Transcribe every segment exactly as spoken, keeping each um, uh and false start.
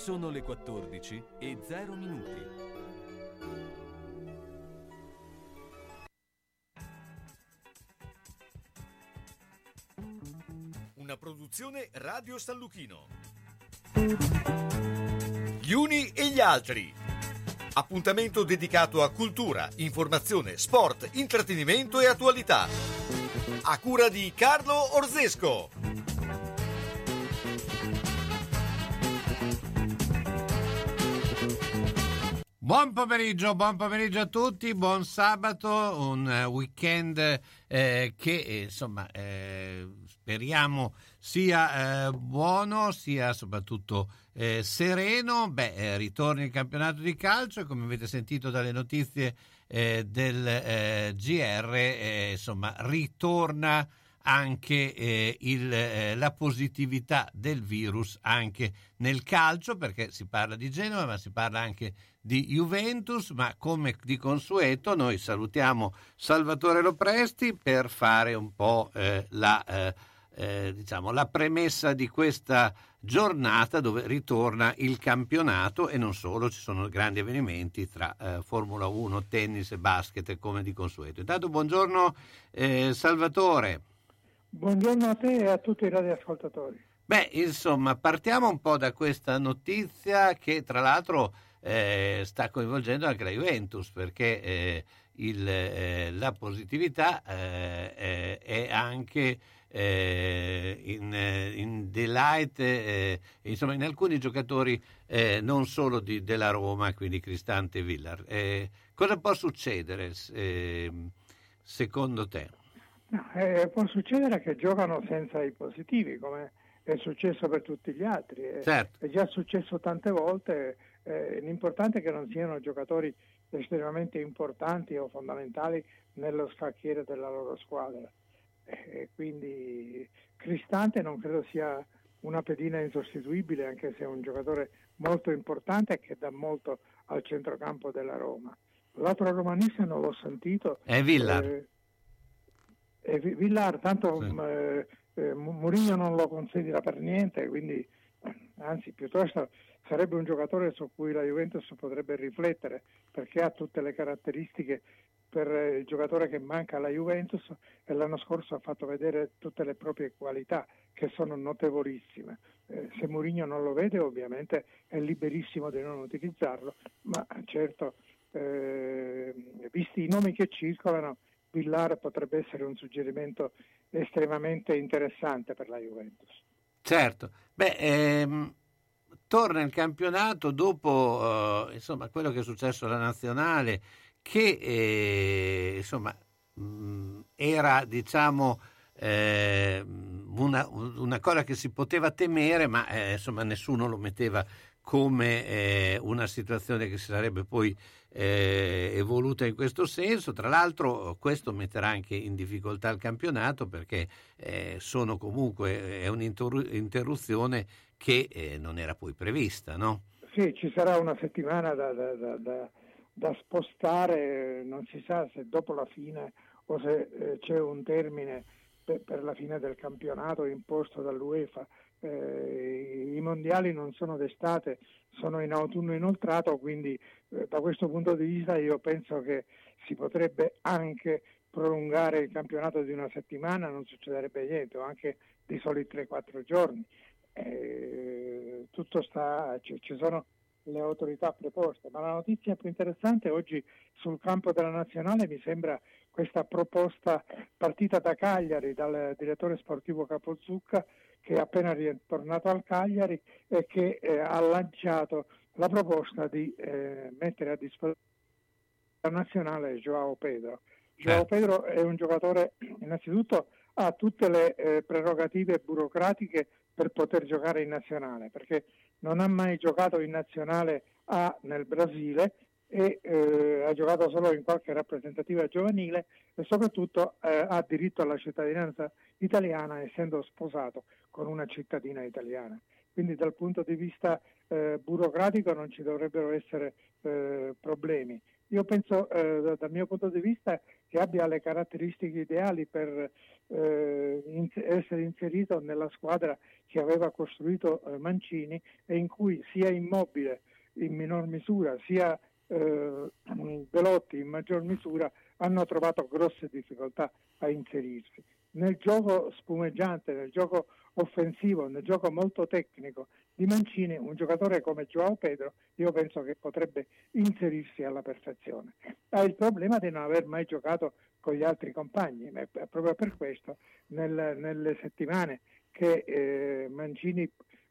Sono le quattordici e zero minuti. Una produzione Radio San Luchino. Gli uni e gli altri. Appuntamento dedicato a cultura, informazione, sport, intrattenimento e attualità. A cura di Carlo Orzesco. Buon pomeriggio, buon pomeriggio a tutti, buon sabato, un weekend eh, che eh, insomma eh, speriamo sia eh, buono, sia soprattutto eh, sereno. Beh, eh, ritorna il campionato di calcio e come avete sentito dalle notizie eh, del eh, G R, eh, insomma ritorna anche eh, il, eh, la positività del virus anche nel calcio, perché si parla di Genova ma si parla anche di Juventus, ma come di consueto noi salutiamo Salvatore Lopresti per fare un po' eh, la, eh, eh, diciamo, la premessa di questa giornata dove ritorna il campionato e non solo, ci sono grandi avvenimenti tra eh, Formula uno, tennis e basket come di consueto. Intanto buongiorno eh, Salvatore. Buongiorno a te e a tutti i radioascoltatori. Beh, insomma, partiamo un po' da questa notizia che tra l'altro eh, sta coinvolgendo anche la Juventus, perché eh, il, eh, la positività eh, è anche eh, in, in delight, eh, insomma, in alcuni giocatori eh, non solo di, della Roma, quindi Cristante e Villar. Eh, cosa può succedere eh, secondo te? No, eh, può succedere che giocano senza i positivi, come è successo per tutti gli altri. Eh, certo. È già successo tante volte. Eh, l'importante è che non siano giocatori estremamente importanti o fondamentali nello scacchiere della loro squadra. Eh, quindi Cristante non credo sia una pedina insostituibile, anche se è un giocatore molto importante e che dà molto al centrocampo della Roma. L'altro romanista non l'ho sentito. È Villar. Eh, E Villar, tanto sì. eh, eh, Mourinho non lo considera per niente, quindi anzi piuttosto sarebbe un giocatore su cui la Juventus potrebbe riflettere, perché ha tutte le caratteristiche per il giocatore che manca alla Juventus e l'anno scorso ha fatto vedere tutte le proprie qualità che sono notevolissime. Eh, se Mourinho non lo vede ovviamente è liberissimo di non utilizzarlo, ma certo eh, visti i nomi che circolano Villar potrebbe essere un suggerimento estremamente interessante per la Juventus. Certo, beh, ehm, torna il campionato dopo eh, insomma quello che è successo alla nazionale, che eh, insomma mh, era diciamo eh, una, una cosa che si poteva temere, ma eh, insomma nessuno lo metteva come eh, una situazione che si sarebbe poi eh, evoluta in questo senso. Tra l'altro questo metterà anche in difficoltà il campionato, perché eh, sono comunque è un'interruzione che eh, non era poi prevista, no? Sì, ci sarà una settimana da, da, da, da, da spostare, non si sa se dopo la fine o se eh, c'è un termine per, per la fine del campionato imposto dall'UEFA. Eh, i mondiali non sono d'estate, sono in autunno inoltrato, quindi eh, da questo punto di vista io penso che si potrebbe anche prolungare il campionato di una settimana, non succederebbe niente, o anche di soli tre quattro giorni. Eh, tutto sta, ci, ci sono le autorità preposte, ma la notizia più interessante oggi sul campo della nazionale mi sembra questa proposta partita da Cagliari dal direttore sportivo Capozzucca, che è appena ritornato al Cagliari e che eh, ha lanciato la proposta di eh, mettere a disposizione della nazionale João Pedro. João eh. Pedro è un giocatore, innanzitutto ha tutte le eh, prerogative burocratiche per poter giocare in nazionale, perché non ha mai giocato in nazionale A nel Brasile e eh, ha giocato solo in qualche rappresentativa giovanile e soprattutto eh, ha diritto alla cittadinanza italiana, essendo sposato con una cittadina italiana. Quindi dal punto di vista eh, burocratico non ci dovrebbero essere eh, problemi. io penso eh, dal mio punto di vista che abbia le caratteristiche ideali per eh, in- essere inserito nella squadra che aveva costruito eh, Mancini e in cui sia Immobile in minor misura sia eh, Belotti in maggior misura hanno trovato grosse difficoltà a inserirsi. Nel gioco spumeggiante, nel gioco offensivo, nel gioco molto tecnico di Mancini, un giocatore come João Pedro io penso che potrebbe inserirsi alla perfezione. Ha il problema di non aver mai giocato con gli altri compagni, e proprio per questo nel, nelle settimane che eh, Mancini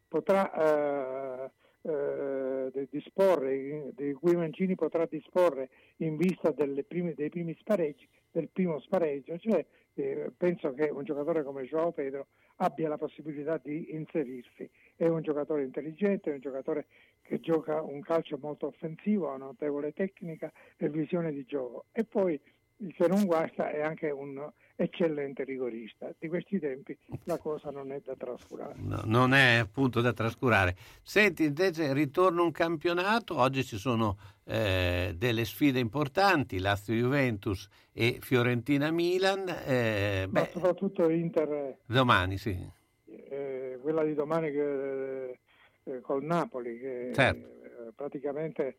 potrà eh, eh, disporre, di cui Mancini potrà disporre in vista delle prime, dei primi spareggi, del primo spareggio, cioè eh, penso che un giocatore come João Pedro abbia la possibilità di inserirsi. È un giocatore intelligente, è un giocatore che gioca un calcio molto offensivo, ha una notevole tecnica e visione di gioco, e poi il che non guasta è anche un eccellente rigorista. Di questi tempi la cosa non è da trascurare. No, non è appunto da trascurare. Senti, invece ritorna un campionato, oggi ci sono eh, delle sfide importanti, Lazio-Juventus e Fiorentina-Milan. Eh, Ma beh, soprattutto Inter, domani, sì. eh, quella di domani che, eh, col Napoli, che Certo. eh, praticamente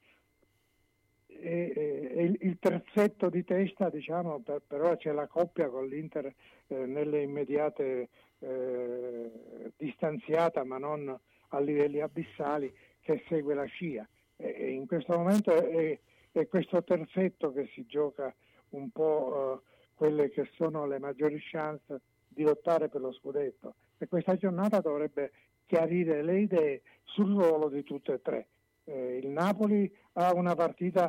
è, è il, il terzetto di testa, diciamo, per, però c'è la coppia con l'Inter eh, nelle immediate eh, distanziata, ma non a livelli abissali, che segue la scia. E, e in questo momento è, è questo terzetto che si gioca un po' eh, quelle che sono le maggiori chance di lottare per lo scudetto, e questa giornata dovrebbe chiarire le idee sul ruolo di tutte e tre. Eh, il Napoli ha una partita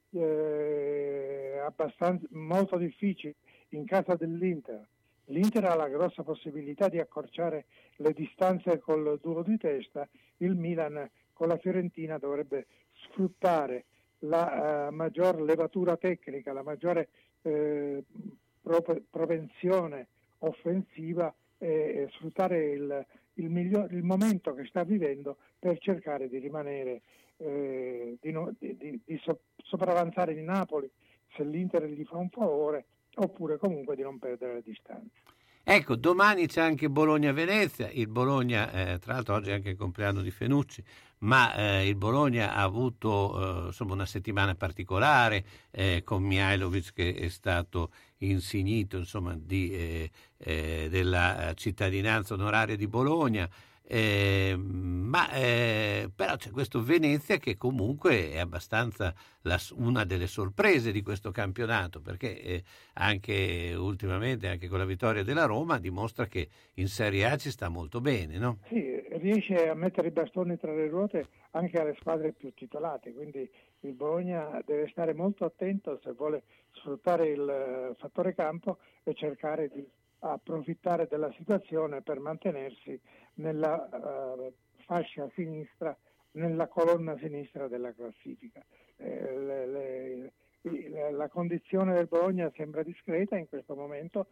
eh, abbastanza molto difficile in casa dell'Inter. L'Inter ha la grossa possibilità di accorciare le distanze col duo di testa. Il Milan con la Fiorentina dovrebbe sfruttare la uh, maggior levatura tecnica, la maggiore eh, prop- propensione offensiva e, e sfruttare il, il, miglior, il momento che sta vivendo per cercare di rimanere eh, di, no, di, di, di so, sopravanzare il Napoli se l'Inter gli fa un favore, oppure comunque di non perdere le distanze. Ecco, domani c'è anche Bologna-Venezia, il Bologna, eh, tra l'altro oggi è anche il compleanno di Fenucci, ma eh, il Bologna ha avuto eh, insomma una settimana particolare eh, con Mihajlovic che è stato insignito insomma di, eh, eh, della cittadinanza onoraria di Bologna. Eh, ma eh, però c'è questo Venezia che comunque è abbastanza la, una delle sorprese di questo campionato, perché eh, anche ultimamente, anche con la vittoria della Roma, dimostra che in Serie A ci sta molto bene, no? Sì, riesce a mettere i bastoni tra le ruote anche alle squadre più titolate, quindi il Bologna deve stare molto attento se vuole sfruttare il fattore campo e cercare di approfittare della situazione per mantenersi nella uh, fascia sinistra, nella colonna sinistra della classifica. Eh, le, le, le, la condizione del Bologna sembra discreta in questo momento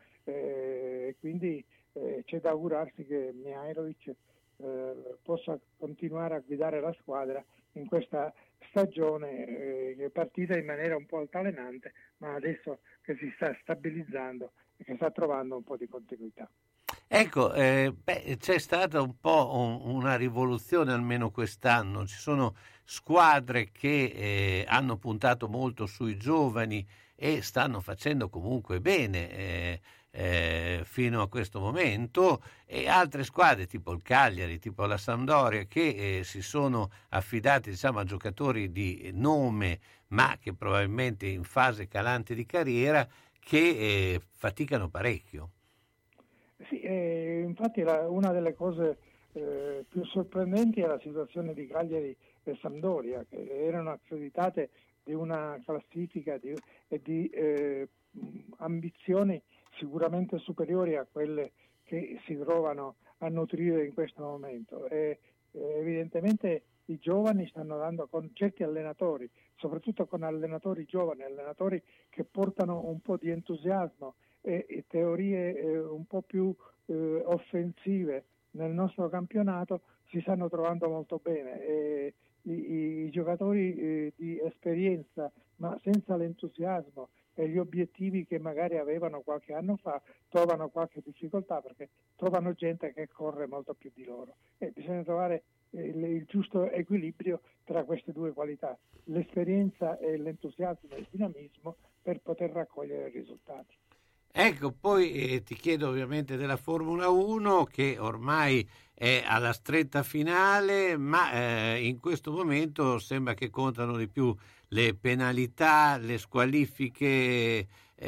e eh, quindi eh, c'è da augurarsi che Mihajlovic eh, possa continuare a guidare la squadra in questa stagione eh, che è partita in maniera un po' altalenante, ma adesso che si sta stabilizzando e che sta trovando un po' di continuità. Ecco, eh, beh, c'è stata un po' un, una rivoluzione almeno quest'anno, ci sono squadre che eh, hanno puntato molto sui giovani e stanno facendo comunque bene eh, eh, fino a questo momento, e altre squadre tipo il Cagliari, tipo la Sampdoria, che eh, si sono affidati diciamo, a giocatori di nome ma che probabilmente in fase calante di carriera che eh, faticano parecchio. Sì, eh, infatti la, una delle cose eh, più sorprendenti è la situazione di Cagliari e Sampdoria, che erano accreditate di una classifica di, e di eh, ambizioni sicuramente superiori a quelle che si trovano a nutrire in questo momento. E, eh, evidentemente i giovani stanno dando con certi allenatori, soprattutto con allenatori giovani, allenatori che portano un po' di entusiasmo e, e teorie eh, un po' più eh, offensive nel nostro campionato, si stanno trovando molto bene e, i, i giocatori eh, di esperienza, ma senza l'entusiasmo e gli obiettivi che magari avevano qualche anno fa, trovano qualche difficoltà perché trovano gente che corre molto più di loro. E bisogna trovare il, il giusto equilibrio tra queste due qualità, l'esperienza e l'entusiasmo e il dinamismo, per poter raccogliere risultati. Ecco, poi eh, ti chiedo ovviamente della Formula uno, che ormai è alla stretta finale, ma eh, in questo momento sembra che contano di più le penalità, le squalifiche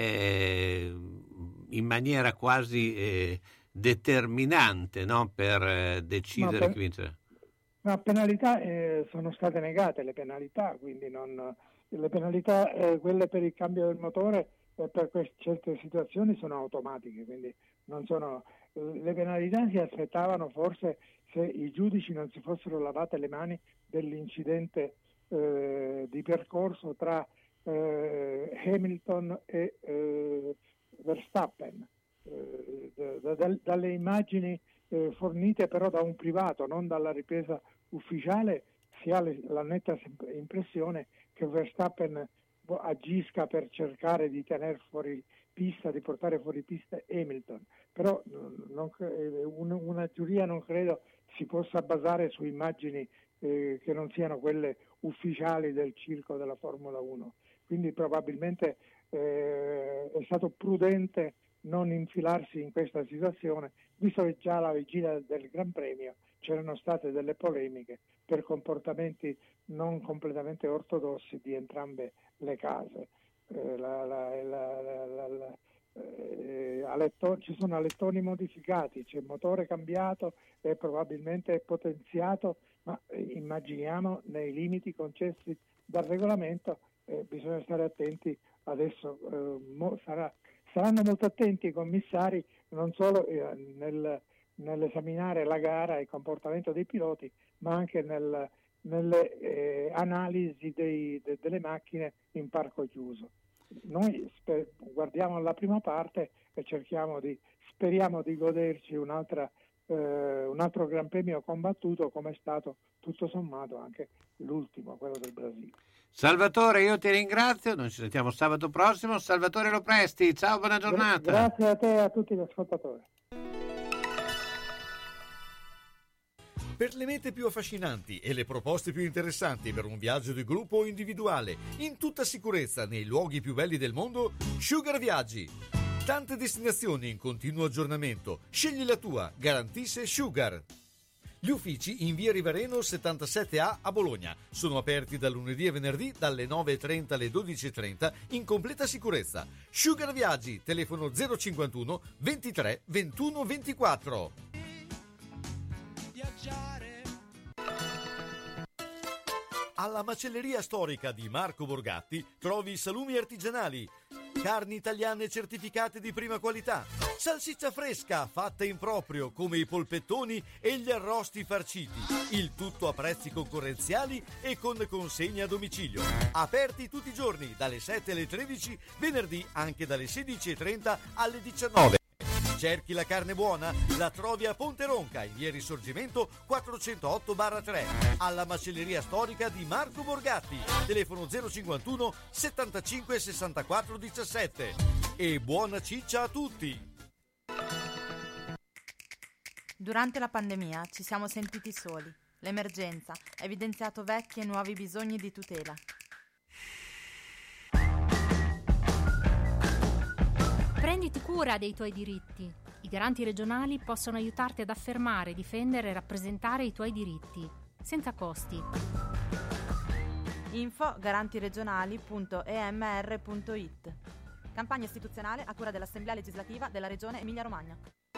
eh, in maniera quasi eh, determinante, no? Per eh, decidere per, chi vince. Ma penalità eh, sono state negate le penalità, quindi non, le penalità, eh, quelle per il cambio del motore, eh, per queste, certe situazioni sono automatiche, quindi non sono, le penalità si aspettavano forse se i giudici non si fossero lavate le mani dell'incidente eh, di percorso tra eh, Hamilton e eh, Verstappen, eh, da, da, dalle immagini eh, fornite però da un privato, non dalla ripresa ufficiale, si ha le, la netta impressione che Verstappen agisca per cercare di tenere fuori pista, di portare fuori pista Hamilton, però non, una giuria non credo si possa basare su immagini eh, che non siano quelle ufficiali del circo della Formula uno, quindi probabilmente eh, è stato prudente non infilarsi in questa situazione, visto che già alla vigilia del Gran Premio c'erano state delle polemiche per comportamenti non completamente ortodossi di entrambe le case. Eh, la, la, la, la, la, eh, aletto, ci sono alettoni modificati, c'è motore cambiato e probabilmente potenziato, ma eh, immaginiamo nei limiti concessi dal regolamento. Eh, bisogna stare attenti adesso, eh, mo, sarà, saranno molto attenti i commissari non solo eh, nel, nell'esaminare la gara e il comportamento dei piloti, ma anche nel, nelle eh, analisi dei, de, delle macchine in parco chiuso. Noi sper- guardiamo la prima parte e cerchiamo di, speriamo di goderci un'altra, eh, un altro Gran Premio combattuto, come è stato tutto sommato anche l'ultimo, quello del Brasile. Salvatore, io ti ringrazio, noi ci sentiamo sabato prossimo. Salvatore Lopresti, ciao, buona giornata. Grazie a te e a tutti gli ascoltatori. Per le mete più affascinanti e le proposte più interessanti per un viaggio di gruppo o individuale, in tutta sicurezza nei luoghi più belli del mondo, Sugar Viaggi. Tante destinazioni in continuo aggiornamento. Scegli la tua, garantisce Sugar. Gli uffici in via Rivareno settantasette A a Bologna sono aperti da lunedì e venerdì dalle nove e trenta alle dodici e trenta in completa sicurezza. Sugar Viaggi, telefono zero cinquantuno ventitré ventuno ventiquattro. Alla macelleria storica di Marco Borgatti trovi salumi artigianali, carni italiane certificate di prima qualità, salsiccia fresca fatta in proprio come i polpettoni e gli arrosti farciti, il tutto a prezzi concorrenziali e con consegna a domicilio. Aperti tutti i giorni dalle sette alle tredici, venerdì anche dalle sedici e trenta alle diciannove. Cerchi la carne buona? La trovi a Ponte Ronca, in via Risorgimento quattrocentootto tre, alla macelleria storica di Marco Borgatti, telefono zero cinquantuno settantacinque sessantaquattro diciassette. E buona ciccia a tutti! Durante la pandemia ci siamo sentiti soli. L'emergenza ha evidenziato vecchi e nuovi bisogni di tutela. Prenditi cura dei tuoi diritti. I garanti regionali possono aiutarti ad affermare, difendere e rappresentare i tuoi diritti, senza costi. Info garantiregionali punto e m r punto i t. Campagna istituzionale a cura dell'Assemblea legislativa della Regione Emilia-Romagna.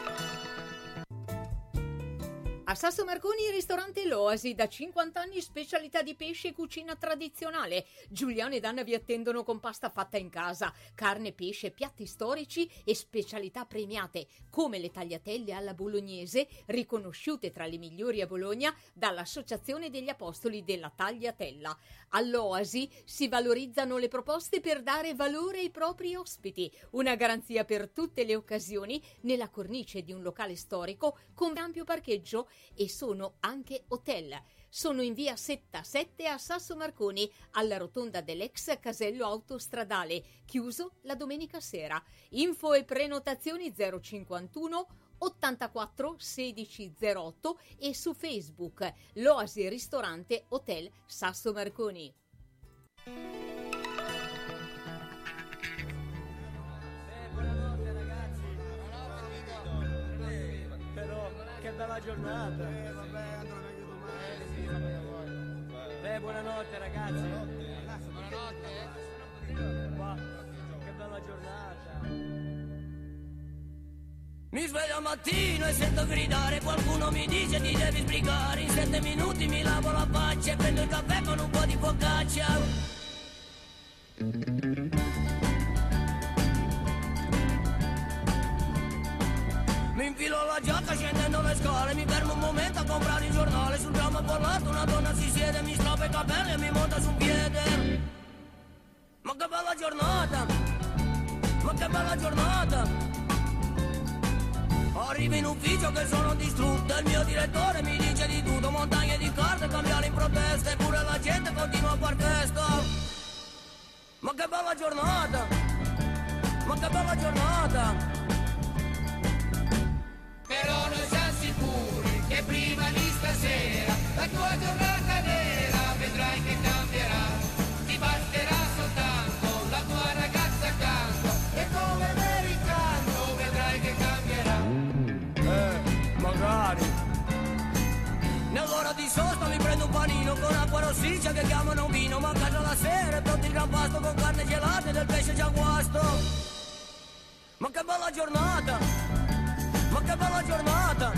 A Sasso Marconi, ristorante L'Oasi, da cinquanta anni specialità di pesce e cucina tradizionale. Giuliano ed Anna vi attendono con pasta fatta in casa, carne, pesce, piatti storici e specialità premiate, come le tagliatelle alla bolognese, riconosciute tra le migliori a Bologna dall'Associazione degli Apostoli della Tagliatella. All'Oasi si valorizzano le proposte per dare valore ai propri ospiti, una garanzia per tutte le occasioni nella cornice di un locale storico con ampio parcheggio e sono anche hotel. Sono in via settantasette a Sasso Marconi, alla rotonda dell'ex casello autostradale, chiuso la domenica sera. Info e prenotazioni zero cinquantuno ottantaquattro sedici zero otto e su Facebook l'Oasi Ristorante Hotel Sasso Marconi. Buonanotte ragazzi. Però che bella giornata. Eh, vabbè, andrà meglio domani. Eh, sì, vabbè, Beh, buonanotte ragazzi. Buonanotte. Wow, che bella giornata. Mi sveglio al mattino e sento gridare, qualcuno mi dice ti devi sbrigare, in sette minuti mi lavo la faccia e prendo il caffè con un po' di focaccia. Mi infilo la giacca scendendo le scale, mi fermo un momento a comprare il giornale, sul tram bollato una donna si siede, mi strappa i capelli e mi monta su un piede. Ma che bella giornata, ma che bella giornata. Arrivo in ufficio che sono distrutto, il mio direttore mi dice di tutto, montagne di carte, cambiare in protesta, eppure la gente continua a far festa. Ma che bella giornata, ma che bella giornata. Però noi siamo sicuri che prima di stasera la tua giornata nera vedrai che cambierà, ti basterà soltanto la tua ragazza accanto e come americano vedrai che cambierà. Eh, magari. Nell'ora di sosta mi prendo un panino con acqua rossiccia che chiamano vino, ma a casa la sera è pronto il gran pasto con carne gelata e del pesce già guasto. Ma che bella giornata, ma che bella giornata.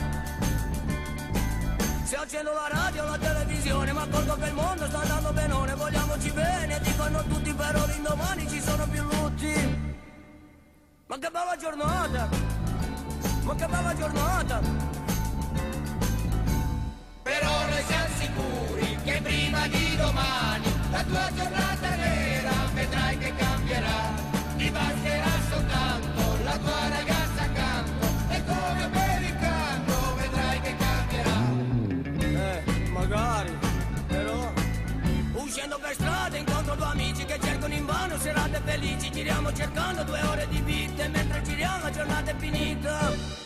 Se accendo la radio o la televisione mi accorgo che il mondo sta andando benone, vogliamoci bene, dicono tutti, però l'indomani ci sono più lutti. Ma che bella giornata, ma che bella giornata. Però noi siamo sicuri che prima di domani la tua giornata nera vedrai che cambierà, ti basterà soltanto la tua ragazza accanto e come americano vedrai che cambierà. Eh, magari, però. Uscendo per strada incontro due amici che cercano invano serate felici, giriamo cercando due ore di vita e mentre giriamo la giornata è finita.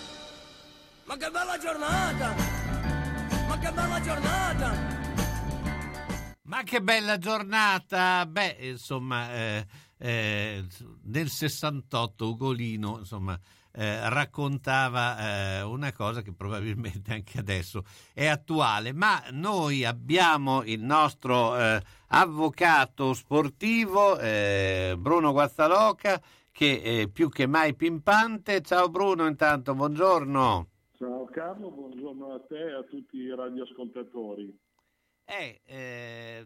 Ma che bella giornata, ma che bella giornata. Ma che bella giornata! Beh, insomma, eh, eh, nel sessantotto Ugolino, insomma, eh, raccontava eh, una cosa che probabilmente anche adesso è attuale, ma noi abbiamo il nostro eh, avvocato sportivo eh, Bruno Guazzaloca, che è più che mai pimpante. Ciao Bruno, intanto, buongiorno. Ciao Carlo, buongiorno a te e a tutti i radioascoltatori. È, eh,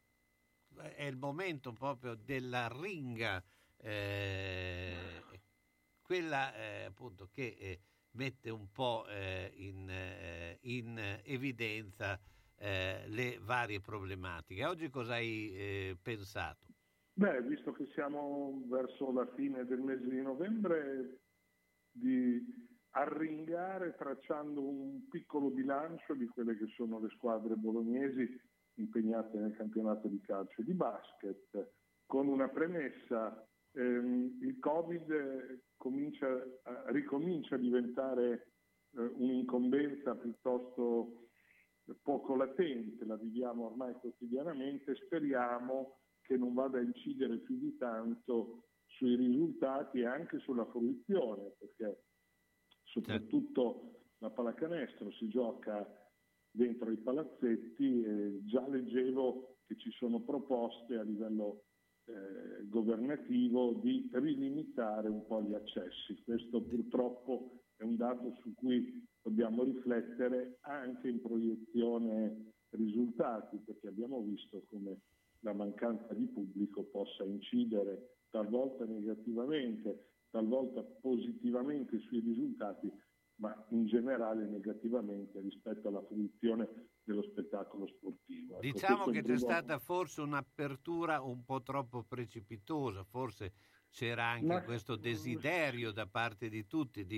è il momento proprio della ringa, eh, quella eh, appunto che eh, mette un po' eh, in, eh, in evidenza eh, le varie problematiche. Oggi cosa hai eh, pensato? Beh, visto che siamo verso la fine del mese di novembre, di arringare tracciando un piccolo bilancio di quelle che sono le squadre bolognesi impegnate nel campionato di calcio e di basket, con una premessa: ehm, il Covid comincia, ricomincia a diventare eh, un'incombenza piuttosto poco latente, la viviamo ormai quotidianamente, speriamo che non vada a incidere più di tanto sui risultati e anche sulla fruizione, perché soprattutto la pallacanestro si gioca dentro i palazzetti e già leggevo che ci sono proposte a livello eh, governativo di rilimitare un po' gli accessi. Questo purtroppo è un dato su cui dobbiamo riflettere anche in proiezione risultati, perché abbiamo visto come la mancanza di pubblico possa incidere talvolta negativamente, talvolta positivamente sui risultati, ma in generale negativamente rispetto alla fruizione dello spettacolo sportivo. Ecco, diciamo che c'è primo... stata forse un'apertura un po' troppo precipitosa, forse c'era anche ma... questo desiderio da parte di tutti di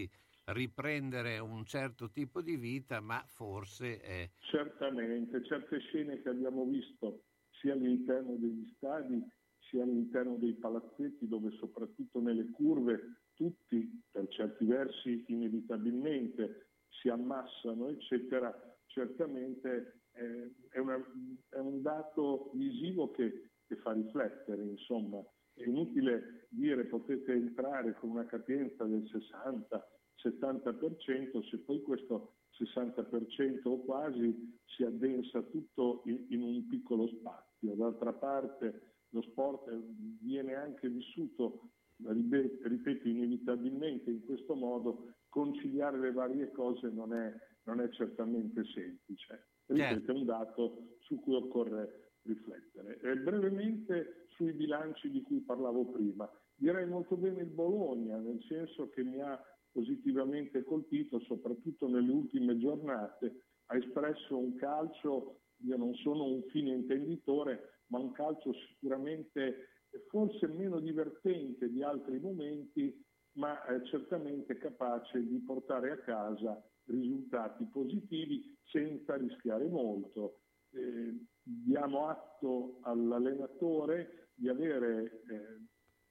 riprendere un certo tipo di vita, ma forse è... Certamente, certe scene che abbiamo visto sia all'interno degli stadi sia all'interno dei palazzetti, dove soprattutto nelle curve tutti per certi versi inevitabilmente si ammassano eccetera, certamente eh, è, una, è un dato visivo che, che fa riflettere, insomma. È inutile dire potete entrare con una capienza del sessanta settanta per cento se poi questo sessanta per cento o quasi si addensa tutto in, in un piccolo spazio. D'altra parte lo sport viene anche vissuto, ripeto, inevitabilmente in questo modo. Conciliare le varie cose non è, non è certamente semplice. Ripeto, è un dato su cui occorre riflettere. E brevemente sui bilanci di cui parlavo prima. Direi molto bene il Bologna, nel senso che mi ha positivamente colpito, soprattutto nelle ultime giornate. Ha espresso un calcio, io non sono un fine intenditore, ma un calcio sicuramente forse meno divertente di altri momenti, ma eh, certamente capace di portare a casa risultati positivi senza rischiare molto. Eh, diamo atto all'allenatore di avere eh,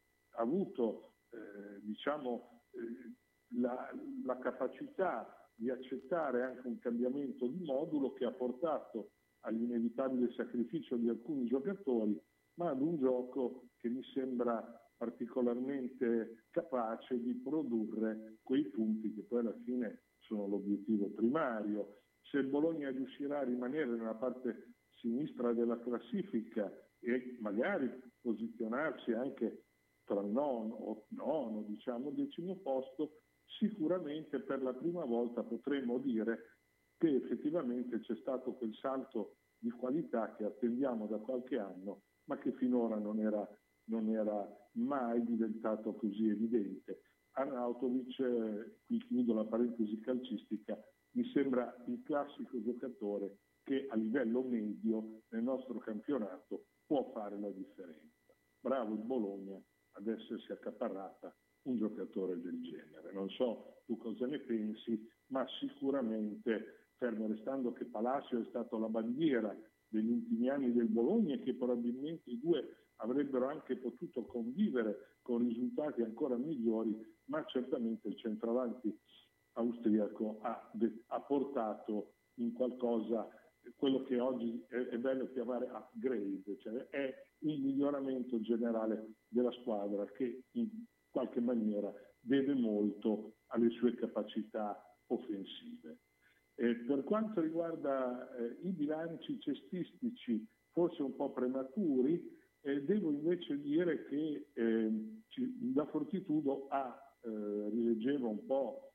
avuto eh, diciamo eh, la, la capacità di accettare anche un cambiamento di modulo che ha portato all'inevitabile sacrificio di alcuni giocatori, ma ad un gioco che mi sembra particolarmente capace di produrre quei punti che poi alla fine sono l'obiettivo primario. Se il Bologna riuscirà a rimanere nella parte sinistra della classifica e magari posizionarsi anche tra nono, nono diciamo decimo posto, sicuramente per la prima volta potremo dire che effettivamente c'è stato quel salto di qualità che attendiamo da qualche anno, ma che finora non era, non era mai diventato così evidente. Arnautovic, eh, qui chiudo la parentesi calcistica, mi sembra il classico giocatore che a livello medio nel nostro campionato può fare la differenza. Bravo il Bologna ad essersi accaparrata un giocatore del genere. Non so tu cosa ne pensi, ma sicuramente, fermo restando che Palacio è stato la bandiera degli ultimi anni del Bologna e che probabilmente i due avrebbero anche potuto convivere con risultati ancora migliori, ma certamente il centravanti austriaco ha, ha portato in qualcosa quello che oggi è, è bello chiamare upgrade, cioè è il miglioramento generale della squadra che in qualche maniera deve molto alle sue capacità offensive. Eh, per quanto riguarda eh, i bilanci cestistici, forse un po' prematuri, eh, devo invece dire che eh, ci, la Fortitudo ha, eh, rileggevo un po'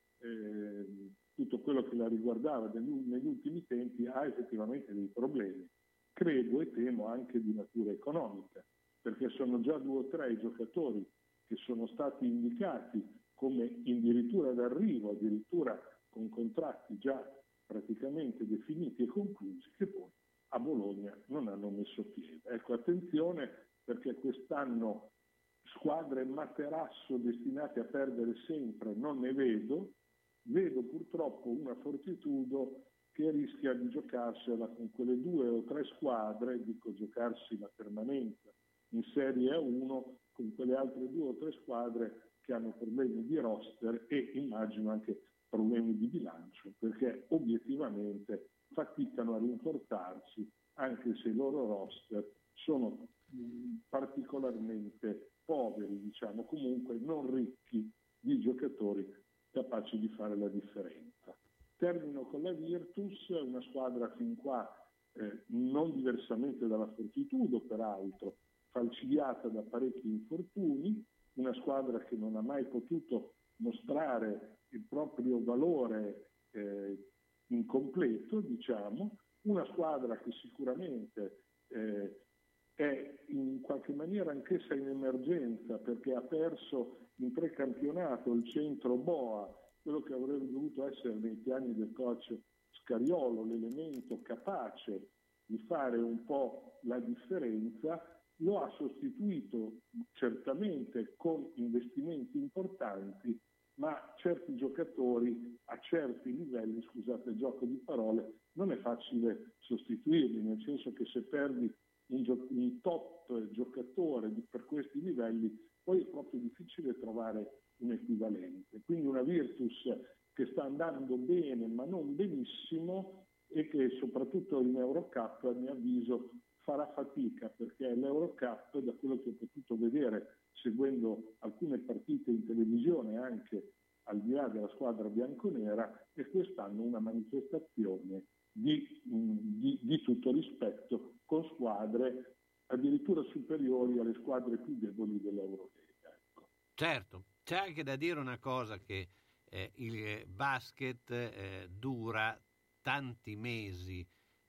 eh, tutto quello che la riguardava negli, negli ultimi tempi, ha effettivamente dei problemi. Credo e temo anche di natura economica, perché sono già due o tre i giocatori che sono stati indicati come addirittura d'arrivo, addirittura con contratti già praticamente definiti e conclusi, che poi a Bologna non hanno messo piede. Ecco, attenzione, perché quest'anno squadre materasso destinate a perdere sempre non ne vedo, vedo purtroppo una Fortitudo che rischia di giocarsela con quelle due o tre squadre, dico giocarsi la permanenza in Serie A uno, con quelle altre due o tre squadre che hanno problemi di roster e immagino anche problemi di bilancio, perché obiettivamente faticano a rinforzarsi anche se i loro roster sono mh, particolarmente poveri, diciamo, comunque non ricchi di giocatori capaci di fare la differenza. Termino con la Virtus, una squadra fin qua eh, non diversamente dalla Fortitudo, peraltro, falcidiata da parecchi infortuni, una squadra che non ha mai potuto mostrare il proprio valore eh, incompleto, diciamo, una squadra che sicuramente eh, è in qualche maniera anch'essa in emergenza, perché ha perso in precampionato il centro Boa, quello che avrebbe dovuto essere nei piani del coach Scariolo, l'elemento capace di fare un po' la differenza. Lo ha sostituito certamente con investimenti importanti, ma certi giocatori a certi livelli, scusate il gioco di parole, non è facile sostituirli, nel senso che se perdi un, gio- un top giocatore di, per questi livelli, poi è proprio difficile trovare un equivalente. Quindi una Virtus che sta andando bene ma non benissimo e che soprattutto in Eurocup, a mio avviso, farà fatica, perché l'Eurocup, da quello che ho potuto vedere seguendo alcune partite in televisione anche al di là della squadra bianconera, è quest'anno una manifestazione di, di, di tutto rispetto, con squadre addirittura superiori alle squadre più deboli dell'Eurolega. Ecco. Certo, c'è anche da dire una cosa, che eh, il basket eh, dura tanti mesi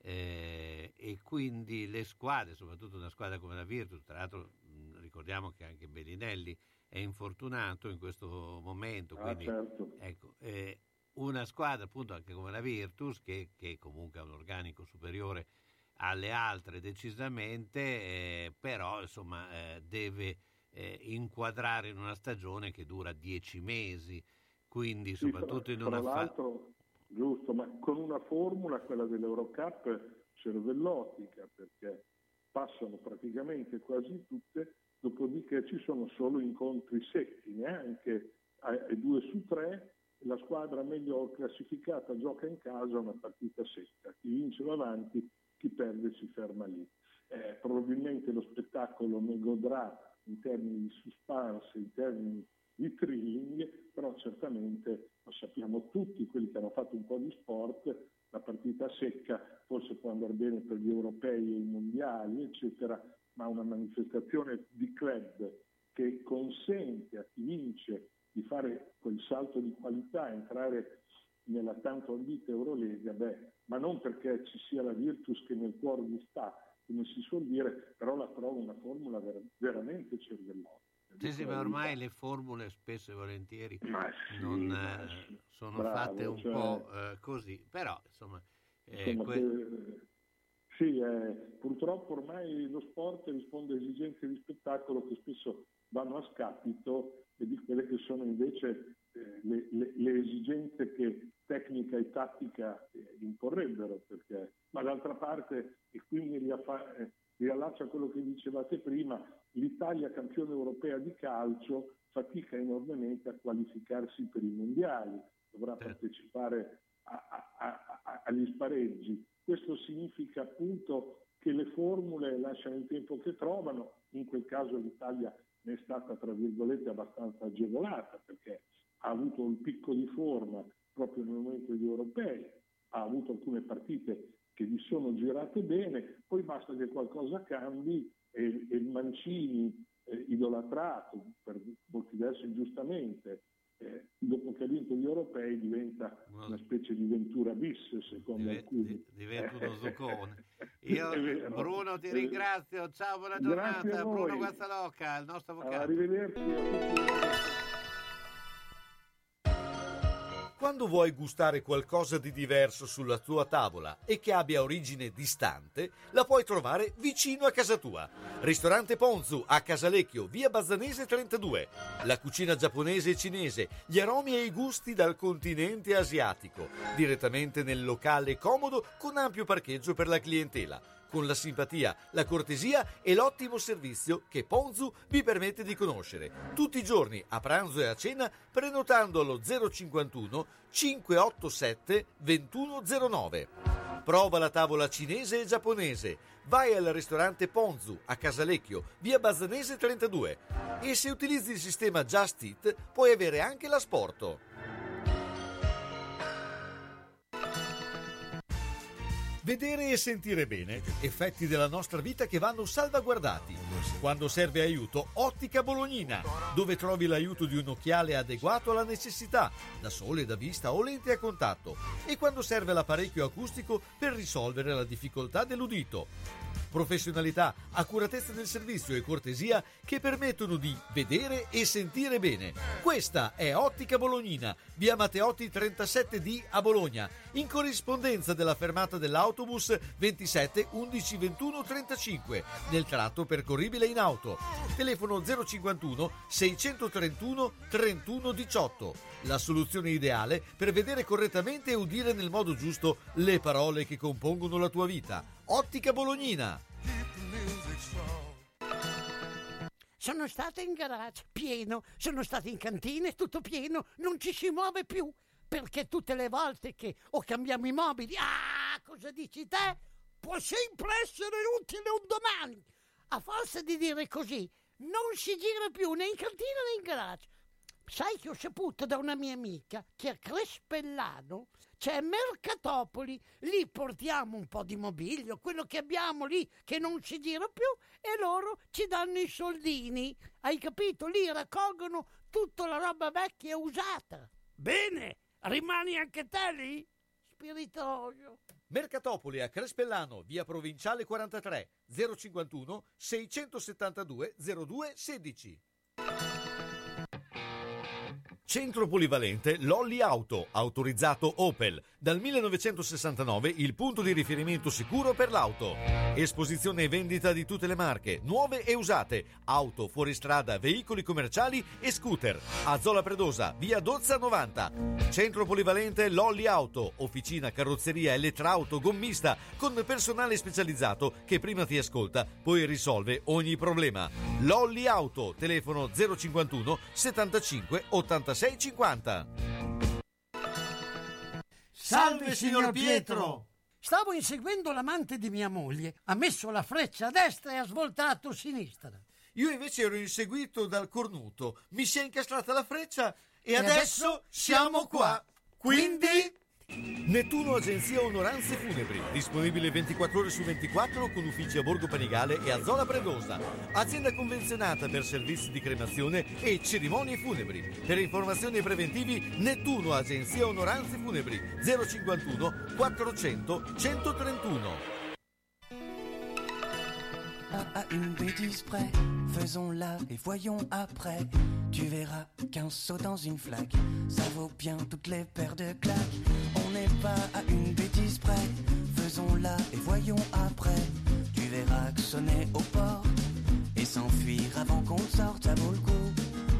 eh, e quindi le squadre, soprattutto una squadra come la Virtus, tra l'altro mh, ricordiamo che anche Bellinelli è infortunato in questo momento, quindi ah, certo. ecco, eh, una squadra appunto anche come la Virtus, che, che comunque ha un organico superiore alle altre decisamente, eh, però insomma eh, deve eh, inquadrare in una stagione che dura dieci mesi, quindi sì, soprattutto tra, in una tra l'altro, fa... giusto, ma con una formula, quella dell'Eurocup, cervellotica, perché passano praticamente quasi tutte, dopodiché ci sono solo incontri secchi, neanche ai due su tre, la squadra meglio classificata gioca in casa una partita secca, chi vince va avanti, chi perde si ferma lì. Eh, probabilmente lo spettacolo ne godrà in termini di suspense, in termini di thrilling, però certamente lo sappiamo tutti, quelli che hanno fatto un po' di sport, la partita secca forse può andare bene per gli europei e i mondiali, eccetera, ma una manifestazione di club che consente a chi vince di fare quel salto di qualità, entrare nella tanto ambita Eurolega, beh, ma non perché ci sia la Virtus che nel cuore mi sta, come si suol dire, però la trovo una formula ver- veramente cervellotica. Sì, sì, ma ormai le formule spesso e volentieri ma sì, non, ma eh, sì. sono Bravo, fatte un cioè, po' eh, così, però insomma... Eh, insomma que- che, sì, eh, purtroppo ormai lo sport risponde a esigenze di spettacolo che spesso vanno a scapito di quelle che sono invece eh, le, le, le esigenze che tecnica e tattica eh, imporrebbero, perché, ma d'altra parte, e qui mi riaffa- eh, riallaccio a quello che dicevate prima, l'Italia campione europea di calcio fatica enormemente a qualificarsi per i mondiali, dovrà partecipare a, a, a, agli spareggi. Questo significa appunto che le formule lasciano il tempo che trovano, in quel caso l'Italia ne è stata tra virgolette abbastanza agevolata, perché ha avuto un picco di forma proprio nel momento degli europei, ha avuto alcune partite che gli sono girate bene, poi basta che qualcosa cambi e, e il Mancini, eh, idolatrato per molti versi giustamente, eh, dopo che ha vinto gli europei diventa una specie di Ventura bis, secondo Div- alcuni. diventa uno zuccone. Io Bruno ti ringrazio, ciao, buona Grazie giornata. a voi. Bruno Guazzaloca, il nostro avvocato. Arrivederci a tutti. Quando vuoi gustare qualcosa di diverso sulla tua tavola e che abbia origine distante, la puoi trovare vicino a casa tua. Ristorante Ponzu a Casalecchio, via Bazzanese trentadue. La cucina giapponese e cinese, gli aromi e i gusti dal continente asiatico. Direttamente nel locale comodo con ampio parcheggio per la clientela. Con la simpatia, la cortesia e l'ottimo servizio che Ponzu vi permette di conoscere. Tutti i giorni, a pranzo e a cena, prenotando allo zero cinquantuno cinquecentottantasette ventuno zero nove. Prova la tavola cinese e giapponese. Vai al ristorante Ponzu a Casalecchio, via Bazzanese trentadue. E se utilizzi il sistema Just Eat, puoi avere anche l'asporto. Vedere e sentire bene, effetti della nostra vita che vanno salvaguardati. Quando serve aiuto, Ottica Bolognina, dove trovi l'aiuto di un occhiale adeguato alla necessità, da sole, da vista o lenti a contatto, e quando serve l'apparecchio acustico per risolvere la difficoltà dell'udito. Professionalità, accuratezza del servizio e cortesia che permettono di vedere e sentire bene. Questa è Ottica Bolognina, via Matteotti trentasette D a Bologna, in corrispondenza della fermata dell'autobus ventisette undici ventuno trentacinque, nel tratto percorribile in auto. Telefono zero cinquantuno seicentotrentuno trentuno diciotto. La soluzione ideale per vedere correttamente e udire nel modo giusto le parole che compongono la tua vita. Ottica Bolognina. Sono stato in garage, pieno, sono stato in cantina, tutto pieno, non ci si muove più, perché tutte le volte che o cambiamo i mobili, ah, cosa dici te? Può sempre essere utile un domani. A forza di dire così, non si gira più né in cantina né in garage. Sai che ho saputo da una mia amica che a Crespellano c'è Mercatopoli, lì portiamo un po' di mobilio, quello che abbiamo lì che non si gira più, e loro ci danno i soldini, hai capito? Lì raccolgono tutta la roba vecchia e usata. Bene, rimani anche te lì? Spiritoso. Mercatopoli a Crespellano, via Provinciale quarantatré, zero cinquantuno seicentosettantadue zero due sedici. Centro polivalente Lolli Auto, autorizzato Opel. Dal millenovecentosessantanove il punto di riferimento sicuro per l'auto. Esposizione e vendita di tutte le marche, nuove e usate, auto, fuoristrada, veicoli commerciali e scooter. A Zola Predosa, via Dozza novanta. Centro polivalente Lolli Auto, officina, carrozzeria, elettrauto, gommista, con personale specializzato che prima ti ascolta, poi risolve ogni problema. Lolli Auto, telefono zero cinquantuno settantacinque ottantasei cinquanta. Salve signor Pietro! Stavo inseguendo l'amante di mia moglie, ha messo la freccia a destra e ha svoltato a sinistra. Io invece ero inseguito dal cornuto, mi si è incastrata la freccia e, E adesso, adesso siamo qua. Quindi... Nettuno Agenzia Onoranze Funebri, disponibile ventiquattro ore su ventiquattro con uffici a Borgo Panigale e a Zola Predosa. Azienda convenzionata per servizi di cremazione e cerimonie funebri. Per informazioni e preventivi Nettuno Agenzia Onoranze Funebri zero cinquantuno quattrocento centotrentuno. À une bêtise près, faisons-la et voyons après. Tu verras qu'un saut dans une flaque, ça vaut bien toutes les paires de claques. On n'est pas à une bêtise près, faisons-la et voyons après. Tu verras que sonner au port et s'enfuir avant qu'on sorte, ça vaut le coup.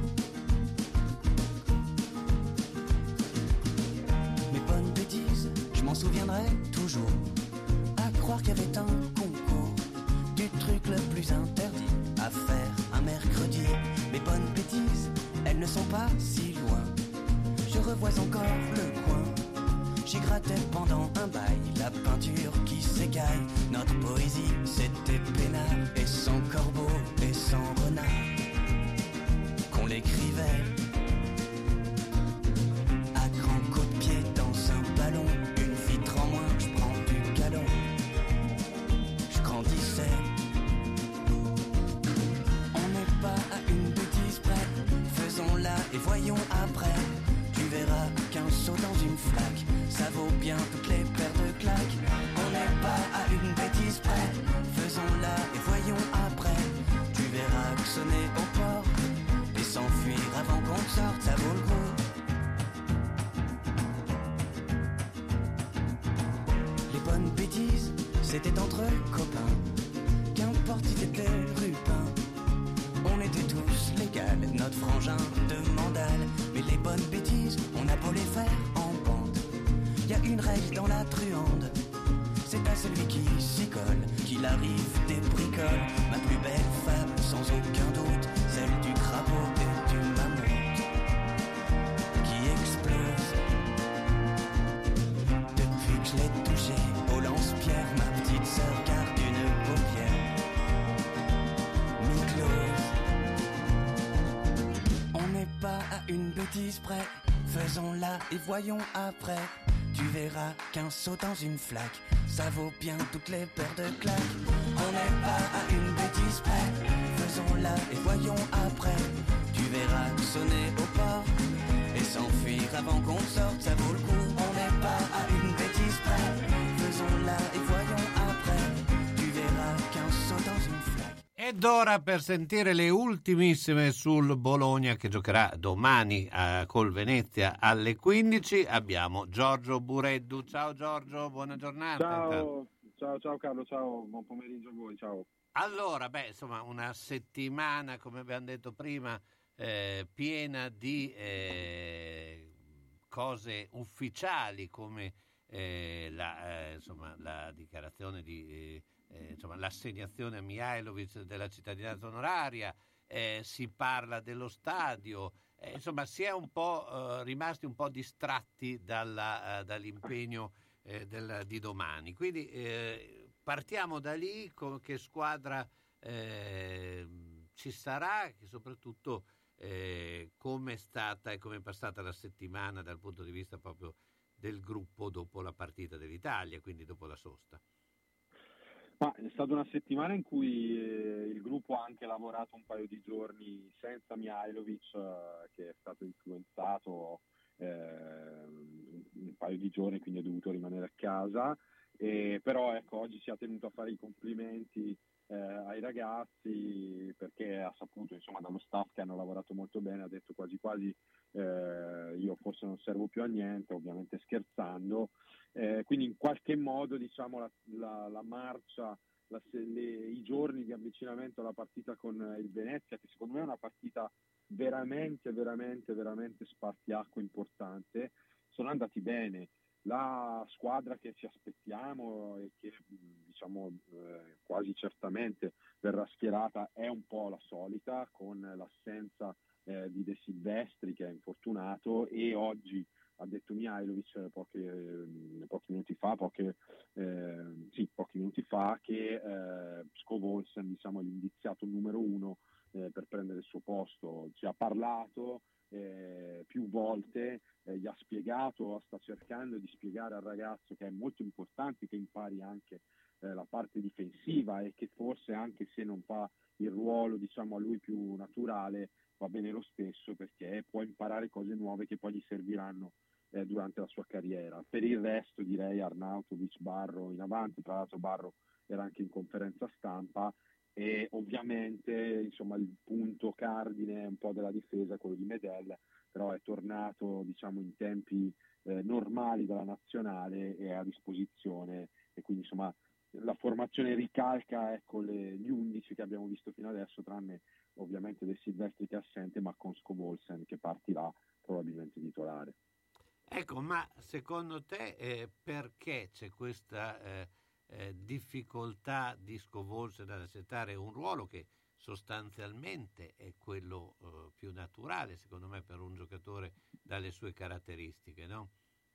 Mes bonnes bêtises, je m'en souviendrai toujours. À croire qu'il y avait un concours du truc le plus interdit à faire un mercredi. Mes bonnes bêtises, elles ne sont pas si loin. Je revois encore le coin. J'y grattais pendant un bail la peinture qui s'écaille. Notre poésie, c'était peinard et sans corbeau et sans renard qu'on l'écrivait à grands coups de pied dans un ballon. Une vitre en moins, je prends du galon. Je grandissais. Faisons-la et voyons après. Tu verras qu'un saut dans une flaque, ça vaut bien toutes les paires de claques. On n'est pas à une bêtise près. Faisons-la et voyons après. Tu verras que sonner au port et s'enfuir avant qu'on sorte, ça vaut le coup. Les bonnes bêtises, c'était entre copains. Qu'importe il était rupin. On était tous légal, notre frangin de mandale. Mais les bonnes bêtises, on a beau les faire en bande. Y a une règle dans la truande, c'est à celui qui s'y colle qu'il arrive des bricoles. Ma plus belle femme, sans aucun doute, celle du crapaud et du mammouth qui explose. Depuis que je l'ai touché au lance-pierre, ma petite sœur garde une paupière mi-close. Pas à une bêtise près, faisons-la et voyons après. Tu verras qu'un saut dans une flaque, ça vaut bien toutes les paires de claques. On n'est pas à une bêtise près, faisons-la et voyons après. Tu verras que sonner au port et s'enfuir avant qu'on sorte, ça vaut le coup. On n'est pas à une bêtise près, faisons-la et voyons après. Tu verras qu'un Ed ora per sentire le ultimissime sul Bologna che giocherà domani eh, col Venezia alle quindici abbiamo Giorgio Bureddu. Ciao Giorgio, buona giornata. Ciao, ciao, ciao Carlo, ciao, buon pomeriggio a voi, ciao. Allora, beh, insomma, una settimana, come abbiamo detto prima, eh, piena di eh, cose ufficiali come eh, la, eh, insomma, la dichiarazione di... Eh, Eh, insomma, l'assegnazione a Mihajlovic della cittadinanza onoraria, eh, si parla dello stadio, eh, insomma si è un po' eh, rimasti un po' distratti dalla, uh, dall'impegno eh, del, di domani. Quindi eh, partiamo da lì, con che squadra eh, ci sarà e soprattutto eh, come è stata e come è passata la settimana dal punto di vista proprio del gruppo dopo la partita dell'Italia, quindi dopo la sosta. Ma è stata una settimana in cui eh, il gruppo ha anche lavorato un paio di giorni senza Mihajlovic, eh, che è stato influenzato eh, un paio di giorni, quindi è dovuto rimanere a casa. E, però ecco, oggi si è tenuto a fare i complimenti eh, ai ragazzi perché ha saputo, insomma, dallo staff che hanno lavorato molto bene, ha detto quasi quasi eh, io forse non servo più a niente, ovviamente scherzando. Eh, quindi in qualche modo, diciamo, la, la, la marcia, la, le, i giorni di avvicinamento alla partita con il Venezia, che secondo me è una partita veramente, veramente, veramente spartiacque importante, sono andati bene. La squadra che ci aspettiamo e che, diciamo, eh, quasi certamente verrà schierata è un po' la solita, con l'assenza eh, di De Silvestri, che è infortunato, e oggi ha detto Mihajlovic pochi, eh, pochi minuti fa, poche, eh, sì, pochi minuti fa che eh, Scovolsen, diciamo, è l'indiziato numero uno eh, per prendere il suo posto. Ci ha parlato eh, più volte, eh, gli ha spiegato, sta cercando di spiegare al ragazzo che è molto importante che impari anche eh, la parte difensiva e che forse anche se non fa il ruolo, diciamo, a lui più naturale, va bene lo stesso perché può imparare cose nuove che poi gli serviranno eh, durante la sua carriera. Per il resto direi Arnautovic, Barro in avanti, tra l'altro Barro era anche in conferenza stampa, e ovviamente, insomma, il punto cardine un po' della difesa è quello di Medel, però è tornato, diciamo, in tempi eh, normali dalla nazionale e è a disposizione, e quindi insomma la formazione ricalca, ecco, le, gli undici che abbiamo visto fino adesso, tranne ovviamente De Silvestri che è assente, ma con Scovolsen che partirà probabilmente titolare. Ecco, ma secondo te eh, perché c'è questa eh, eh, difficoltà di Scovolsen ad accettare un ruolo che sostanzialmente è quello eh, più naturale, secondo me, per un giocatore dalle sue caratteristiche, no?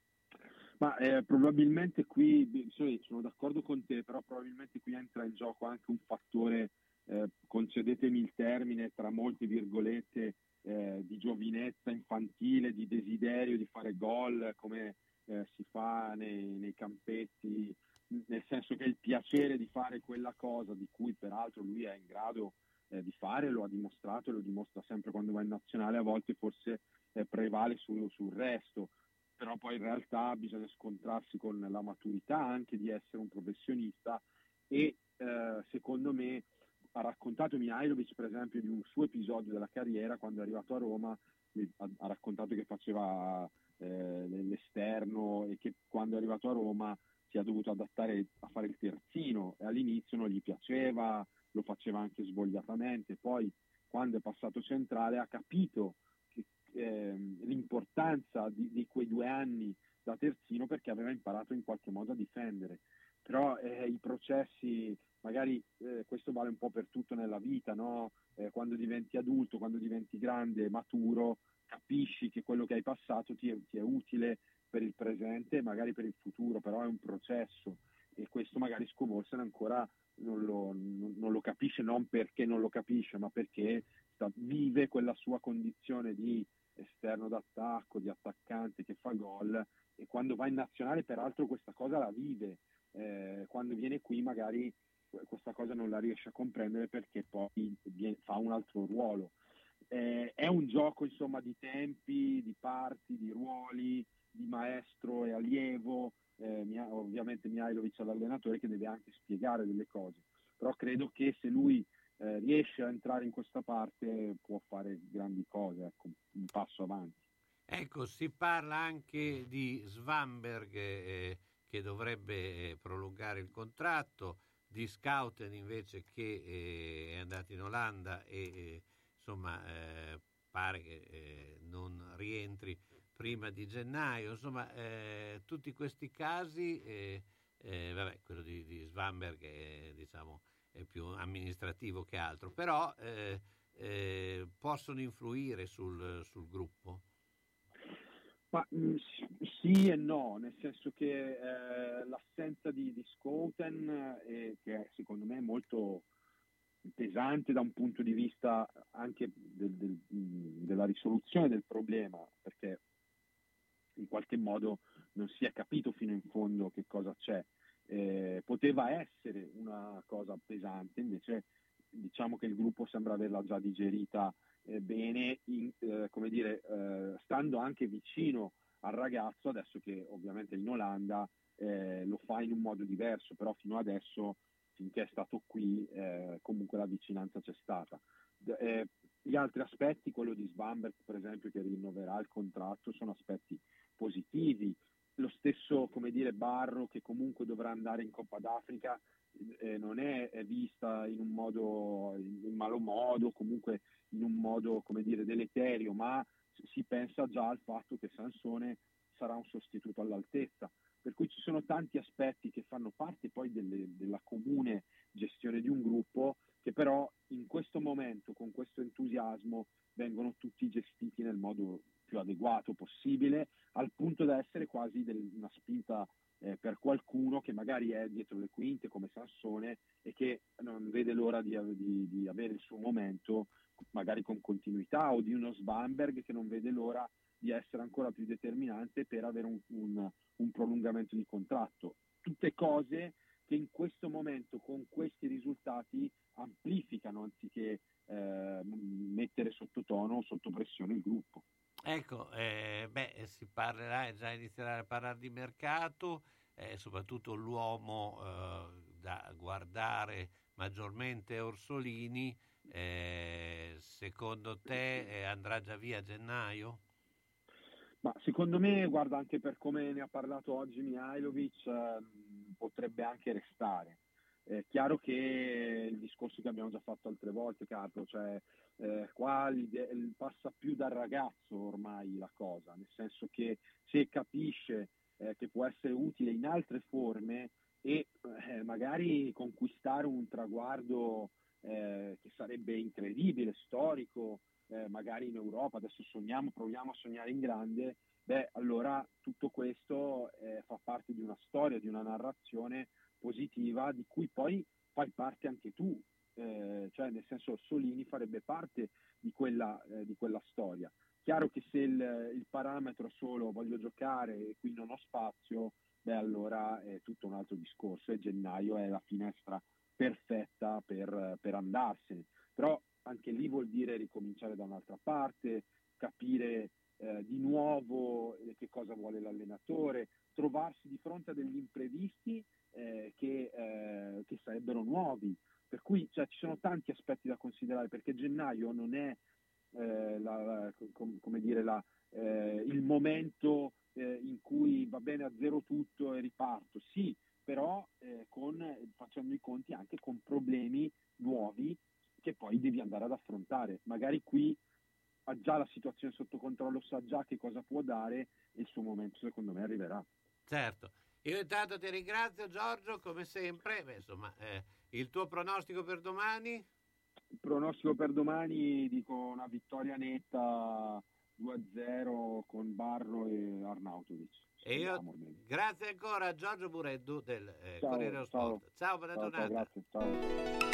Ma eh, probabilmente qui, sono d'accordo con te, però probabilmente qui entra in gioco anche un fattore, eh, concedetemi il termine, tra molte virgolette, eh, di giovinezza infantile, di desiderio di fare gol come eh, si fa nei, nei campetti, nel senso che il piacere di fare quella cosa di cui peraltro lui è in grado eh, di fare, lo ha dimostrato e lo dimostra sempre quando va in nazionale, a volte forse eh, prevale su, sul resto. Però poi in realtà bisogna scontrarsi con la maturità anche di essere un professionista e eh, secondo me ha raccontato Mihajlovic per esempio di un suo episodio della carriera quando è arrivato a Roma, ha, ha raccontato che faceva eh, l'esterno e che quando è arrivato a Roma si è dovuto adattare a fare il terzino e all'inizio non gli piaceva, lo faceva anche svogliatamente, poi quando è passato centrale ha capito Eh, l'importanza di, di quei due anni da terzino perché aveva imparato in qualche modo a difendere. Però eh, i processi, magari eh, questo vale un po' per tutto nella vita, no? Eh, quando diventi adulto, quando diventi grande, maturo, capisci che quello che hai passato ti è, ti è utile per il presente e magari per il futuro, però è un processo e questo magari Scovolsen ancora non lo, non, non lo capisce, non perché non lo capisce, ma perché sta, vive quella sua condizione di esterno d'attacco, di attaccante che fa gol, e quando va in nazionale peraltro questa cosa la vive, eh, quando viene qui magari questa cosa non la riesce a comprendere perché poi viene, fa un altro ruolo. Eh, è un gioco insomma di tempi, di parti, di ruoli, di maestro e allievo, eh, mia, ovviamente Mihajlovic è l'allenatore che deve anche spiegare delle cose, però credo che se lui eh, riesce a entrare in questa parte può fare grandi cose, ecco, un passo avanti. Ecco, si parla anche di Svanberg eh, che dovrebbe eh, prolungare il contratto, di Schouten invece che eh, è andato in Olanda e eh, insomma eh, pare che eh, non rientri prima di gennaio. Insomma, eh, tutti questi casi, eh, eh, vabbè, quello di, di Svanberg è, diciamo, è più amministrativo che altro, però eh, eh, possono influire sul, sul gruppo? Ma mh, sì e no, nel senso che eh, l'assenza di, di Schouten, eh, che è, secondo me è molto pesante da un punto di vista anche del, del, della risoluzione del problema, perché in qualche modo non si è capito fino in fondo che cosa c'è. Eh, poteva essere una cosa pesante, invece diciamo che il gruppo sembra averla già digerita Eh, bene, in, eh, come dire, eh, stando anche vicino al ragazzo, adesso che ovviamente è in Olanda eh, lo fa in un modo diverso, però fino adesso, finché è stato qui, eh, comunque la vicinanza c'è stata. D- eh, gli altri aspetti, quello di Svanberg per esempio, che rinnoverà il contratto, sono aspetti positivi. Lo stesso, come dire, Barro, che comunque dovrà andare in Coppa d'Africa, eh, non è, è vista in un modo, in malo modo, comunque in un modo, come dire, deleterio, ma si pensa già al fatto che Sansone sarà un sostituto all'altezza. Per cui ci sono tanti aspetti che fanno parte poi delle, della comune gestione di un gruppo, che però in questo momento, con questo entusiasmo, vengono tutti gestiti nel modo più adeguato possibile, al punto da essere quasi del, una spinta eh, per qualcuno che magari è dietro le quinte come Sansone e che non vede l'ora di, di, di avere il suo momento, magari con continuità, o di uno Svanberg che non vede l'ora di essere ancora più determinante per avere un, un, un prolungamento di contratto. Tutte cose che in questo momento, con questi risultati, amplificano anziché eh, mettere sottotono o sotto pressione il gruppo. Ecco, eh, beh, si parlerà, già inizierà a parlare di mercato, eh, soprattutto l'uomo eh, da guardare maggiormente è Orsolini. Eh, secondo te eh, andrà già via a gennaio? Ma secondo me, guarda, anche per come ne ha parlato oggi Mihajlovic, eh, potrebbe anche restare. È chiaro che il discorso che abbiamo già fatto altre volte, Carlo, cioè eh, qua il, passa più dal ragazzo ormai la cosa, nel senso che se capisce eh, che può essere utile in altre forme e eh, magari conquistare un traguardo eh, che sarebbe incredibile, storico, eh, magari in Europa, adesso sogniamo, proviamo a sognare in grande, beh, allora tutto questo eh, fa parte di una storia, di una narrazione positiva di cui poi fai parte anche tu, eh, cioè nel senso Orsolini farebbe parte di quella, eh, di quella storia. Chiaro che se il, il parametro solo voglio giocare e qui non ho spazio, beh allora è tutto un altro discorso e gennaio è la finestra perfetta per, per andarsene, però anche lì vuol dire ricominciare da un'altra parte, capire eh, di nuovo eh, che cosa vuole l'allenatore, trovarsi di fronte a degli imprevisti eh, che, eh, che sarebbero nuovi, per cui cioè, ci sono tanti aspetti da considerare, perché gennaio non è eh, la, la, com, come dire, la, eh, il momento eh, in cui va bene a zero tutto e riparto, sì, però eh, con, facendo i conti anche con problemi nuovi che poi devi andare ad affrontare. Magari qui ha già la situazione sotto controllo, sa già che cosa può dare e il suo momento secondo me arriverà. Certo. Io intanto ti ringrazio Giorgio, come sempre. Beh, insomma, eh, il tuo pronostico per domani? Il pronostico per domani dico una vittoria netta due a zero con Barro e Arnautovic. E io, grazie ancora a Giorgio Bureddu del eh, ciao, Corriere dello ciao. Sport. Ciao, buona ciao, giornata. Ciao, grazie, ciao.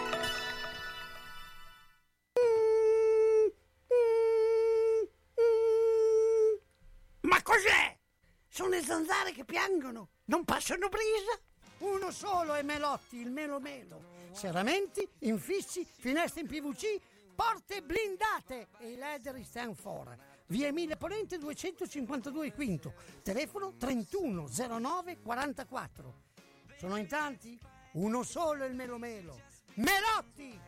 Ma cos'è? Sono le zanzare che piangono, non passano brisa. Uno solo è Melotti, il Melo Melo. Serramenti, infissi, finestre in P V C, porte blindate e i leder stand for. Via Emilia Ponente duecentocinquantadue Quinto, telefono trentuno zero nove quarantaquattro. Sono in tanti? Uno solo è il Melo Melo. Melotti!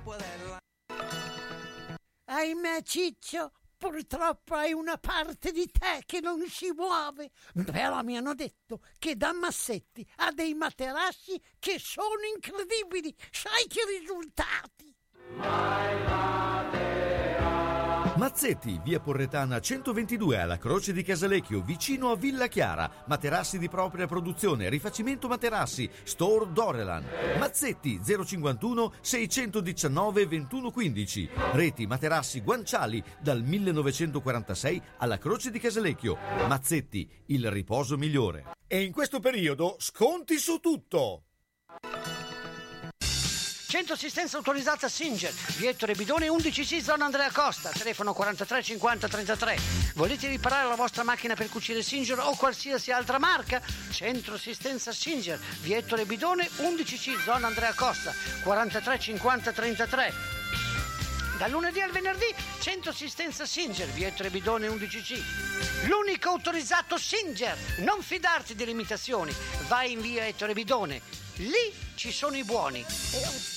Ahimè, Ciccio, purtroppo hai una parte di te che non si muove. Però mi hanno detto che da Massetti ha dei materassi che sono incredibili. Sai che risultati? Mazzetti, via Porretana centoventidue alla Croce di Casalecchio, vicino a Villa Chiara. Materassi di propria produzione, rifacimento materassi, Store Dorelan. Mazzetti zero cinquantuno seicentodiciannove ventuno quindici. Reti materassi guanciali dal millenovecentoquarantasei alla Croce di Casalecchio. Mazzetti, il riposo migliore. E in questo periodo sconti su tutto. Centro assistenza autorizzata Singer, via Ettore Bidone undici C, zona Andrea Costa, telefono quarantatré cinquanta trentatré. Volete riparare la vostra macchina per cucire Singer o qualsiasi altra marca? Centro assistenza Singer, via Ettore Bidone undici C, zona Andrea Costa, quarantatré cinquanta trentatré. Dal lunedì al venerdì, centro assistenza Singer, via Ettore Bidone undici C. L'unico autorizzato Singer. Non fidarti delle imitazioni. Vai in via Ettore Bidone. Lì ci sono i buoni. E...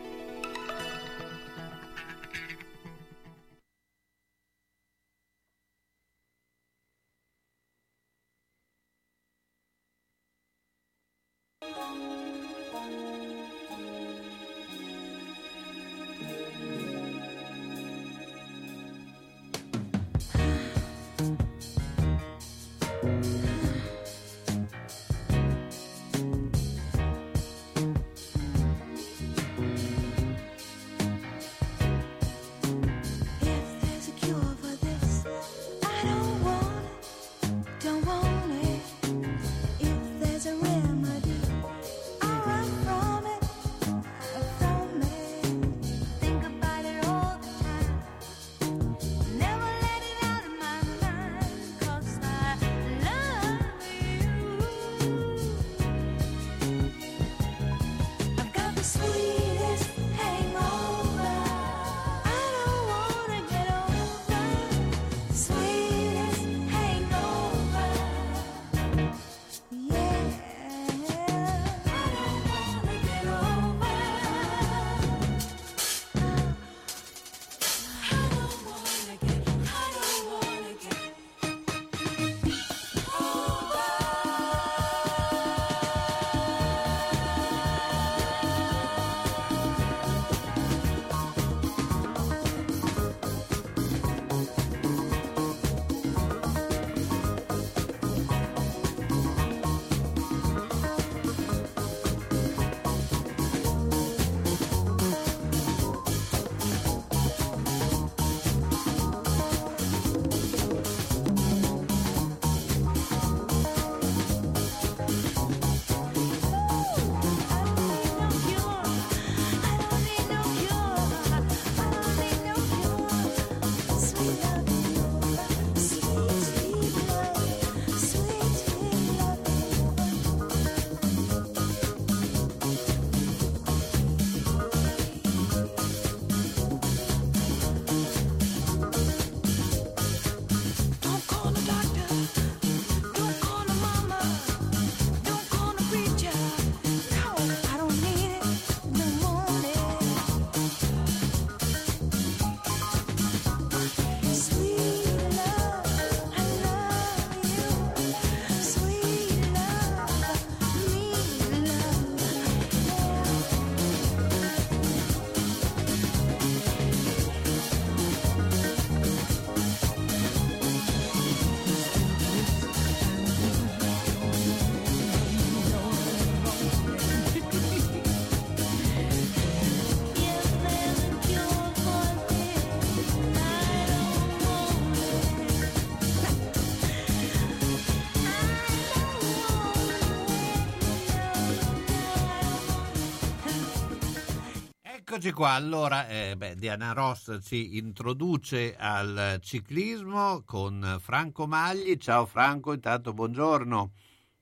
Eccoci qua, allora eh, beh, Diana Ross ci introduce al ciclismo con Franco Magli. Ciao Franco, intanto buongiorno.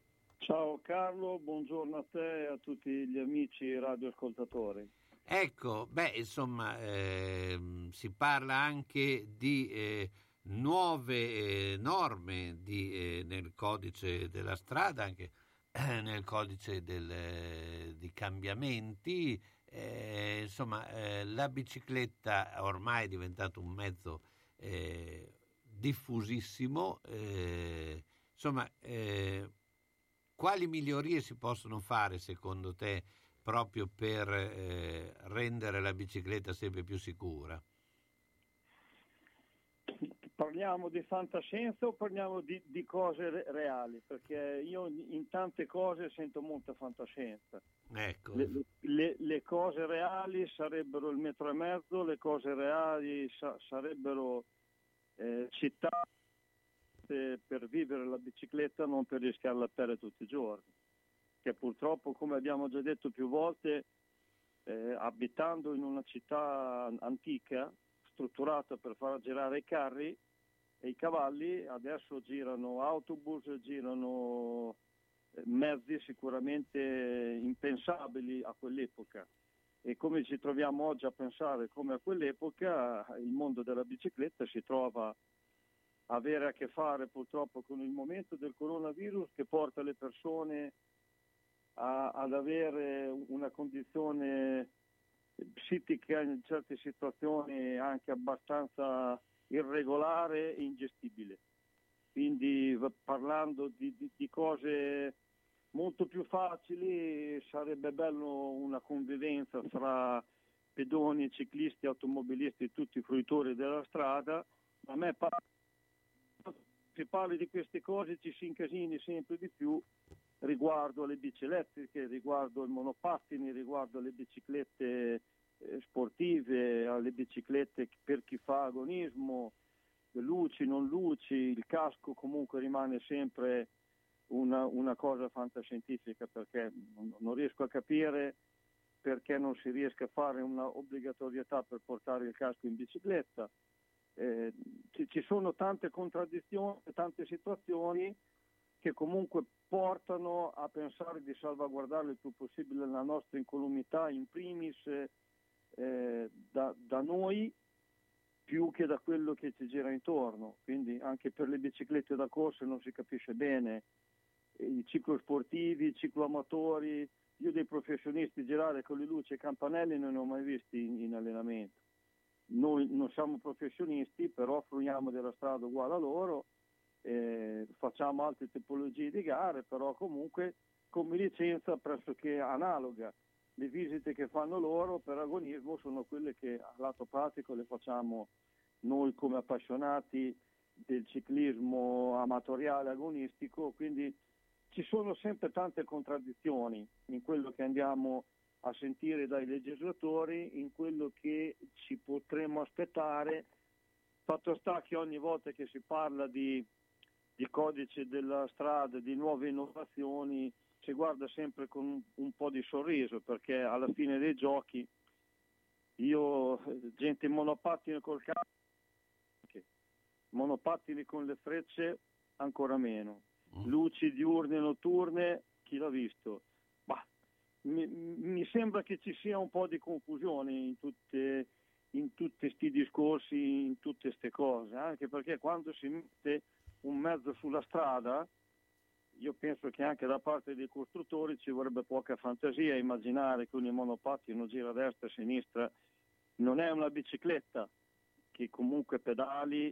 Ciao Carlo, buongiorno a te e a tutti gli amici radioascoltatori. Ecco, beh, insomma, eh, si parla anche di eh, nuove eh, norme di, eh, nel codice della strada, anche nel codice del, di cambiamenti. Eh, insomma, eh, la bicicletta ormai è diventato un mezzo eh, diffusissimo. Eh, insomma, eh, quali migliorie si possono fare secondo te proprio per eh, rendere la bicicletta sempre più sicura? Parliamo di fantascienza o parliamo di, di cose re- reali? Perché io in tante cose sento molta fantascienza. Ecco. Le, le, le cose reali sarebbero il metro e mezzo, le cose reali sa- sarebbero eh, città eh, per vivere la bicicletta, non per rischiare la pelle tutti i giorni. Che purtroppo, come abbiamo già detto più volte, eh, abitando in una città antica, strutturata per far girare i carri e i cavalli, adesso girano autobus, girano mezzi sicuramente impensabili a quell'epoca. E come ci troviamo oggi a pensare come a quell'epoca, il mondo della bicicletta si trova a avere a che fare purtroppo con il momento del coronavirus, che porta le persone a, ad avere una condizione psichica in certe situazioni anche abbastanza irregolare e ingestibile. Quindi parlando di, di, di cose molto più facili, sarebbe bello una convivenza fra pedoni, ciclisti, automobilisti e tutti i fruitori della strada. A me par- si parli di queste cose ci si incasini sempre di più riguardo alle bici elettriche, riguardo ai monopattini, riguardo alle biciclette eh, sportive, alle biciclette per chi fa agonismo, luci, non luci. Il casco comunque rimane sempre una, una cosa fantascientifica, perché non, non riesco a capire perché non si riesca a fare una obbligatorietà per portare il casco in bicicletta. Eh, ci, ci sono tante contraddizioni, tante situazioni che comunque portano a pensare di salvaguardare il più possibile la nostra incolumità, in primis eh, da, da noi più che da quello che ci gira intorno. Quindi anche per le biciclette da corsa non si capisce bene, i ciclosportivi, i cicloamatori. Io dei professionisti girare con le luci e i campanelli non ne ho mai visti in, in allenamento. Noi non siamo professionisti, però fruiamo della strada uguale a loro, eh, facciamo altre tipologie di gare, però comunque come licenza pressoché analoga. Le visite che fanno loro per agonismo sono quelle che a lato pratico le facciamo noi come appassionati del ciclismo amatoriale agonistico, quindi ci sono sempre tante contraddizioni in quello che andiamo a sentire dai legislatori, in quello che ci potremmo aspettare. Fatto sta che ogni volta che si parla di, di codice della strada, di nuove innovazioni, si guarda sempre con un, un po' di sorriso, perché alla fine dei giochi io, gente in monopattini col cazzo, monopattini con le frecce ancora meno, luci diurne e notturne, chi l'ha visto? Bah, mi, mi sembra che ci sia un po' di confusione in tutte in tutti questi discorsi, in tutte queste cose, anche perché quando si mette un mezzo sulla strada, io penso che anche da parte dei costruttori ci vorrebbe poca fantasia a immaginare che un monopattino gira a destra e a sinistra. Non è una bicicletta che comunque pedali,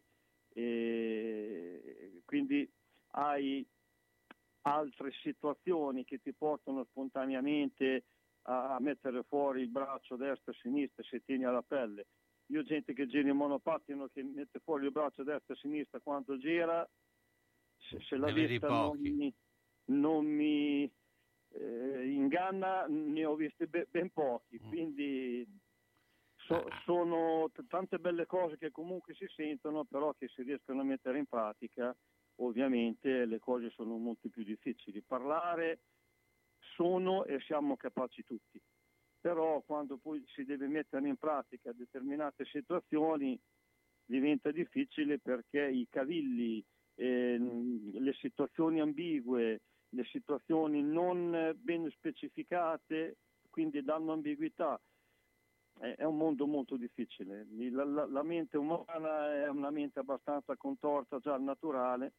e quindi hai altre situazioni che ti portano spontaneamente a mettere fuori il braccio destra e sinistra se tieni alla pelle. Io ho gente che gira in monopattino che mette fuori il braccio destra e sinistra quando gira, se, se la vista non mi, non mi eh, inganna, ne ho visti be, ben pochi, quindi so, sono t- tante belle cose che comunque si sentono, però che si riescono a mettere in pratica, ovviamente le cose sono molto più difficili. Parlare sono e siamo capaci tutti, però quando poi si deve mettere in pratica determinate situazioni diventa difficile, perché i cavilli, eh, le situazioni ambigue, le situazioni non ben specificate, quindi danno ambiguità. È un mondo molto difficile. La, la, la mente umana è una mente abbastanza contorta già al naturale,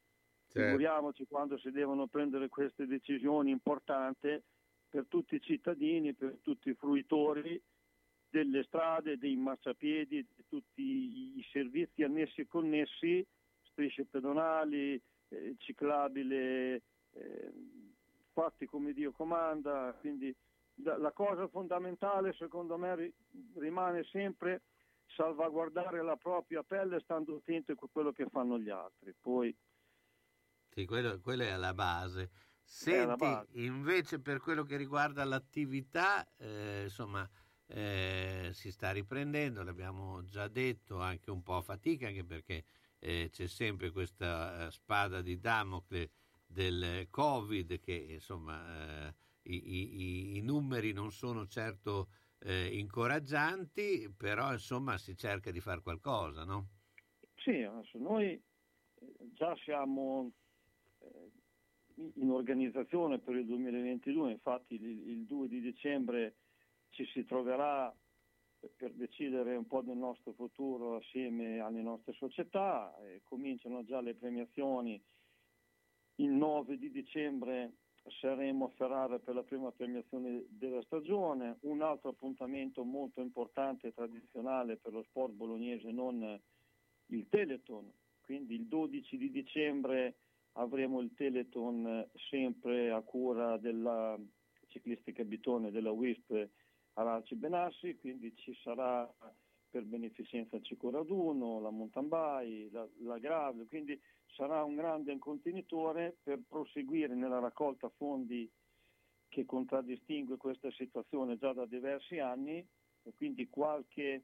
Certo. Figuriamoci quando si devono prendere queste decisioni importanti per tutti i cittadini, per tutti i fruitori delle strade, dei marciapiedi, di tutti i servizi annessi e connessi, strisce pedonali, eh, ciclabile, eh, fatti come Dio comanda. Quindi la, la cosa fondamentale secondo me ri, rimane sempre salvaguardare la propria pelle stando attenti a quello che fanno gli altri. Poi sì, quello, quello è alla base. Senti, base. invece per quello che riguarda l'attività, eh, insomma, eh, si sta riprendendo, l'abbiamo già detto, anche un po' a fatica, anche perché eh, c'è sempre questa uh, spada di Damocle del Covid, che insomma eh, i, i, i numeri non sono certo eh, incoraggianti, però insomma si cerca di fare qualcosa, no? Sì, adesso noi già siamo in organizzazione per il duemilaventidue, infatti il, il due di dicembre ci si troverà per decidere un po' del nostro futuro assieme alle nostre società, e cominciano già le premiazioni. Il nove di dicembre saremo a Ferrara per la prima premiazione della stagione, un altro appuntamento molto importante e tradizionale per lo sport bolognese, non il Teleton. Quindi il dodici di dicembre avremo il Teleton sempre a cura della ciclistica Bitone della W I S P Aralci Benassi, quindi ci sarà per beneficenza Cicuraduno, la mountain bike, la, la gravel, quindi sarà un grande contenitore per proseguire nella raccolta fondi che contraddistingue questa situazione già da diversi anni, e quindi qualche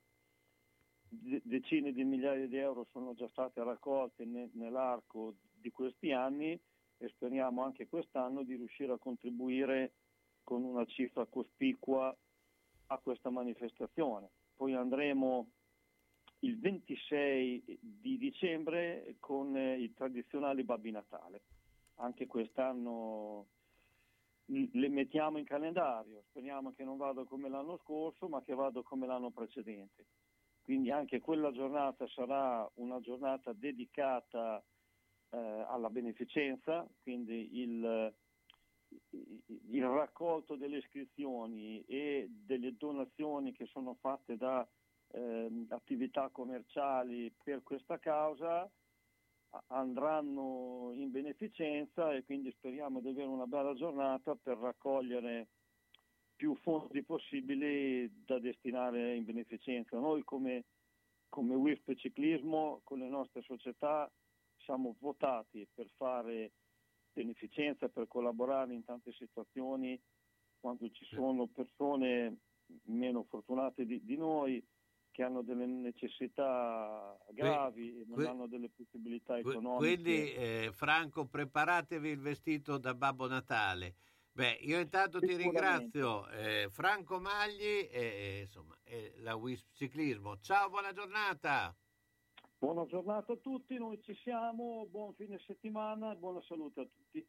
decine di migliaia di euro sono già state raccolte ne, nell'arco di questi anni, e speriamo anche quest'anno di riuscire a contribuire con una cifra cospicua a questa manifestazione. Poi andremo il ventisei di dicembre con i tradizionali Babbi Natale. Anche quest'anno le mettiamo in calendario, speriamo che non vada come l'anno scorso, ma che vada come l'anno precedente. Quindi anche quella giornata sarà una giornata dedicata eh, alla beneficenza, quindi il, il raccolto delle iscrizioni e delle donazioni che sono fatte da eh, attività commerciali per questa causa andranno in beneficenza, e quindi speriamo di avere una bella giornata per raccogliere più fondi possibili da destinare in beneficenza. Noi come, come W I S P Ciclismo, con le nostre società, siamo votati per fare beneficenza, per collaborare in tante situazioni quando ci sono persone meno fortunate di, di noi, che hanno delle necessità gravi e non que, hanno delle possibilità que, economiche. Quindi eh, Franco, preparatevi il vestito da Babbo Natale. Beh, io intanto ti ringrazio, eh, Franco Magli e, e insomma e la W I S P Ciclismo. Ciao, buona giornata. Buona giornata a tutti, noi ci siamo, buon fine settimana e buona salute a tutti.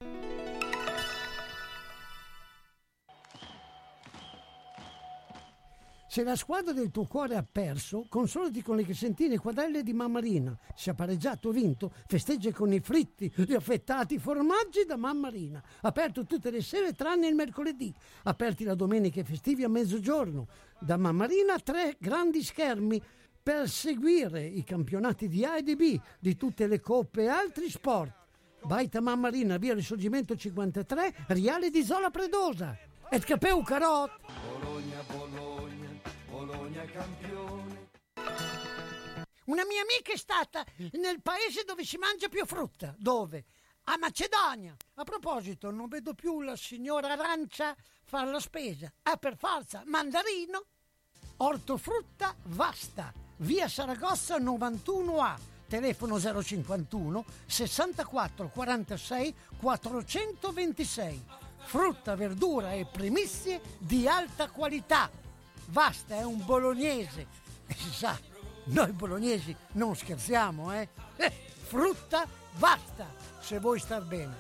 Se la squadra del tuo cuore ha perso, consolati con le crescentine e quadrelle di Mammarina. Se ha pareggiato o vinto, festeggia con i fritti, gli affettati formaggi da Mammarina. Aperto tutte le sere tranne il mercoledì. Aperti la domenica e festivi a mezzogiorno. Da Mammarina tre grandi schermi per seguire i campionati di A e di B, di tutte le coppe e altri sport. Baita Mammarina, via Risorgimento cinquantatré, Riale di Zola Predosa. Et capeu carot! Bologna, Bologna, Bologna campione. Una mia amica è stata nel paese dove si mangia più frutta. Dove? A Macedonia. A proposito, non vedo più la signora Arancia fare la spesa. Ah, per forza, mandarino. Ortofrutta Vasta, via Saragozza novantuno A. Telefono zero cinquantuno sessantaquattro quarantasei quattrocentoventisei. Frutta, verdura e primizie di alta qualità. Vasta è un bolognese. E si sa, noi bolognesi non scherziamo, eh? eh frutta Vasta, se vuoi star bene.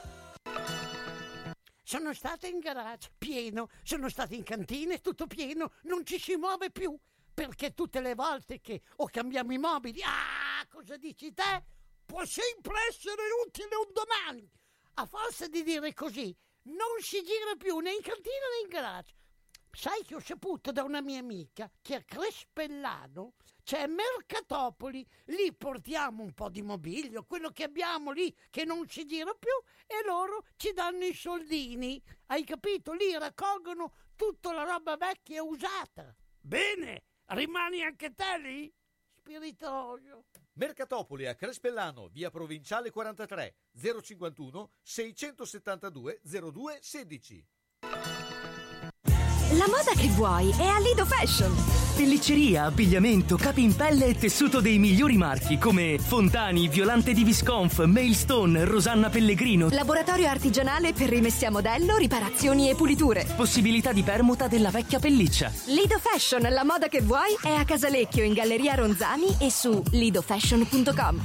Sono stata in garage, pieno. Sono stata in cantina, tutto pieno. Non ci si muove più. Perché tutte le volte che o cambiamo i mobili, ah, cosa dici te? può sempre essere utile un domani. A forza di dire così, non si gira più né in cantina né in garage. Sai che ho saputo da una mia amica che a Crespellano c'è Mercatopoli, lì portiamo un po' di mobilio, quello che abbiamo lì che non si gira più, e loro ci danno i soldini. Hai capito? Lì raccolgono tutta la roba vecchia e usata. Bene, rimani anche te lì? Spiritoso. Mercatopoli a Crespellano, via Provinciale quarantatré, zero cinquantuno seicentosettantadue zero due sedici. La moda che vuoi è a Lido Fashion. Pellicceria, abbigliamento, capi in pelle e tessuto dei migliori marchi come Fontani, Violante di Visconf, Mailstone, Rosanna Pellegrino. Laboratorio artigianale per rimessi a modello, riparazioni e puliture. Possibilità di permuta della vecchia pelliccia. Lido Fashion, la moda che vuoi è a Casalecchio in Galleria Ronzani e su lido fashion punto com.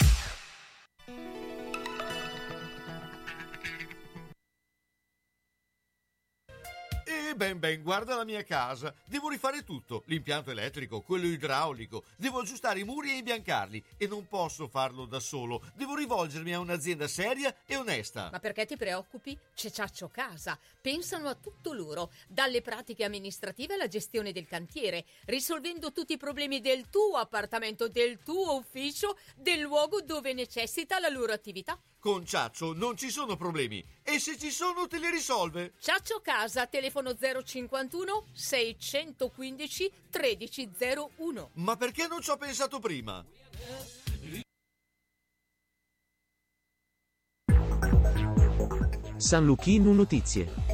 Ben ben, guarda la mia casa. Devo rifare tutto, l'impianto elettrico, quello idraulico. Devo aggiustare i muri e imbiancarli. E non posso farlo da solo. Devo rivolgermi a un'azienda seria e onesta. Ma perché ti preoccupi? C'è Ciaccio Casa. Pensano a tutto loro, dalle pratiche amministrative alla gestione del cantiere, risolvendo tutti i problemi del tuo appartamento, del tuo ufficio, del luogo dove necessita la loro attività. Con Ciaccio non ci sono problemi, e se ci sono te li risolve. Ciaccio Casa, telefono zero cinquantuno seicentoquindici tredici zero uno. Ma perché non ci ho pensato prima? San Luchino Notizie.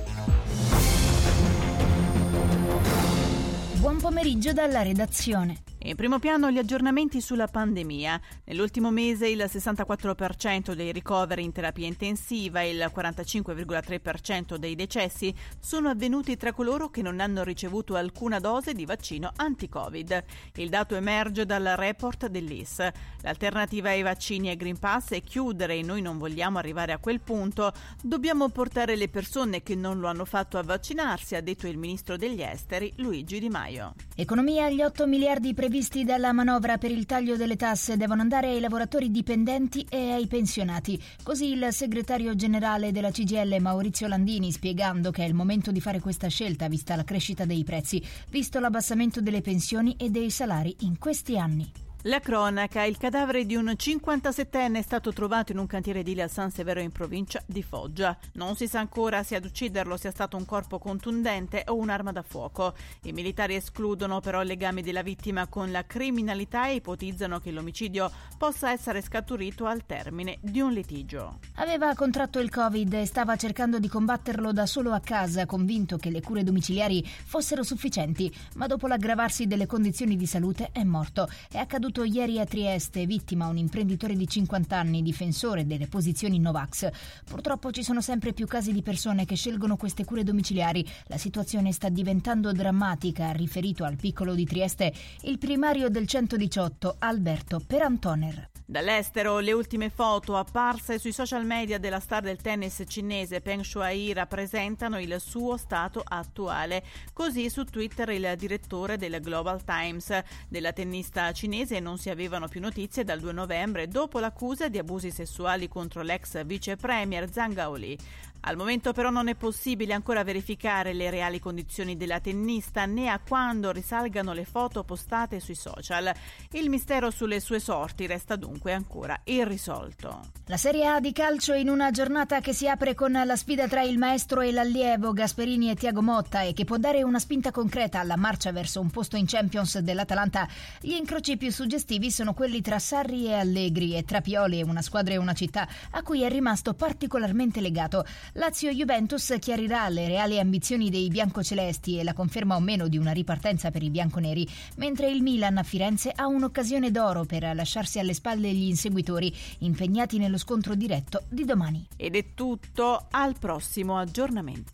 Buon pomeriggio dalla redazione. In primo piano gli aggiornamenti sulla pandemia. Nell'ultimo mese il sessantaquattro per cento dei ricoveri in terapia intensiva e il quarantacinque virgola tre per cento dei decessi sono avvenuti tra coloro che non hanno ricevuto alcuna dose di vaccino anti-Covid. Il dato emerge dal report dell'I S. L'alternativa ai vaccini e Green Pass è chiudere, e noi non vogliamo arrivare a quel punto. Dobbiamo portare le persone che non lo hanno fatto a vaccinarsi, ha detto il ministro degli esteri Luigi Di Maio. Economia, gli otto miliardi previsti dalla manovra per il taglio delle tasse devono andare ai lavoratori dipendenti e ai pensionati. Così il segretario generale della C G I L Maurizio Landini, spiegando che è il momento di fare questa scelta vista la crescita dei prezzi, visto l'abbassamento delle pensioni e dei salari in questi anni. La cronaca, il cadavere di un cinquantasettenne è stato trovato in un cantiere edile a San Severo in provincia di Foggia. Non si sa ancora se ad ucciderlo sia stato un corpo contundente o un'arma da fuoco. I militari escludono però legami della vittima con la criminalità e ipotizzano che l'omicidio possa essere scaturito al termine di un litigio. Aveva contratto il Covid e stava cercando di combatterlo da solo a casa, convinto che le cure domiciliari fossero sufficienti, ma dopo l'aggravarsi delle condizioni di salute è morto. È accaduto ieri a Trieste, vittima un imprenditore di cinquanta anni, difensore delle posizioni Novax. Purtroppo ci sono sempre più casi di persone che scelgono queste cure domiciliari. La situazione sta diventando drammatica, ha riferito al Piccolo di Trieste il primario del centodiciotto Alberto Perantoner. Dall'estero, le ultime foto apparse sui social media della star del tennis cinese Peng Shuai rappresentano il suo stato attuale. Così su Twitter il direttore del Global Times. Della tennista cinese non si avevano più notizie dal due novembre, dopo l'accusa di abusi sessuali contro l'ex vice premier Zhang Gaoli. Al momento però non è possibile ancora verificare le reali condizioni della tennista né a quando risalgano le foto postate sui social. Il mistero sulle sue sorti resta dunque ancora irrisolto. La Serie A di calcio in una giornata che si apre con la sfida tra il maestro e l'allievo Gasperini e Thiago Motta e che può dare una spinta concreta alla marcia verso un posto in Champions dell'Atalanta. Gli incroci più suggestivi sono quelli tra Sarri e Allegri e tra Pioli e una squadra e una città a cui è rimasto particolarmente legato. Lazio-Juventus chiarirà le reali ambizioni dei biancocelesti e la conferma o meno di una ripartenza per i bianconeri, mentre il Milan a Firenze ha un'occasione d'oro per lasciarsi alle spalle gli inseguitori impegnati nello scontro diretto di domani. Ed è tutto, al prossimo aggiornamento.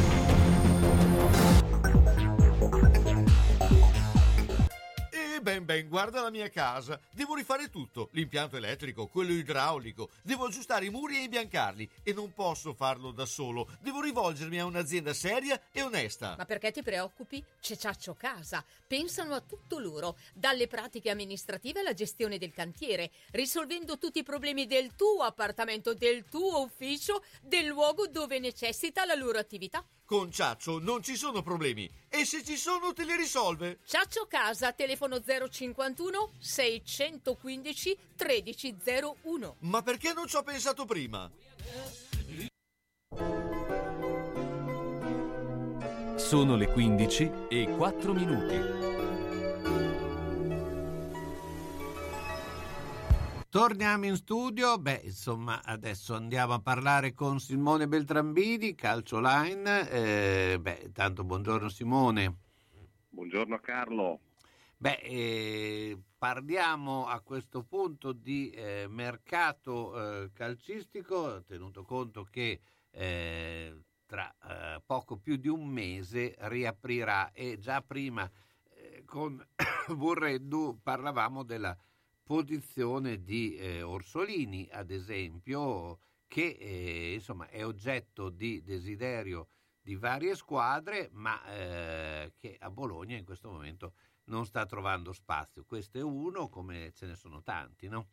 E ben ben Ben, guarda la mia casa. Devo rifare tutto, l'impianto elettrico, quello idraulico. Devo aggiustare i muri e imbiancarli e non posso farlo da solo. Devo rivolgermi a un'azienda seria e onesta. Ma perché ti preoccupi? C'è Ciaccio Casa. Pensano a tutto loro, dalle pratiche amministrative alla gestione del cantiere, risolvendo tutti i problemi del tuo appartamento, del tuo ufficio, del luogo dove necessita la loro attività. Con Ciaccio non ci sono problemi e se ci sono te li risolve. Ciaccio Casa, telefono zero cinquantuno seicentoquindici tredici zero uno. Ma perché non ci ho pensato prima? Sono le quindici e quattro minuti. Torniamo in studio, beh insomma adesso andiamo a parlare con Simone Beltrambini, Calcio Line, eh, beh tanto buongiorno Simone. Buongiorno Carlo. Beh eh, parliamo a questo punto di eh, mercato eh, calcistico, tenuto conto che eh, tra eh, poco più di un mese riaprirà e già prima eh, con Burreddu parlavamo della posizione di eh, Orsolini, ad esempio, che eh, insomma è oggetto di desiderio di varie squadre, ma eh, che a Bologna in questo momento non sta trovando spazio. Questo è uno, come ce ne sono tanti, no?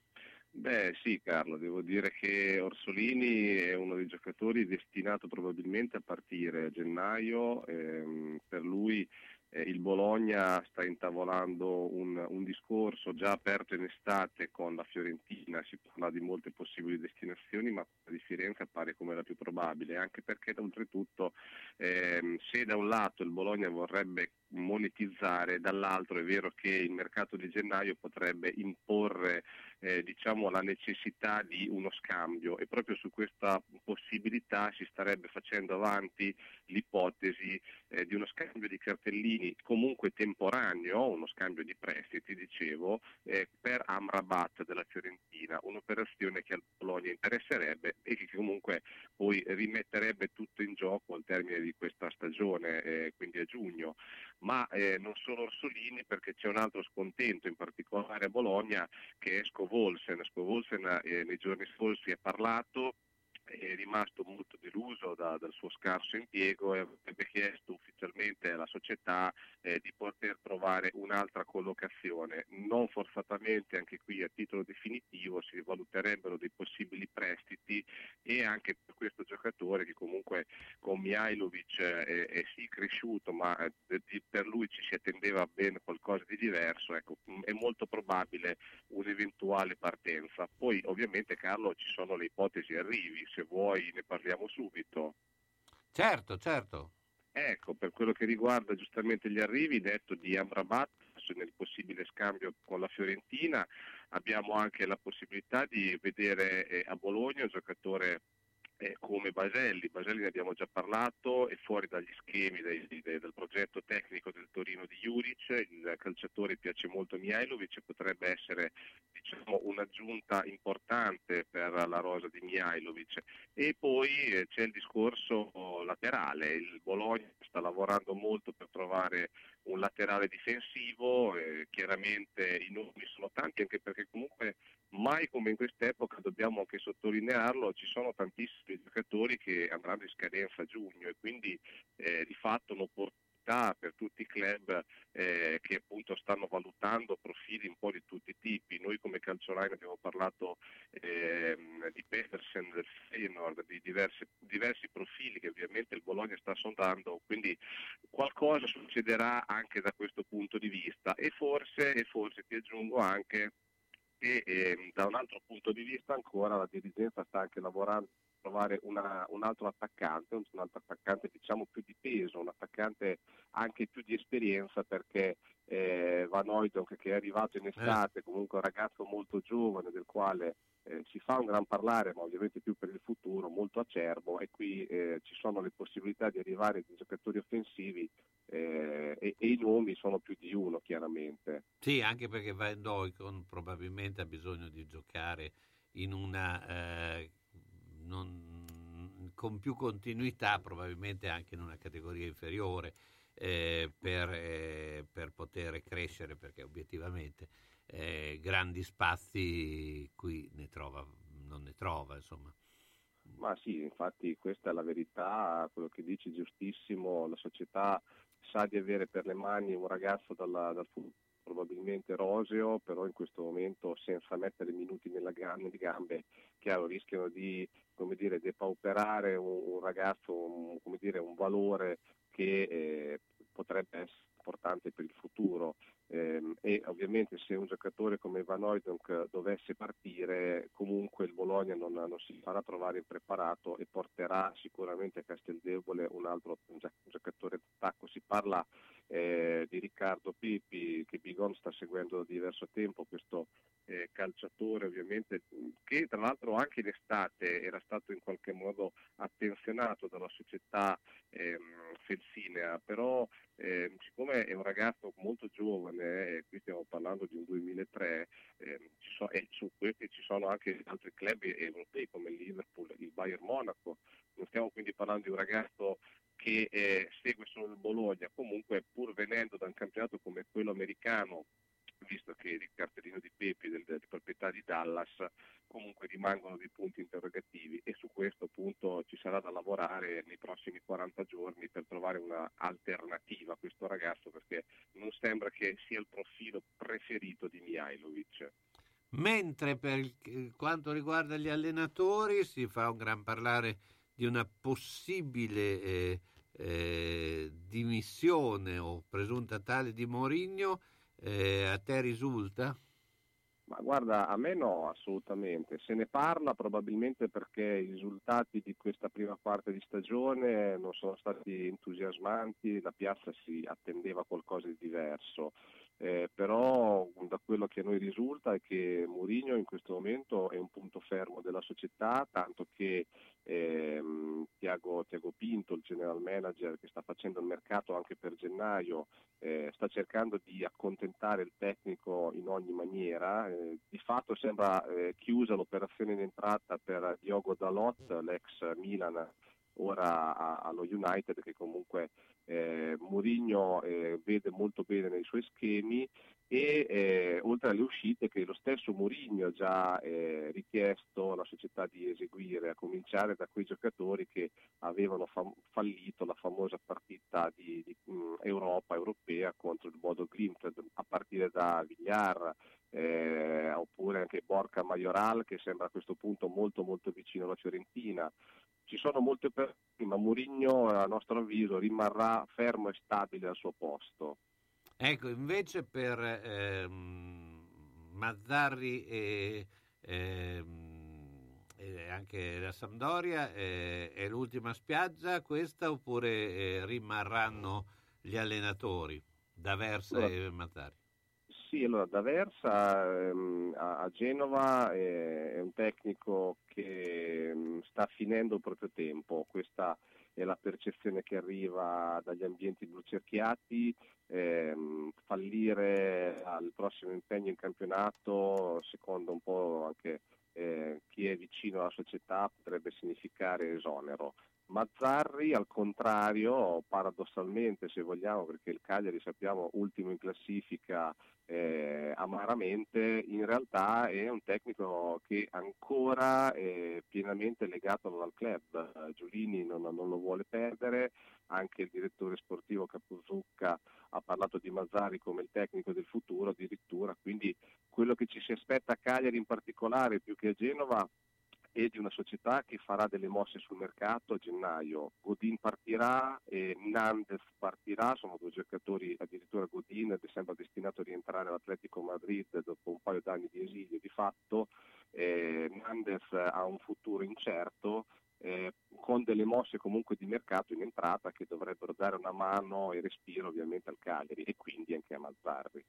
Beh sì Carlo, devo dire che Orsolini è uno dei giocatori destinato probabilmente a partire a gennaio, ehm, per lui Eh, il Bologna sta intavolando un, un discorso già aperto in estate con la Fiorentina, si parla di molte possibili destinazioni, ma quella di Firenze appare come la più probabile, anche perché oltretutto ehm, se da un lato il Bologna vorrebbe monetizzare, dall'altro è vero che il mercato di gennaio potrebbe imporre eh, diciamo la necessità di uno scambio e proprio su questa possibilità si starebbe facendo avanti l'ipotesi eh, di uno scambio di cartellini comunque temporaneo, uno scambio di prestiti dicevo, eh, per Amrabat della Fiorentina, un'operazione che al Bologna interesserebbe e che comunque poi rimetterebbe tutto in gioco al termine di questa stagione, eh, quindi a giugno. Ma eh, non solo Orsolini, perché c'è un altro scontento in particolare a Bologna che è Scovolsen. Scovolsen eh, nei giorni scorsi ha parlato, è rimasto molto deluso da, dal suo scarso impiego e avrebbe chiesto ufficialmente alla società eh, di poter trovare un'altra collocazione, non forzatamente anche qui a titolo definitivo, si valuterebbero dei possibili prestiti e anche per questo giocatore che comunque con Mihajlovic è, è sì cresciuto ma eh, per lui ci si attendeva ben qualcosa di diverso, ecco, è molto probabile un'eventuale partenza. Poi ovviamente Carlo ci sono le ipotesi arrivi, se vuoi ne parliamo subito. Certo, certo. Ecco, per quello che riguarda giustamente gli arrivi, detto di Amrabat, nel possibile scambio con la Fiorentina, abbiamo anche la possibilità di vedere eh, a Bologna un giocatore eh, come Baselli. Baselli ne abbiamo già parlato, è fuori dagli schemi dei, dei, del progetto tecnico del Torino di Juric, il calciatore piace molto a Mihajlovic e potrebbe essere diciamo un'aggiunta importante per la rosa di Mihajlovic. E poi eh, c'è il discorso laterale, il Bologna sta lavorando molto per trovare un laterale difensivo, eh, chiaramente i nomi sono tanti, anche perché comunque mai come in quest'epoca, dobbiamo anche sottolinearlo, ci sono tantissimi giocatori che andranno in scadenza a giugno e quindi eh, di fatto un'opportunità per tutti i club eh, che appunto stanno valutando profili un po' di tutti i tipi. Noi come Calcio Line abbiamo parlato eh, di Petersen, del Feyenoord, di diversi, diversi profili che ovviamente il Bologna sta sondando, quindi qualcosa succederà anche da questo punto di vista e forse, e forse ti aggiungo anche che eh, da un altro punto di vista ancora la dirigenza sta anche lavorando per trovare una, un altro attaccante, un, un altro attaccante diciamo più di peso, un attaccante anche più di esperienza, perché eh, Van Hooijdonk, che è arrivato in estate, comunque un ragazzo molto giovane del quale eh, si fa un gran parlare, ma ovviamente più per il futuro, molto acerbo, e qui eh, ci sono le possibilità di arrivare di giocatori offensivi eh, e, e i nomi sono più di uno chiaramente. Sì, anche perché Van Hooijdonk probabilmente ha bisogno di giocare in una eh, non, con più continuità, probabilmente anche in una categoria inferiore. eh, per, eh, per poter crescere, perché obiettivamente eh, grandi spazi qui ne trova, non ne trova, insomma. Ma sì, infatti questa è la verità, quello che dici è giustissimo, la società sa di avere per le mani un ragazzo dalla, dal futuro probabilmente roseo, però in questo momento senza mettere minuti nella gambe, nelle gambe, chiaro, rischiano di, come dire, depauperare un, un ragazzo, un, come dire, un valore che eh, potrebbe essere importante per il futuro. Eh, e ovviamente se un giocatore come Van Hooijdonk dovesse partire, comunque il Bologna non, non si farà trovare impreparato e porterà sicuramente a Casteldebole un altro un giocatore d'attacco. Si parla eh, di Riccardo Pepi, che Bigon sta seguendo da diverso tempo, questo eh, calciatore ovviamente, che tra l'altro anche in estate era stato in qualche modo attenzionato dalla società eh, felsinea, però eh, siccome è un ragazzo molto giovane, eh, qui stiamo parlando di un duemilatré, eh, ci so, e su questi ci sono anche altri club europei come il Liverpool, il Bayern Monaco, non stiamo quindi parlando di un ragazzo che eh, segue solo il Bologna, comunque pur venendo da un campionato come quello americano, visto che il cartellino di Pepi del, di proprietà di Dallas, comunque rimangono dei punti interrogativi e su questo punto ci sarà da lavorare nei prossimi quaranta giorni per trovare una alternativa a questo ragazzo, perché non sembra che sia il profilo preferito di Mihajlovic. Mentre per il, quanto riguarda gli allenatori si fa un gran parlare di una possibile eh, eh, dimissione o presunta tale di Mourinho. Eh, a te risulta? Ma guarda, a me no, assolutamente. Se ne parla probabilmente perché i risultati di questa prima parte di stagione non sono stati entusiasmanti, la piazza si attendeva qualcosa di diverso. Eh, però da quello che a noi risulta è che Mourinho in questo momento è un punto fermo della società, tanto che ehm, Tiago, Tiago Pinto, il general manager che sta facendo il mercato anche per gennaio, eh, sta cercando di accontentare il tecnico in ogni maniera. Eh, di fatto sembra eh, chiusa l'operazione in entrata per Diogo Dalot, l'ex Milan, ora a, allo United, che comunque eh, Mourinho eh, vede molto bene nei suoi schemi, e eh, oltre alle uscite che lo stesso Mourinho ha già eh, richiesto alla società di eseguire, a cominciare da quei giocatori che avevano fam- fallito la famosa partita di, di mh, Europa europea contro il Bodo Glimt, a partire da Villar, eh, oppure anche Borca Majoral, che sembra a questo punto molto molto vicino alla Fiorentina. Ci sono molte persone, ma Mourinho a nostro avviso rimarrà fermo e stabile al suo posto. Ecco, invece per ehm, Mazzarri e, ehm, e anche la Sampdoria eh, è l'ultima spiaggia questa, oppure eh, rimarranno gli allenatori D'Aversa allora, e Mazzarri? Sì, allora D'Aversa ehm, a, a Genova eh, è un tecnico che mh, sta finendo il proprio tempo, questa è la percezione che arriva dagli ambienti blucerchiati. Ehm, fallire al prossimo impegno in campionato, secondo un po' anche eh, chi è vicino alla società, potrebbe significare esonero. Mazzarri al contrario, paradossalmente se vogliamo, perché il Cagliari sappiamo ultimo in classifica eh, amaramente, in realtà è un tecnico che ancora è pienamente legato al club. Giulini non, non lo vuole perdere, anche il direttore sportivo Capuzzucca ha parlato di Mazzarri come il tecnico del futuro addirittura, quindi quello che ci si aspetta a Cagliari in particolare più che a Genova e di una società che farà delle mosse sul mercato a gennaio. Godin partirà e Nandez partirà, sono due giocatori, addirittura Godin sembra destinato a rientrare all'Atletico Madrid dopo un paio d'anni di esilio di fatto, eh, Nandez ha un futuro incerto, eh, con delle mosse comunque di mercato in entrata che dovrebbero dare una mano e respiro ovviamente al Cagliari e quindi anche a Mazzarri.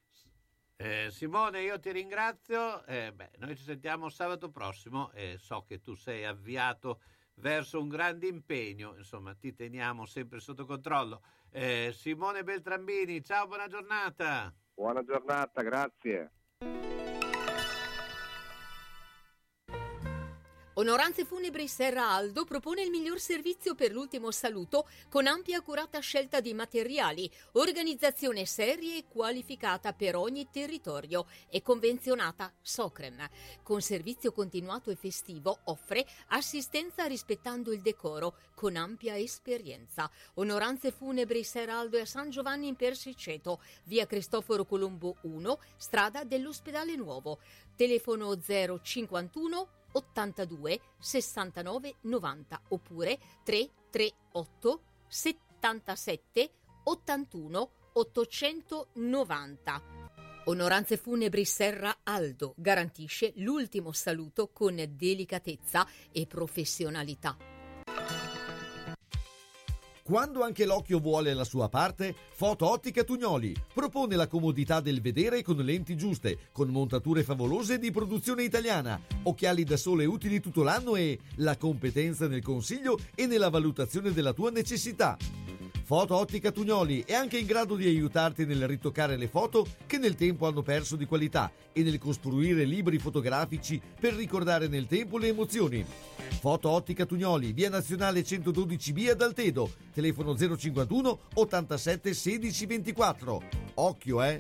Eh, Simone, io ti ringrazio, eh, beh, noi ci sentiamo sabato prossimo e eh, so che tu sei avviato verso un grande impegno, insomma ti teniamo sempre sotto controllo. Eh, Simone Beltrambini, ciao, buona giornata. Buona giornata, grazie. Onoranze Funebri Serra Aldo propone il miglior servizio per l'ultimo saluto con ampia e accurata scelta di materiali, organizzazione seria e qualificata per ogni territorio e convenzionata Socrem. Con servizio continuato e festivo offre assistenza rispettando il decoro con ampia esperienza. Onoranze Funebri Serra Aldo a San Giovanni in Persiceto, via Cristoforo Colombo uno, strada dell'Ospedale Nuovo. Telefono zero cinquantuno ottantadue sessantanove novanta oppure tre tre otto settantasette ottantuno ottocentonovanta. Onoranze Funebri Serra Aldo garantisce l'ultimo saluto con delicatezza e professionalità. Quando anche l'occhio vuole la sua parte, Foto Ottica Tugnoli propone la comodità del vedere con lenti giuste, con montature favolose di produzione italiana, occhiali da sole utili tutto l'anno e la competenza nel consiglio e nella valutazione della tua necessità. Foto Ottica Tugnoli è anche in grado di aiutarti nel ritoccare le foto che nel tempo hanno perso di qualità e nel costruire libri fotografici per ricordare nel tempo le emozioni. Foto Ottica Tugnoli, via Nazionale centododici B ad Altedo, telefono zero cinquantuno ottantasette sedici ventiquattro. Occhio, eh!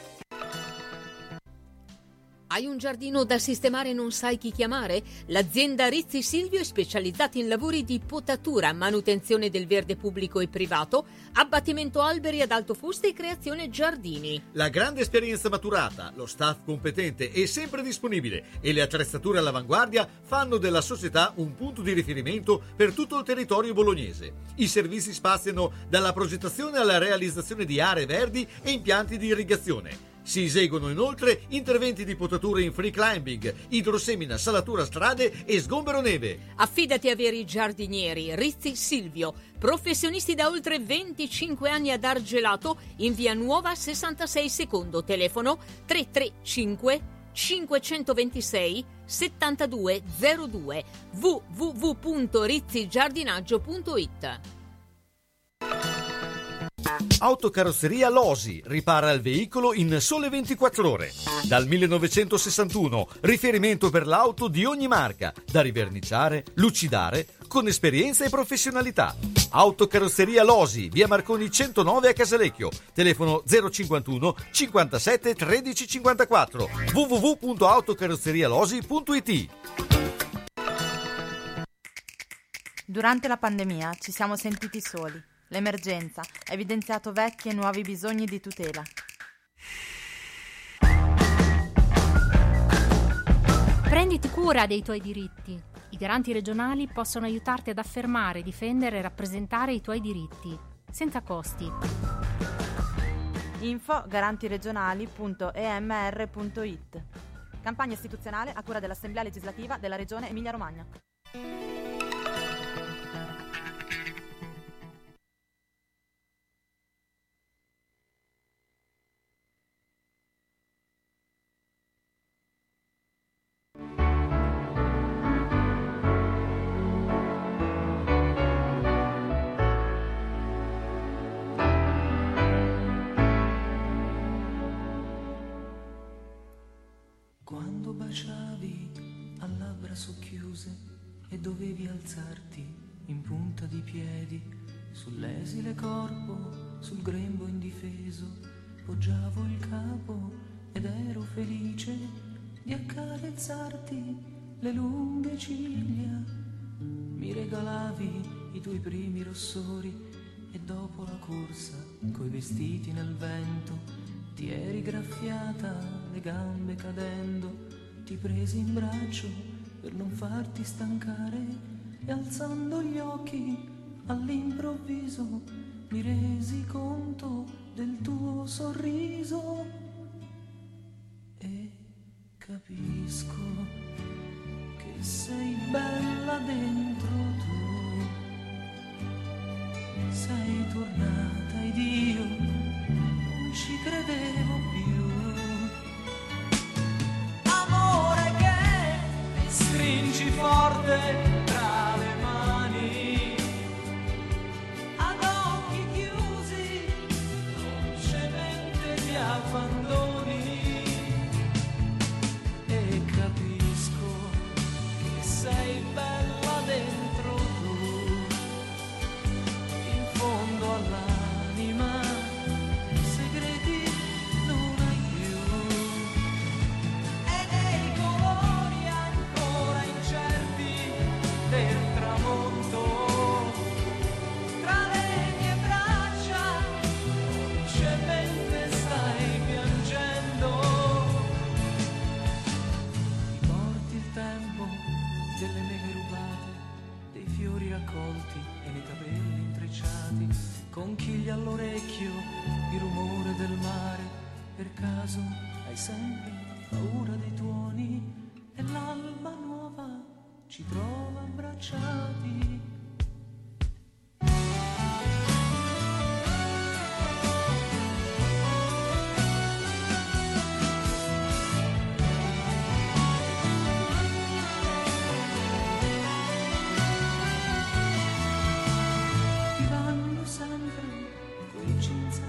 Hai un giardino da sistemare e non sai chi chiamare? L'azienda Rizzi Silvio è specializzata in lavori di potatura, manutenzione del verde pubblico e privato, abbattimento alberi ad alto fusto e creazione giardini. La grande esperienza maturata, lo staff competente e sempre disponibile e le attrezzature all'avanguardia fanno della società un punto di riferimento per tutto il territorio bolognese. I servizi spaziano dalla progettazione alla realizzazione di aree verdi e impianti di irrigazione. Si eseguono inoltre interventi di potatura in free climbing, idrosemina, salatura strade e sgombero neve. Affidati a veri giardinieri Rizzi Silvio, professionisti da oltre venticinque anni ad Argelato, in via Nuova sessantasei secondo, telefono tre tre cinque cinquecentoventisei settantadue zero due, w w w punto rizzigiardinaggio punto it. Autocarrozzeria Losi ripara il veicolo in sole ventiquattro ore. Dal millenovecentosessantuno, riferimento per l'auto di ogni marca, da riverniciare, lucidare, con esperienza e professionalità. Autocarrozzeria Losi, via Marconi centonove a Casalecchio, telefono zero cinquantuno cinquantasette tredici cinquantaquattro, w w w punto autocarrozzerialosi punto it. Durante la pandemia ci siamo sentiti soli. L'emergenza ha evidenziato vecchi e nuovi bisogni di tutela. Prenditi cura dei tuoi diritti. I garanti regionali possono aiutarti ad affermare, difendere e rappresentare i tuoi diritti, senza costi. Info garantiregionali punto e m r punto it. Campagna istituzionale a cura dell'Assemblea legislativa della Regione Emilia-Romagna. Quando baciavi a labbra socchiuse e dovevi alzarti in punta di piedi, sull'esile corpo, sul grembo indifeso, poggiavo il capo ed ero felice di accarezzarti le lunghe ciglia. Mi regalavi i tuoi primi rossori e dopo la corsa, coi vestiti nel vento, ti eri graffiata le gambe cadendo, ti presi in braccio per non farti stancare e alzando gli occhi all'improvviso mi resi conto del tuo sorriso e capisco che sei bella dentro tu, sei tornata ed io non ci credevo più. Amore che mi stringi forte tra le mani, ad occhi chiusi dolcemente mi abbandoni e capisco che sei buio, il rumore del mare. Per caso hai sempre paura dei tuoni e l'alba nuova ci trova abbracciati. Ti vanno sempre quei cinzetti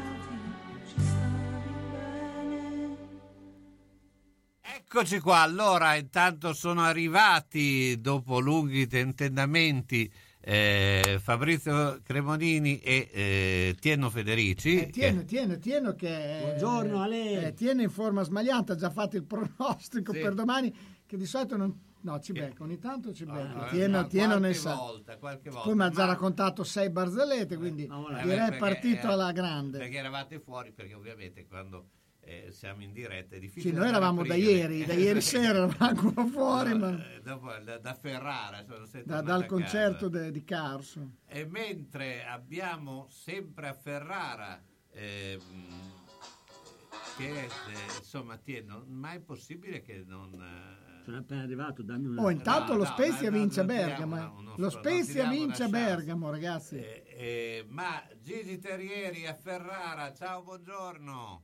ci stavi bene. Eccoci qua, allora intanto sono arrivati dopo lunghi tentennamenti eh, Fabrizio Cremonini e eh, Tieno Federici. Eh, tieno, che... tieno, tieno che Buongiorno a lei. Eh, tiene in forma smagliata, ha già fatto il pronostico Sì. per domani, che di solito non... No, ci becca, ogni tanto ci becca. Ah, Tieno, no, Tieno ne qualche sa. volta, qualche volta. Poi mi ha già Ma- raccontato sei barzellette, quindi Eh, direi perché, partito eh, alla grande. Perché eravate fuori, perché ovviamente quando eh, siamo in diretta è difficile. Sì, noi andare a eravamo da aprire. ieri, da ieri sera eravamo ancora fuori, No, ma eh, dopo, da, da Ferrara, sono sempre da- tornato dal a concerto casa. de- di Carso. E mentre abbiamo sempre a Ferrara, ehm, che eh, insomma, Tieno, ma è possibile che non... eh, Sono appena arrivato, dammi una... Oh, intanto No, lo no, Spezia no, no, vince a non diamo Bergamo. una- eh. uno Lo spro- non Spezia diamo vince a una chance. Bergamo, ragazzi. Eh, eh, ma Gigi Terrieri a Ferrara, ciao, buongiorno.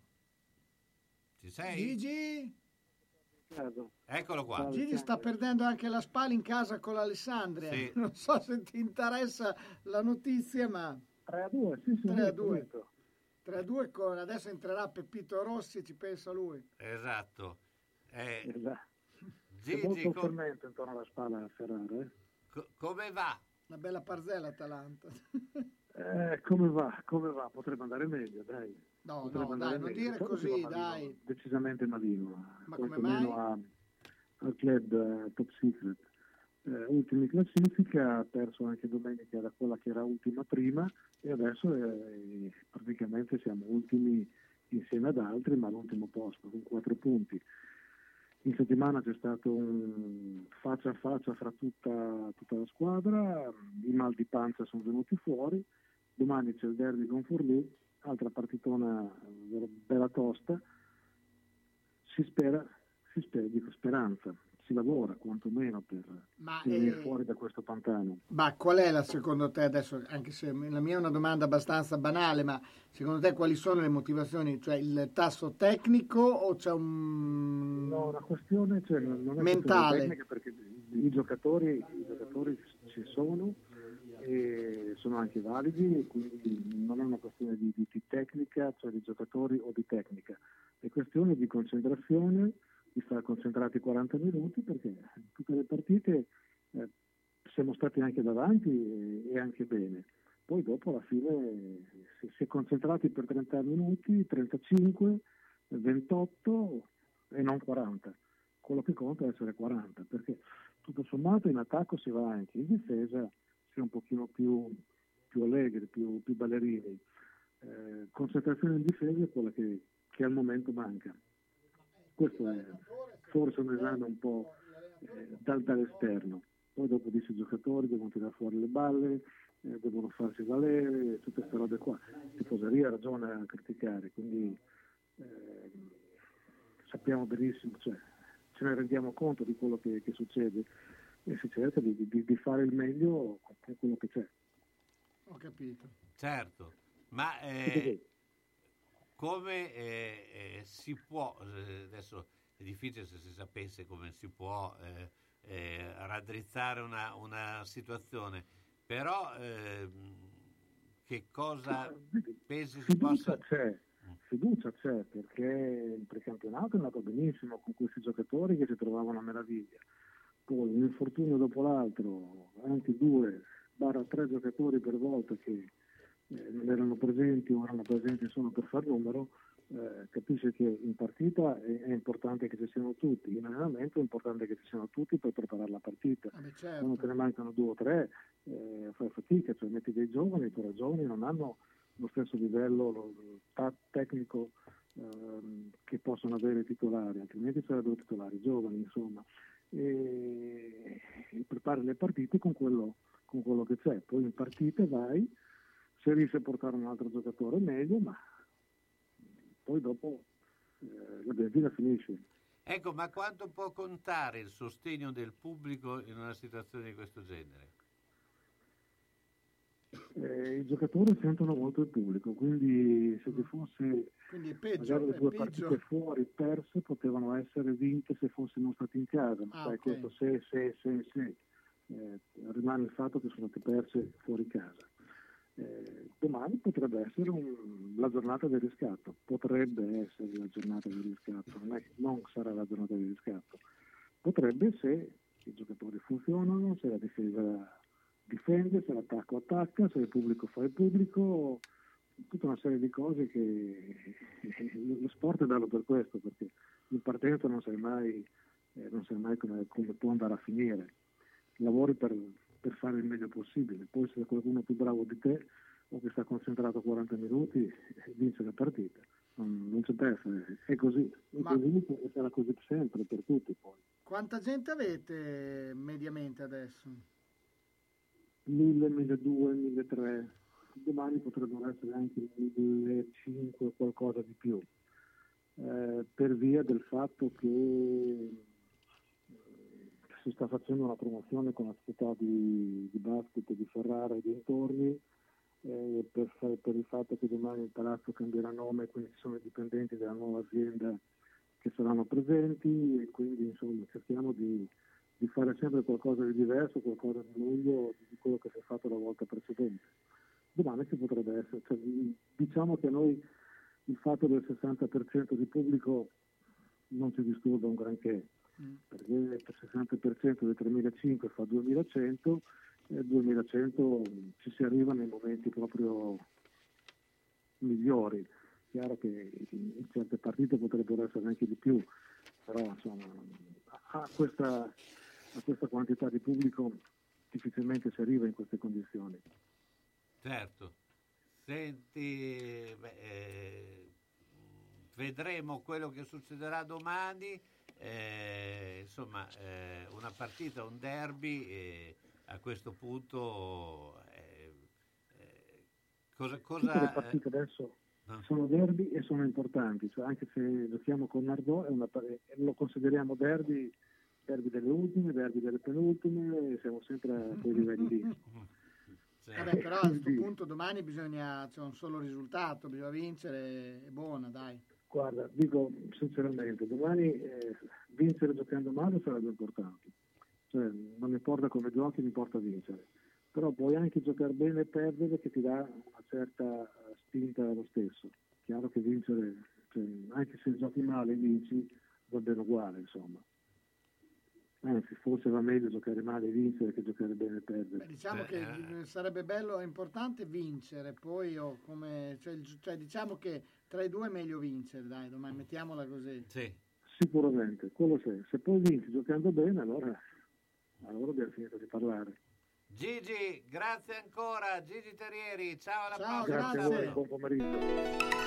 Ci sei? Gigi? Eccolo qua. Gigi sta perdendo anche la Spal in casa con l'Alessandria. Sì. Non so se ti interessa la notizia, ma tre a due, sì, sì. tre a ho due. detto. tre a due con adesso entrerà Peppito Rossi e ci pensa lui. Esatto. Eh, Esatto. C'è Gigi, molto co- fermento intorno alla spalla a Ferrara. Eh? co- come va? Una bella parzella Atalanta. Eh, come va? Come va? Potrebbe andare meglio, dai. No, Potrebbe no, andare dai, non meglio. dire Diciamo così, che va malino, dai. Decisamente malino. Ma come Quantomeno mai? a- al club eh, Top Secret. Eh, ultimi in classifica, ha perso anche domenica da quella che era ultima prima e adesso eh, praticamente siamo ultimi insieme ad altri, ma all'ultimo posto con quattro punti. In settimana c'è stato un faccia a faccia fra tutta, tutta la squadra, i mal di pancia sono venuti fuori, domani c'è il derby con Forlì, altra partitona eh, bella tosta, si spera, si spera, dico speranza, si lavora quantomeno per Ma, venire eh, fuori da questo pantano. Ma qual è la secondo te adesso, anche se la mia è una domanda abbastanza banale, ma secondo te quali sono le motivazioni? Cioè il tasso tecnico o c'è un... No, una questione cioè, non non è mentale? tecnica perché i giocatori, i giocatori ci sono e sono anche validi, quindi non è una questione di, di, di tecnica, cioè di giocatori o di tecnica, è questione di concentrazione, di stare concentrati quaranta minuti perché in tutte le partite eh, siamo stati anche davanti e, e anche bene. Poi dopo alla fine si, si è concentrati per trenta minuti, trentacinque, ventotto e non quaranta. Quello che conta è essere quaranta, perché tutto sommato in attacco si va anche, in difesa si è un pochino più, più allegri, più, più ballerini. Eh, concentrazione in difesa è quella che, che al momento manca. Questo è forse un esame un po' eh, dal, dall'esterno. Poi dopo dice i giocatori devono tirare fuori le balle, eh, devono farsi valere, tutte queste robe qua. La tifoseria ha ragione a criticare, quindi eh, sappiamo benissimo, cioè, ce ne rendiamo conto di quello che, che succede e si cerca di, di, di fare il meglio con quello che c'è. Ho capito. Certo, ma eh, come eh, eh, si può, eh, adesso è difficile se si sapesse come si può eh, eh, raddrizzare una, una situazione, però eh, che cosa pensi si Fiducia possa... c'è, fiducia c'è perché il precampionato è andato benissimo con questi giocatori che si trovavano a meraviglia. Poi un infortunio dopo l'altro, anche due, barra tre giocatori per volta che eh, non erano presenti o erano presenti solo per far numero, eh, capisce che in partita è, è importante che ci siano tutti, in allenamento è importante che ci siano tutti per preparare la partita. Ah, beh, certo. Quando te ne mancano due o tre eh, fai fatica, cioè metti dei giovani, però i giovani non hanno lo stesso livello lo, lo, ta- tecnico ehm, che possono avere i titolari, altrimenti sarebbero titolari giovani, insomma. E, e prepari le partite con quello, con quello che c'è, poi in partita vai, se riesce a portare un altro giocatore meglio, ma poi dopo eh, la benzina finisce. Ecco, ma quanto può contare il sostegno del pubblico in una situazione di questo genere? Eh, I giocatori sentono molto il pubblico, quindi se ci fosse Quindi è peggio, magari le è due peggio. partite fuori perse potevano essere vinte se fossimo stati in casa, ma Ah, sai, ok. questo se, se, se, se eh, rimane il fatto che sono state perse fuori casa. Eh, domani potrebbe essere un- la giornata del riscatto, potrebbe essere la giornata del riscatto, non, è, non sarà la giornata del riscatto, potrebbe se i giocatori funzionano, se la difesa difende, se l'attacco attacca, se il pubblico fa il pubblico, tutta una serie di cose che lo sport è bello per questo, perché in partenza non sai mai, eh, non sai mai come, come può andare a finire, lavori per, per fare il meglio possibile, poi se qualcuno è più bravo di te o che sta concentrato quaranta minuti eh, vince la partita, non, non c'è persa, è così, è Ma- così e sarà così sempre per tutti poi. Quanta gente avete mediamente adesso? mille, milleduecento, milletrecento, domani potrebbero essere anche millecinquecento o qualcosa di più, eh, per via del fatto che eh, si sta facendo una promozione con la società di, di basket di Ferrara e dintorni, eh, per, fa- per il fatto che domani il palazzo cambierà nome, quindi ci sono i dipendenti della nuova azienda che saranno presenti e quindi insomma cerchiamo di di fare sempre qualcosa di diverso, qualcosa di meglio di quello che si è fatto la volta precedente. Domani ci potrebbe essere, cioè, diciamo che a noi il fatto del sessanta per cento di pubblico non ci disturba un granché, perché il sessanta per cento del tremilacinquecento fa duemilacento e duemilacento ci si arriva nei momenti proprio migliori. Chiaro che in certe partite potrebbero essere anche di più, però insomma a questa, a questa quantità di pubblico difficilmente si arriva in queste condizioni. Certo. Senti, beh, eh, vedremo quello che succederà domani. Eh, insomma, eh, una partita, un derby, eh, a questo punto eh, eh, cosa... cosa Tutte le partite adesso eh, sono derby e sono importanti, cioè anche se giochiamo con Nardò è una, lo consideriamo derby, derby delle ultime, derby delle penultime, siamo sempre a quei livelli lì. Vabbè, però a questo punto domani bisogna, c'è un solo risultato, bisogna vincere, è buona, dai. Guarda, dico sinceramente, domani eh, vincere giocando male sarebbe importante, cioè, non importa come giochi, mi importa vincere, però puoi anche giocare bene e perdere che ti dà una certa spinta lo stesso. Chiaro che vincere, cioè, anche se giochi male e vinci, va bene uguale, insomma. Anzi, forse va meglio giocare male e vincere che giocare bene e perdere. Beh, diciamo che eh, sarebbe bello e importante vincere, poi o come, cioè, il- cioè, diciamo che tra i due è meglio vincere, dai, domani mettiamola così. Sì. Sicuramente, quello sì. Se poi vinci giocando bene, allora, allora abbiamo finito di parlare. Gigi, grazie ancora, Gigi Terrieri, ciao alla Ciao, prossima. Grazie a voi, buon pomeriggio.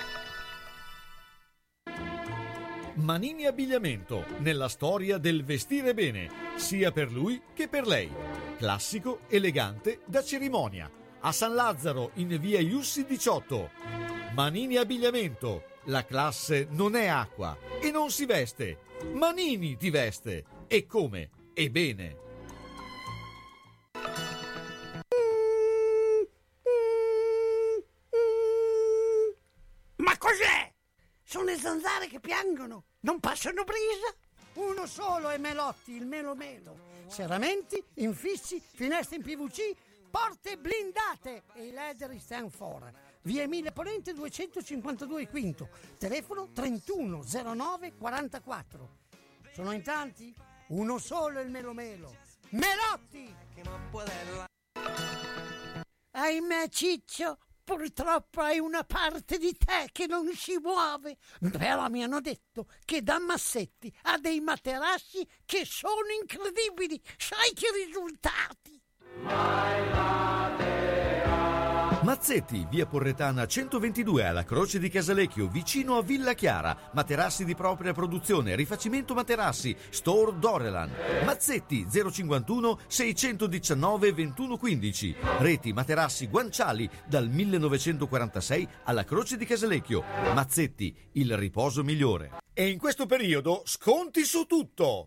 Manini Abbigliamento, nella storia del vestire bene, sia per lui che per lei. Classico, elegante, da cerimonia. A San Lazzaro, in via Iussi diciotto. Manini Abbigliamento, la classe non è acqua e non si veste. Manini ti veste. E come? E bene. Ma cos'è? Sono le zanzare che piangono, non passano brisa. Uno solo è Melotti, il Melo Melo. Serramenti, infissi, finestre in P V C, porte blindate e i leder stand for. Via Emilia Ponente duecentocinquantadue Quinto, telefono trentuno zero nove quarantaquattro. Sono in tanti? Uno solo è il Melo Melo. Melotti! Ahimè Ciccio, purtroppo hai una parte di te che non si muove, però mi hanno detto che da Massetti ha dei materassi che sono incredibili. Sai che risultati? Mazzetti, via Porretana centoventidue alla Croce di Casalecchio, vicino a Villa Chiara. Materassi di propria produzione, rifacimento materassi, Store Dorelan. Mazzetti zero cinquantuno seicentodiciannove ventuno quindici. Reti materassi guanciali dal millenovecentoquarantasei alla Croce di Casalecchio. Mazzetti, il riposo migliore. E in questo periodo sconti su tutto.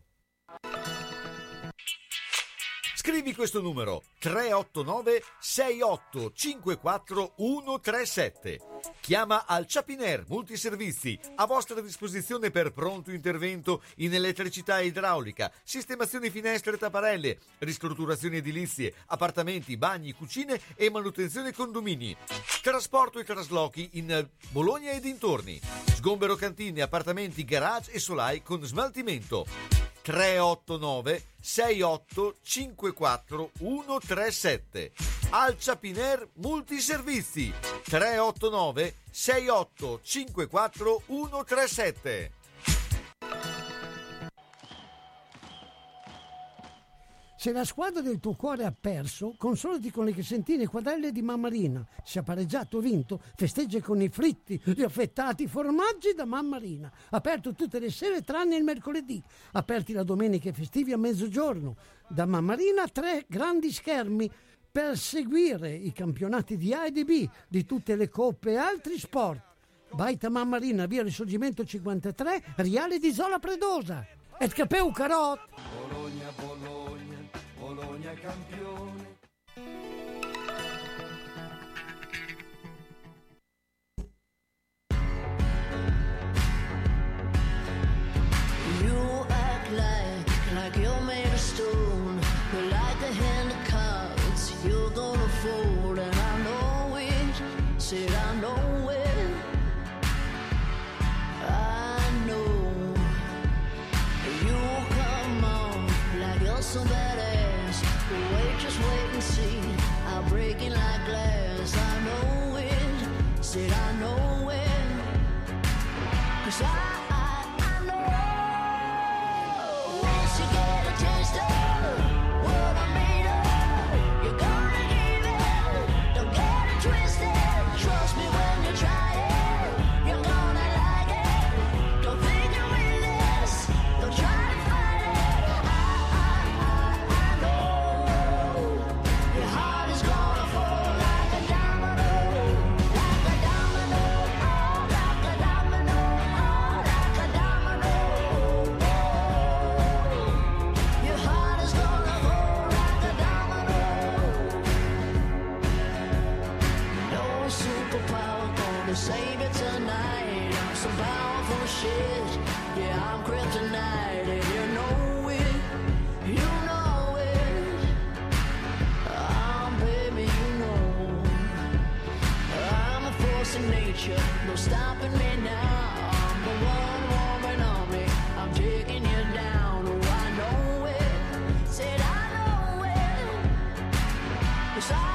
Scrivi questo numero tre otto nove sei otto cinque quattro uno tre sette. Chiama al Chapiner Multiservizi, a vostra disposizione per pronto intervento in elettricità e idraulica, sistemazioni finestre e tapparelle, ristrutturazioni edilizie, appartamenti, bagni, cucine e manutenzione condomini. Trasporto e traslochi in Bologna e dintorni. Sgombero cantine, appartamenti, garage e solai con smaltimento. tre otto nove sei otto cinque quattro uno tre sette. Al Chapiner Multiservizi tre otto nove sei otto cinque quattro uno tre sette. Se la squadra del tuo cuore ha perso, consolati con le crescentine e quadrelle di Mammarina. Se ha pareggiato o vinto, festeggia con i fritti, gli affettati formaggi da Mammarina. Aperto tutte le sere tranne il mercoledì. Aperti la domenica e festivi a mezzogiorno. Da Mammarina tre grandi schermi per seguire i campionati di A e di B, di tutte le coppe e altri sport. Baita Mammarina, via Risorgimento cinquantatré, Riale di Zola Predosa. Et capeu carot! Bologna, Bologna, Bologna campione. You act like, like you're made of stone. You're like a hand of cards, you're gonna fold. And I know it, said I know it. So badass, wait, just wait and see. I'll break it like glass. I know it, said I know it. 'Cause I, I, I know. Once you get a taste of what I'm made of, you're gonna give it. Don't get it twisted. Trust me when you try it. You're gonna like it. Don't think you're in this. Don't try to fight it. Save it tonight. I'm some powerful shit. Yeah, I'm kryptonite, and you know it. You know it. I'm baby, you know. I'm a force of nature. No stopping me now. I'm the one woman on me. I'm taking you down. Oh, I know it. Said I know it. 'Cause I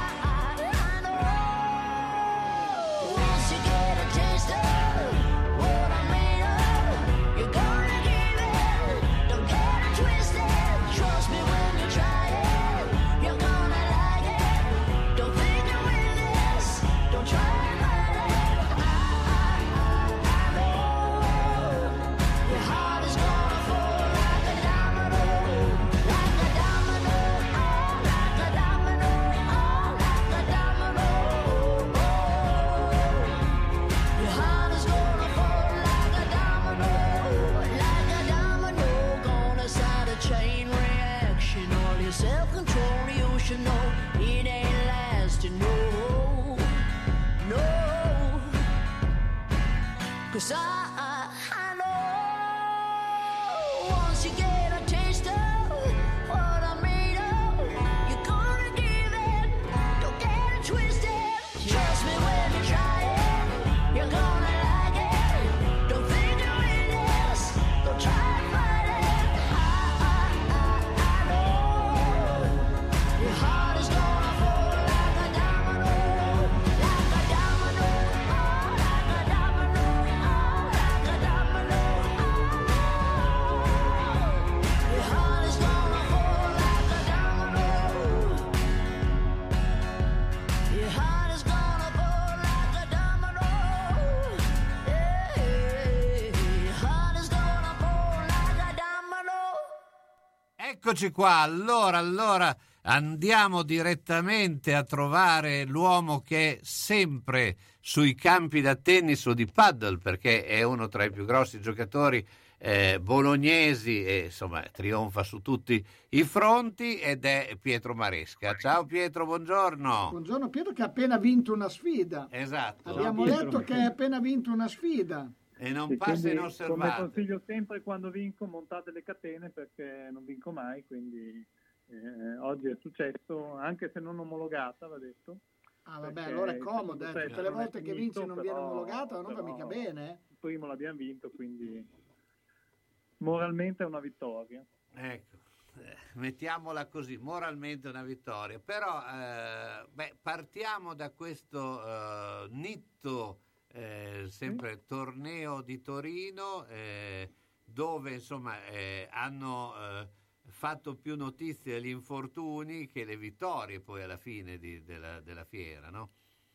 Eccoci qua, allora, allora andiamo direttamente a trovare l'uomo che è sempre sui campi da tennis o di paddle, perché è uno tra i più grossi giocatori eh, bolognesi e insomma trionfa su tutti i fronti, ed è Pietro Maresca. Ciao Pietro, buongiorno. Buongiorno Pietro, che ha appena vinto una sfida. Esatto. Abbiamo Pietro. letto che ha appena vinto una sfida. E non Sì, passa quindi, inosservato. come consiglio sempre, quando vinco montate le catene, perché non vinco mai, quindi eh, oggi è successo, anche se non omologata, va detto. Ah vabbè, perché allora è il comodo, eh, secondo tutte set le non è volte che finito, vinci non viene però- omologata, non va però mica bene. eh. Il primo l'abbiamo vinto, quindi moralmente è una vittoria. Ecco, eh, mettiamola così, moralmente una vittoria. Però eh, beh, partiamo da questo eh, nitto eh, sempre torneo di Torino, eh, dove insomma eh, hanno eh, fatto più notizie gli infortuni che le vittorie poi alla fine di- della, della fiera, no?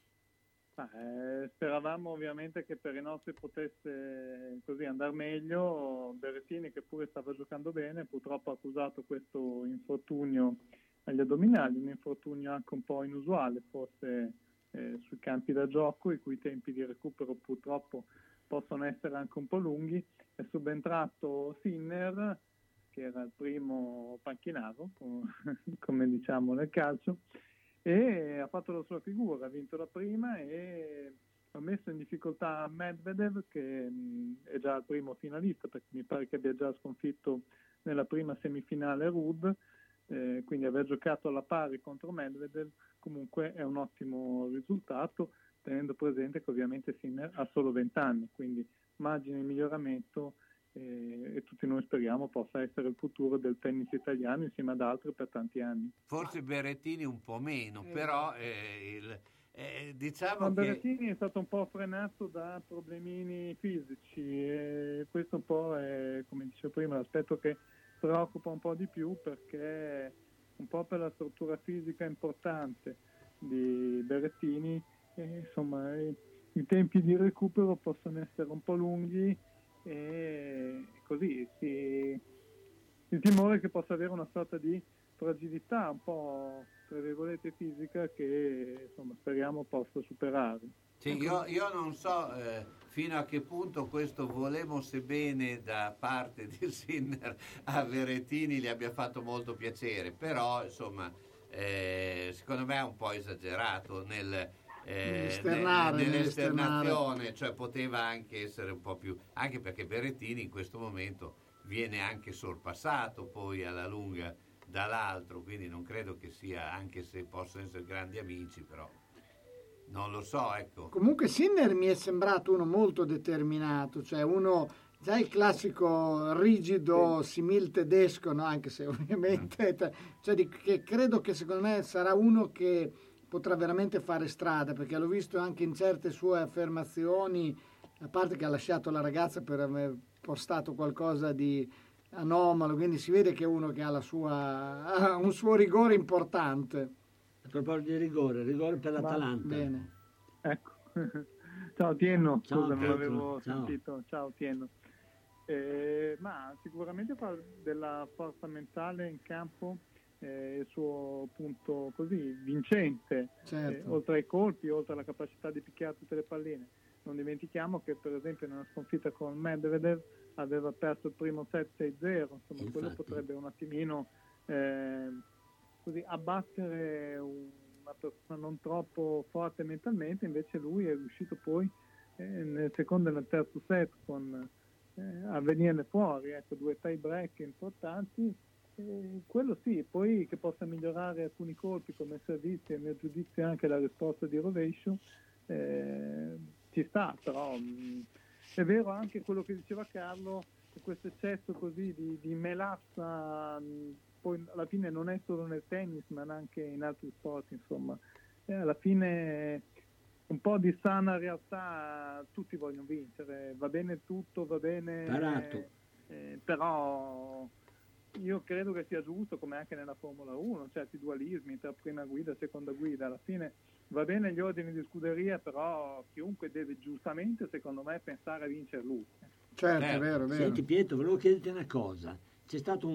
Ma, eh, speravamo ovviamente che per i nostri potesse così andare meglio. Berrettini, che pure stava giocando bene, purtroppo ha accusato questo infortunio agli addominali, un infortunio anche un po' inusuale forse eh, sui campi da gioco, i cui tempi di recupero purtroppo possono essere anche un po' lunghi. È subentrato Sinner, che era il primo panchinaro, co- come diciamo nel calcio, e ha fatto la sua figura, ha vinto la prima e ha messo in difficoltà Medvedev, che mh, è già il primo finalista, perché mi pare che abbia già sconfitto nella prima semifinale Ruud, eh, quindi aver giocato alla pari contro Medvedev comunque è un ottimo risultato, tenendo presente che ovviamente Sinner ha solo venti anni, quindi margine di miglioramento, eh, e tutti noi speriamo possa essere il futuro del tennis italiano insieme ad altri per tanti anni. Forse Berrettini un po' meno, però eh, il- eh, diciamo Ma che... Berrettini è stato un po' frenato da problemini fisici e questo un po' è, come dicevo prima, l'aspetto che preoccupa un po' di più, perché un po' per la struttura fisica importante di Berrettini, eh, insomma i, i tempi di recupero possono essere un po' lunghi e così si, il timore è che possa avere una sorta di fragilità un po' tra virgolette fisica che insomma speriamo possa superare. Sì, io, io non so eh, fino a che punto questo volemose bene da parte di Sinner a Berrettini gli abbia fatto molto piacere, però insomma eh, secondo me è un po' esagerato nel, eh, Nell'esternare, nel- nell'esternazione, nell'esternare. cioè poteva anche essere un po' più, anche perché Berrettini in questo momento viene anche sorpassato poi alla lunga dall'altro, quindi non credo che sia, anche se possono essere grandi amici, però non lo so, ecco. Comunque Sinner mi è sembrato uno molto determinato, cioè uno, sai, il classico rigido simil tedesco, no? Anche se ovviamente, cioè, di- che credo che secondo me sarà uno che potrà veramente fare strada, perché l'ho visto anche in certe sue affermazioni, a parte che ha lasciato la ragazza per aver postato qualcosa di anomalo, quindi si vede che è uno che ha la sua, ha un suo rigore importante. A proposito di rigore, rigore per l'Atalanta. Bene. Ecco. Ciao Tienno, Ciao, scusa, non Pietro, l'avevo ciao. sentito. Ciao Tienno. Eh, ma sicuramente fa della forza mentale in campo eh, il suo punto così vincente, Certo. eh, oltre ai colpi, oltre alla capacità di picchiare tutte le palline. Non dimentichiamo che per esempio nella sconfitta con Medvedev aveva perso il primo set sei zero, insomma quello Infatti. potrebbe un attimino eh, così abbattere una persona non troppo forte mentalmente, invece lui è riuscito poi eh, nel secondo e nel terzo set con, eh, a venirne fuori, ecco, due tie break importanti, eh, quello sì, poi che possa migliorare alcuni colpi come servizi e nel giudizio anche la risposta di rovescio, eh, ci sta, però mh, è vero anche quello che diceva Carlo, che questo eccesso così di, di melazza mh, poi alla fine non è solo nel tennis ma anche in altri sport, insomma, e alla fine un po' di sana realtà, tutti vogliono vincere, va bene tutto, va bene, Parato. eh, però io credo che sia giusto, come anche nella Formula uno, certi dualismi tra prima guida e seconda guida, alla fine va bene gli ordini di scuderia, però chiunque deve giustamente, secondo me, pensare a vincere lui. Certo, Eh, è vero, è vero. Senti Pietro, volevo chiederti una cosa. C'è stato un,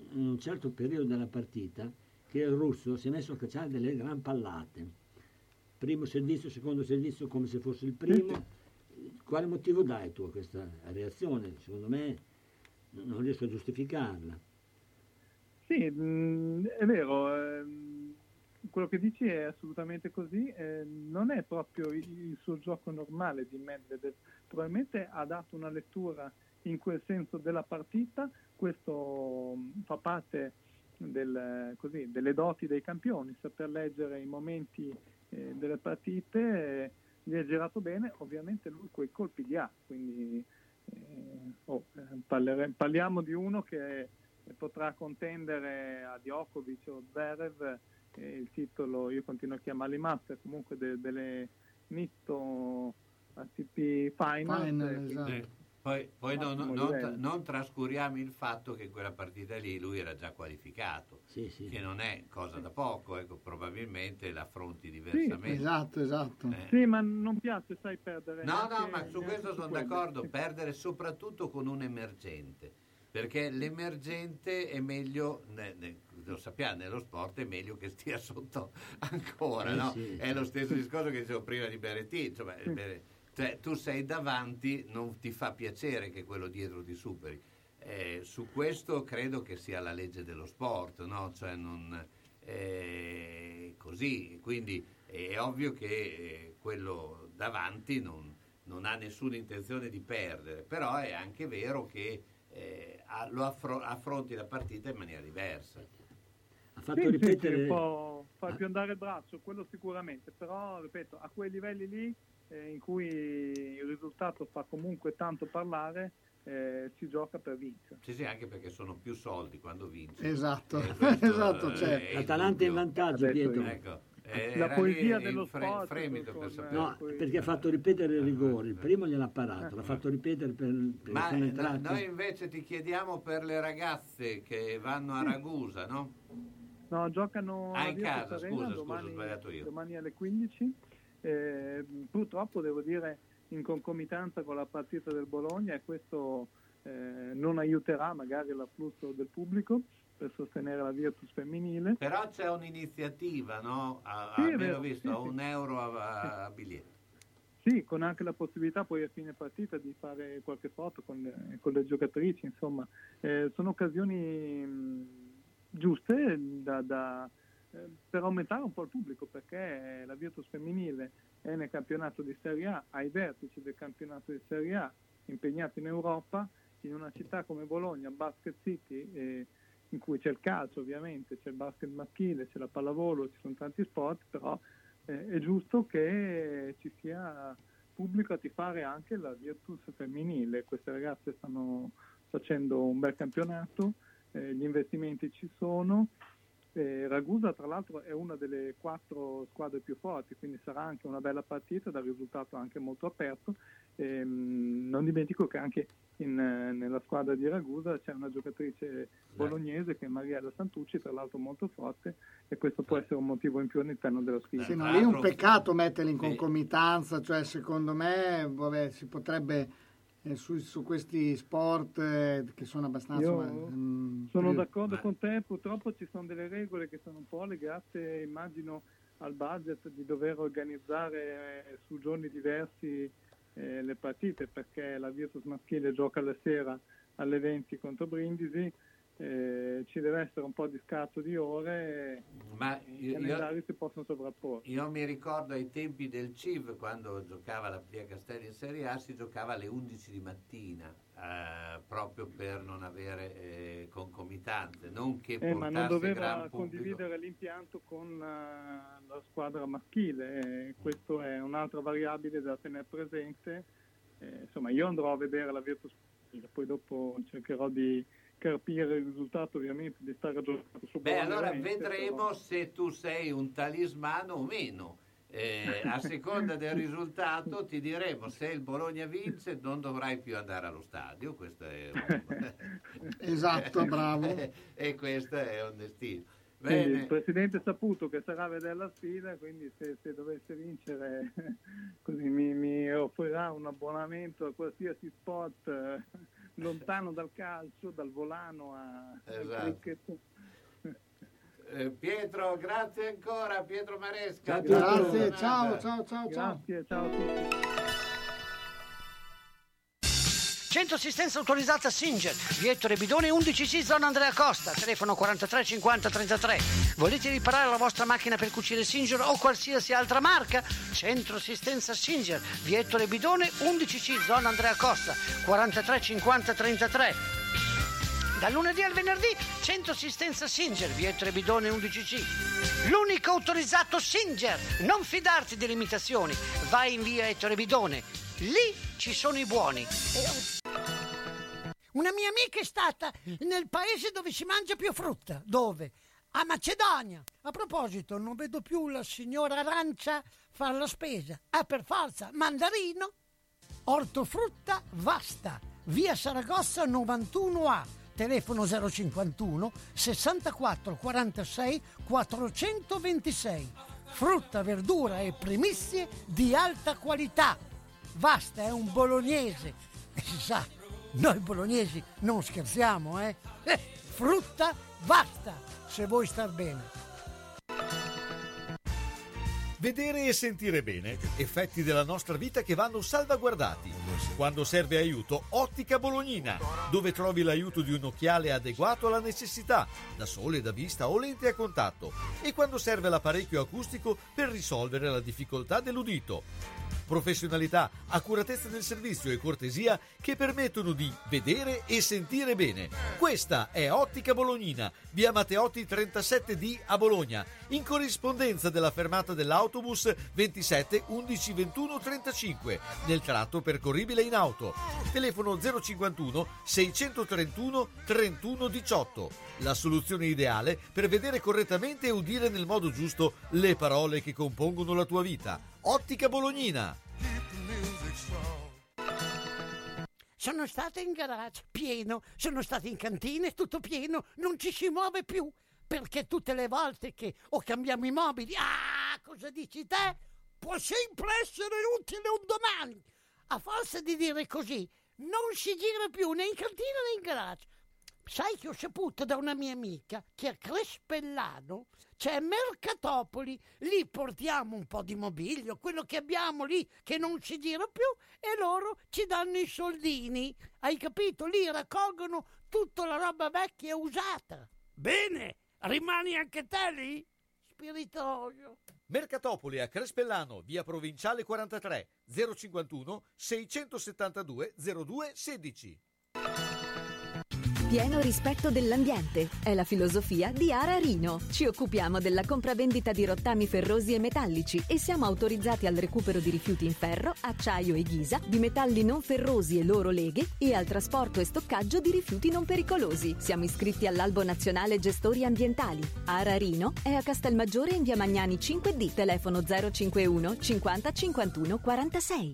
in un certo periodo della partita che il russo si è messo a cacciare delle gran pallate. Primo servizio, secondo servizio, come se fosse il primo. Quale motivo dai tu a questa reazione? Secondo me non riesco a giustificarla. Sì, mh, è vero, ehm, quello che dici è assolutamente così, eh, non è proprio il, il suo gioco normale di Medvedev, probabilmente ha dato una lettura in quel senso della partita, questo mh, fa parte del, così, delle doti dei campioni, saper leggere i momenti eh, delle partite, eh, gli è girato bene, ovviamente lui quei colpi li ha, quindi eh, oh, parlere, parliamo di uno che potrà contendere a Djokovic o Zverev eh, il titolo, io continuo a chiamarli master, comunque de, delle Nitto A T P Finals. Final, eh, quindi, esatto. Poi, poi non, massimo non, livello. non trascuriamo il fatto che in quella partita lì lui era già qualificato, Sì, sì. che non è cosa da poco, ecco, probabilmente l'affronti Sì, diversamente. Esatto, esatto. Eh. sì, ma non piace, sai, perdere. No, no, neanche- ma su neanche questo su sono quello. d'accordo, perdere soprattutto con un emergente, perché l'emergente è meglio, ne- ne- lo sappiamo, nello sport è meglio che stia sotto ancora, Eh, no? sì, È sì. lo stesso discorso che dicevo prima di Berrettini, insomma, il Bere- cioè, tu sei davanti, non ti fa piacere che quello dietro ti superi. Eh, su questo credo che sia la legge dello sport, no? Cioè non eh, così, quindi è ovvio che eh, quello davanti non, non ha nessuna intenzione di perdere, però è anche vero che eh, a- lo affro- affronti la partita in maniera diversa. Ha fatto Sì, sì, ripetere... sì, può far Ah. più andare il braccio, quello sicuramente, però ripeto, a quei livelli lì eh, in cui il risultato fa comunque tanto parlare, eh, si gioca per vincere. Sì, sì, anche perché sono più soldi quando vinci. Esatto, Eh, questo, esatto, eh, c'è. è L'Atalanta in indubbio. vantaggio, Adesso Pietro. Ecco, eh, La era poesia lì dello il fre- sport fremito con- per sapere. No, Poi- perché ha fatto ripetere il rigore. Il primo gliel'ha parato, l'ha fatto ripetere per, perché Ma sono eh, entrati. noi invece ti chiediamo per le ragazze che vanno a Ragusa, no? No, giocano Ah, a in Virtus casa, Arena scusa, scusa, domani, ho sbagliato io. domani alle quindici. Eh, purtroppo devo dire in concomitanza con la partita del Bologna, e questo eh, non aiuterà magari l'afflusso del pubblico per sostenere la Virtus femminile. Però c'è un'iniziativa, no? A, Sì, è almeno vero, visto, sì, a sì. un euro a, a biglietto. Sì, con anche la possibilità poi a fine partita di fare qualche foto con le, con le giocatrici, insomma. Eh, sono occasioni mh, giuste da, da, eh, per aumentare un po' il pubblico, perché la Virtus femminile è nel campionato di Serie A, ai vertici del campionato di Serie A, impegnata in Europa, in una città come Bologna, Basket City, eh, in cui c'è il calcio ovviamente, c'è il basket maschile, c'è la pallavolo, ci sono tanti sport, però eh, è giusto che ci sia pubblico a tifare anche la Virtus femminile. Queste ragazze stanno facendo un bel campionato, eh, gli investimenti ci sono. Eh, Ragusa tra l'altro è una delle quattro squadre più forti, quindi sarà anche una bella partita dal risultato anche molto aperto. Eh, non dimentico che anche in, eh, nella squadra di Ragusa c'è una giocatrice bolognese che è Mariella Santucci, tra l'altro molto forte, e questo può essere un motivo in più all'interno della sfida. Sì, no, lì è un peccato metterli in concomitanza, cioè secondo me vabbè, si potrebbe eh, su, su questi sport eh, che sono abbastanza... Io mm, sono più- d'accordo ma- con te, purtroppo ci sono delle regole che sono un po' legate, immagino, al budget di dover organizzare eh, su giorni diversi eh, le partite, perché la Virtus maschile gioca alla sera alle venti contro Brindisi, eh, ci deve essere un po' di scarto di ore, Ma i io- calendari si possono sovrapporre. Io mi ricordo ai tempi del C I V, quando giocava la Pia Castelli in Serie A, si giocava alle undici di mattina, eh, proprio per non avere eh, concomitanze, non che Eh, ma non portasse doveva gran pubblico. condividere l'impianto con eh, la squadra maschile, eh, questo è un'altra variabile da tenere presente. Eh, insomma, io andrò a vedere la Virtus, poi dopo cercherò di capire il risultato, ovviamente, di stare a giocare su Beh, Bologna, allora ovviamente, vedremo però- se tu sei un talismano o meno. Eh, a seconda del risultato ti diremo: se il Bologna vince non dovrai più andare allo stadio, questo è un... Esatto, bravo. E questo è un destino. Quindi Bene. il Presidente ha saputo che sarà a vedere la sfida, quindi se, se dovesse vincere così mi, mi offrirà un abbonamento a qualsiasi spot eh, lontano dal calcio, dal volano a, Esatto. al cricket. Eh, Pietro, grazie ancora, Pietro Maresca. Grazie, ciao, ciao, ciao, ciao. Grazie, ciao a tutti. Centro assistenza autorizzata Singer, via Ettore Bidone undici C, zona Andrea Costa, telefono quarantatré cinquanta trentatré. Volete riparare la vostra macchina per cucire Singer o qualsiasi altra marca? Centro assistenza Singer, via Ettore Bidone undici C, zona Andrea Costa, quarantatré cinquanta trentatré. Dal lunedì al venerdì, centro assistenza Singer, via Ettore Bidone undici C. L'unico autorizzato Singer. Non fidarti delle imitazioni. Vai in via Ettore Bidone. Lì ci sono i buoni. Una mia amica è stata nel paese dove si mangia più frutta. Dove? A Macedonia. A proposito, non vedo più la signora Arancia fare la spesa. Ah, per forza, mandarino. Ortofrutta Vasta, via Saragossa novantuno A. Telefono zero cinquantuno sessantaquattro quarantasei quattrocentoventisei. Frutta, verdura e primizie di alta qualità. Vasta è un bolognese. E si sa, noi bolognesi non scherziamo, eh? eh frutta Vasta, se vuoi star bene. Vedere e sentire bene, effetti della nostra vita che vanno salvaguardati. Quando serve aiuto, Ottica Bolognina, dove trovi l'aiuto di un occhiale adeguato alla necessità, da sole, da vista o lente a contatto, e quando serve l'apparecchio acustico per risolvere la difficoltà dell'udito. Professionalità, accuratezza del servizio e cortesia che permettono di vedere e sentire bene. Questa è Ottica Bolognina, via Matteotti trentasette D a Bologna, in corrispondenza della fermata dell'autobus ventisette undici ventuno trentacinque, nel tratto percorribile in auto. Telefono zero cinquantuno seicentotrentuno trentuno diciotto. La soluzione ideale per vedere correttamente e udire nel modo giusto le parole che compongono la tua vita. Ottica Bolognina. Sono stata in garage, pieno. Sono stata in cantina, tutto pieno. Non ci si muove più. Perché tutte le volte che o cambiamo i mobili, ah, cosa dici te? Può sempre essere utile un domani. A forza di dire così, non si gira più né in cantina né in garage. Sai che ho saputo da una mia amica che a Crespellano c'è Mercatopoli, lì portiamo un po' di mobilio, quello che abbiamo lì che non si gira più, e loro ci danno i soldini. Hai capito? Lì raccolgono tutta la roba vecchia e usata. Bene, rimani anche te lì? Spiritoso. Mercatopoli a Crespellano, via Provinciale quarantatré, zero cinquantuno seicentosettantadue zero due sedici. Pieno rispetto dell'ambiente è la filosofia di Ara Rino. Ci occupiamo della compravendita di rottami ferrosi e metallici e siamo autorizzati al recupero di rifiuti in ferro, acciaio e ghisa, di metalli non ferrosi e loro leghe e al trasporto e stoccaggio di rifiuti non pericolosi. Siamo iscritti all'Albo Nazionale Gestori Ambientali. Ara Rino è a Castelmaggiore in via Magnani cinque D, telefono zero cinquantuno cinquanta cinquantuno quarantasei.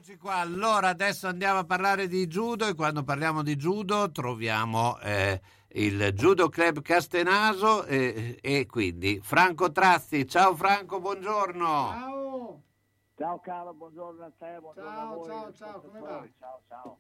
Eccoci qua, allora adesso andiamo a parlare di judo e quando parliamo di judo troviamo eh, il Judo Club Castenaso eh, e quindi Franco Trazzi. Ciao Franco, buongiorno. Ciao. Ciao caro, buongiorno a te, buongiorno Ciao, a voi. ciao, ciao, come va? Ciao, ciao.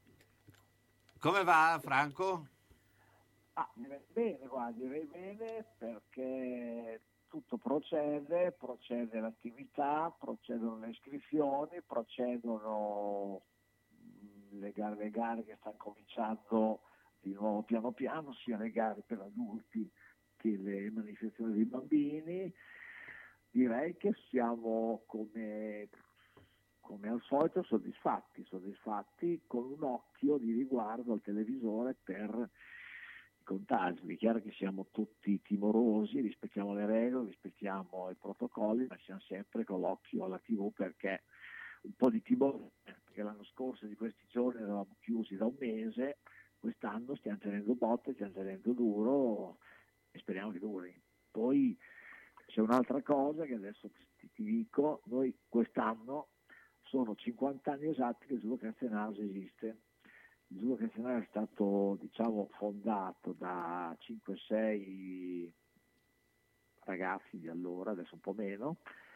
Come va Franco? Ah, direi bene, guarda, direi bene perché tutto procede, procede l'attività, procedono le iscrizioni, procedono le gare, le gare che stanno cominciando di nuovo piano piano, sia le gare per adulti che le manifestazioni dei bambini. Direi che siamo come, come al solito soddisfatti, soddisfatti con un occhio di riguardo al televisore per contagi. È chiaro che siamo tutti timorosi, rispettiamo le regole, rispettiamo i protocolli, ma siamo sempre con l'occhio alla tivù perché un po' di timore, perché l'anno scorso di questi giorni eravamo chiusi da un mese, quest'anno stiamo tenendo botte, stiamo tenendo duro e speriamo che duri. Poi c'è un'altra cosa che adesso ti, ti dico, noi quest'anno sono cinquanta anni esatti che il Judo Castenaso esiste. Il Judo Castenaso è stato, diciamo, fondato da cinque sei ragazzi di allora, adesso un po' meno,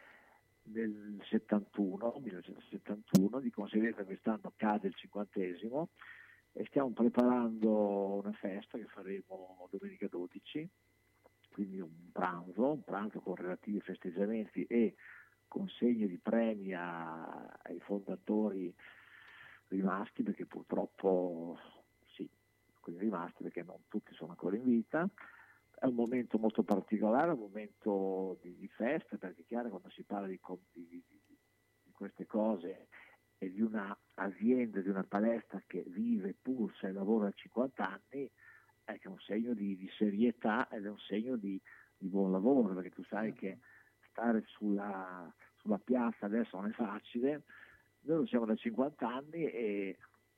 nel settantuno, millenovecentosettantuno, di conseguenza quest'anno cade il cinquantesimo e stiamo preparando una festa che faremo domenica dodici, quindi un pranzo, un pranzo con relativi festeggiamenti e consegne di premi a, ai fondatori rimasti, perché purtroppo sì, quelli rimasti perché non tutti sono ancora in vita. È un momento molto particolare, un momento di, di festa, perché è chiaro quando si parla di, di, di, di queste cose e di un'azienda, di una palestra che vive, pulsa e lavora da cinquanta anni, è che è un segno di, di serietà ed è un segno di, di buon lavoro, perché tu sai che stare sulla, sulla piazza adesso non è facile. Noi lo siamo da cinquanta anni e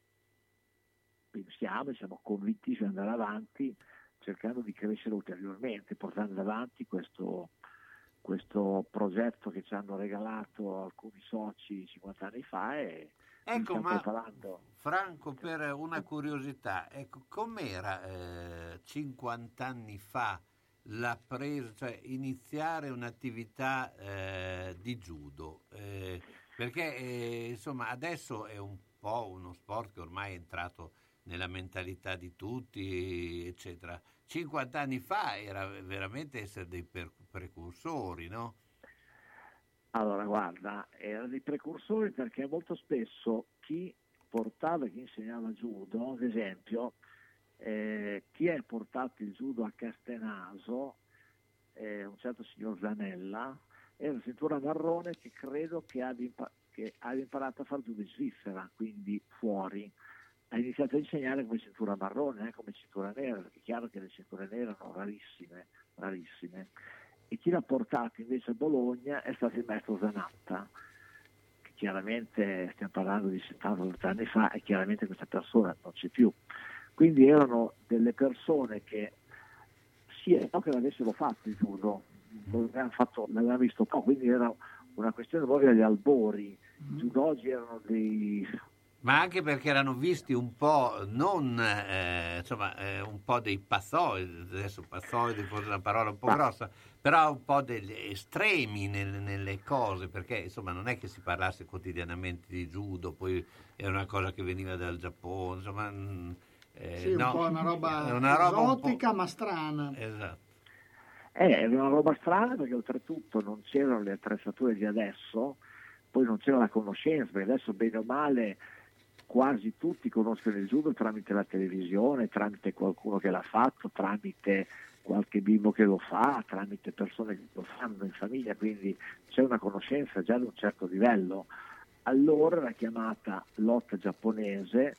pensiamo e siamo convinti di andare avanti cercando di crescere ulteriormente, portando avanti questo, questo progetto che ci hanno regalato alcuni soci cinquanta anni fa e ecco, ma preparando. Franco, per una curiosità, ecco, com'era eh, cinquanta anni fa la presa, cioè iniziare un'attività eh, di judo? Eh, Perché eh, insomma adesso è un po' uno sport che ormai è entrato nella mentalità di tutti, eccetera. cinquanta anni fa era veramente essere dei per- precursori, no? Allora guarda, erano dei precursori perché molto spesso chi portava, chi insegnava judo, ad esempio, eh, chi ha portato il judo a Castenaso, eh, un certo signor Zanella, è una cintura marrone che credo che abbia, impa- che abbia imparato a fare judo in Svizzera, quindi fuori. Ha iniziato a insegnare come cintura marrone, eh, come cintura nera, perché è chiaro che le cinture nere erano rarissime, rarissime. E chi l'ha portato invece a Bologna è stato il maestro Zanatta, che chiaramente stiamo parlando di settanta ottanta anni fa e chiaramente questa persona non c'è più. Quindi erano delle persone che sì, no che l'avessero fatto il judo, l'avevano fatto, l'avevano visto po', quindi era una questione proprio degli albori. I judogi erano dei... Ma anche perché erano visti un po', non, eh, insomma, eh, un po' dei pazzoidi, adesso pazzoidi forse è una parola un po' grossa, però un po' degli estremi nel, nelle cose, perché insomma non è che si parlasse quotidianamente di judo, poi era una cosa che veniva dal Giappone, insomma... Eh, sì, un no, po' una roba, una roba esotica ma strana. Esatto. Eh, era una roba strana perché oltretutto non c'erano le attrezzature di adesso, poi non c'era la conoscenza, perché adesso bene o male quasi tutti conoscono il judo tramite la televisione, tramite qualcuno che l'ha fatto, tramite qualche bimbo che lo fa, tramite persone che lo fanno in famiglia, quindi c'è una conoscenza già di un certo livello. Allora era chiamata lotta giapponese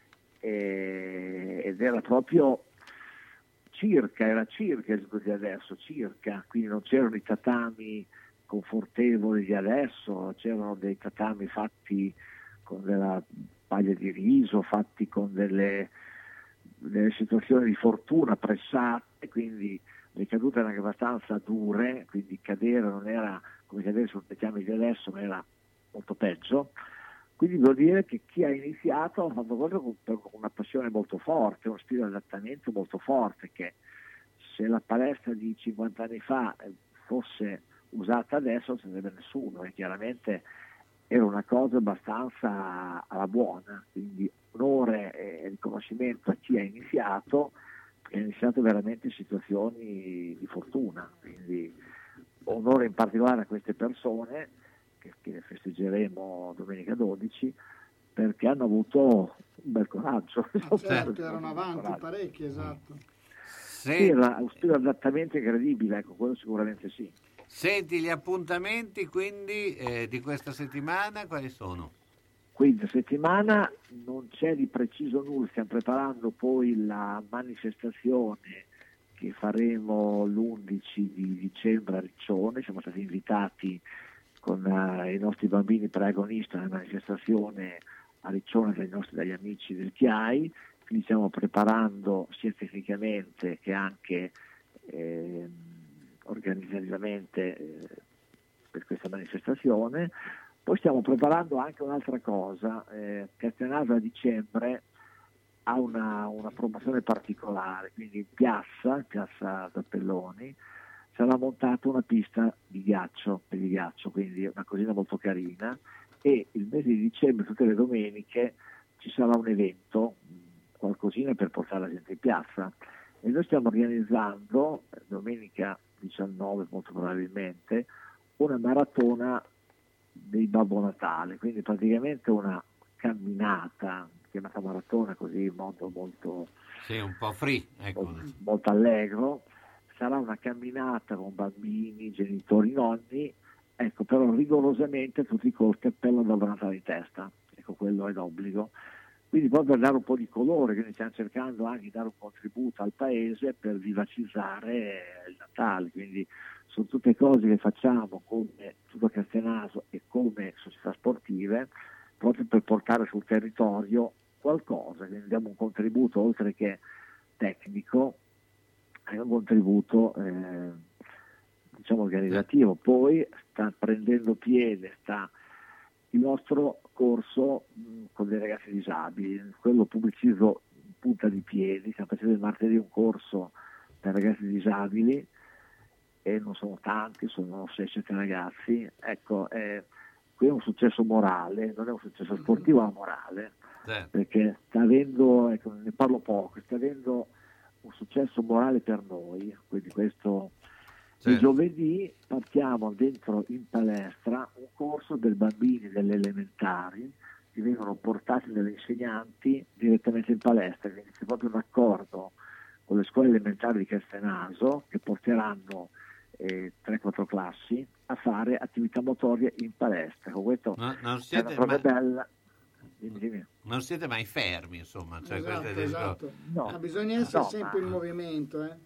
eh, ed era proprio circa, era circa il judo di adesso, circa, quindi non c'erano i tatami confortevoli di adesso, c'erano dei tatami fatti con della paglia di riso, fatti con delle, delle situazioni di fortuna pressate, quindi le cadute erano anche abbastanza dure, quindi cadere non era come cadere sul tatami di adesso, ma era molto peggio. Quindi vuol dire che chi ha iniziato ha fatto cose con, con una passione molto forte, uno spirito di adattamento molto forte, che se la palestra di cinquanta anni fa fosse usata adesso non ce ne sarebbe nessuno, e chiaramente era una cosa abbastanza alla buona, quindi onore e riconoscimento a chi ha iniziato, che ha iniziato veramente in situazioni di fortuna, quindi onore in particolare a queste persone che, che festeggeremo domenica dodici, perché hanno avuto un bel coraggio. Ah, certo, erano avanti parecchi, esatto. Se... Sì, era un spirito di adattamento incredibile, ecco, quello sicuramente sì. Senti, gli appuntamenti quindi eh, di questa settimana quali sono? Quinta settimana non c'è di preciso nulla, stiamo preparando poi la manifestazione che faremo l'undici di dicembre a Riccione. Siamo stati invitati con uh, i nostri bambini protagonisti alla manifestazione a Riccione dai nostri dagli amici del C H I A I, quindi stiamo preparando sia tecnicamente che anche eh, organizzativamente eh, per questa manifestazione. Poi stiamo preparando anche un'altra cosa, eh, Castenaso a dicembre ha una, una promozione particolare, quindi in piazza, in piazza Zappelloni, sarà montata una pista di ghiaccio, per il ghiaccio, quindi una cosina molto carina, e il mese di dicembre, tutte le domeniche, ci sarà un evento, qualcosina per portare la gente in piazza, e noi stiamo organizzando, domenica diciannove molto probabilmente, una maratona dei Babbo Natale, quindi praticamente una camminata, chiamata maratona così in modo molto, sì, un po' free, ecco. molto, molto allegro. Sarà una camminata con bambini, genitori, nonni, ecco, però rigorosamente tutti col cappello da Babbo Natale in testa, ecco, quello è d'obbligo. Quindi proprio per dare un po' di colore, quindi stiamo cercando anche di dare un contributo al paese per vivacizzare il Natale, quindi sono tutte cose che facciamo come tutto Castenaso e come società sportive, proprio per portare sul territorio qualcosa, quindi diamo un contributo oltre che tecnico, anche un contributo eh, diciamo organizzativo. Poi sta prendendo piede, sta il nostro corso mh, con dei ragazzi disabili, quello pubblicizzo in punta di piedi, stiamo facendo il martedì un corso per ragazzi disabili, e non sono tanti, sono sei sette ragazzi, ecco, eh, qui è un successo morale, non è un successo sportivo, ma morale, sì. Perché sta avendo, ecco, ne parlo poco, sta avendo un successo morale per noi, quindi questo... Sì. Il giovedì partiamo dentro in palestra un corso per bambini delle elementari che vengono portati dalle insegnanti direttamente in palestra, quindi c'è proprio un accordo con le scuole elementari di Castenaso che porteranno eh, tre quattro classi a fare attività motorie in palestra. Con questo no, non è siete una cosa mai... bella. Dimmi, dimmi. Non siete mai fermi, insomma. Cioè, esatto, questo è esatto. No. Ma bisogna essere No, sempre ma... in movimento. Eh.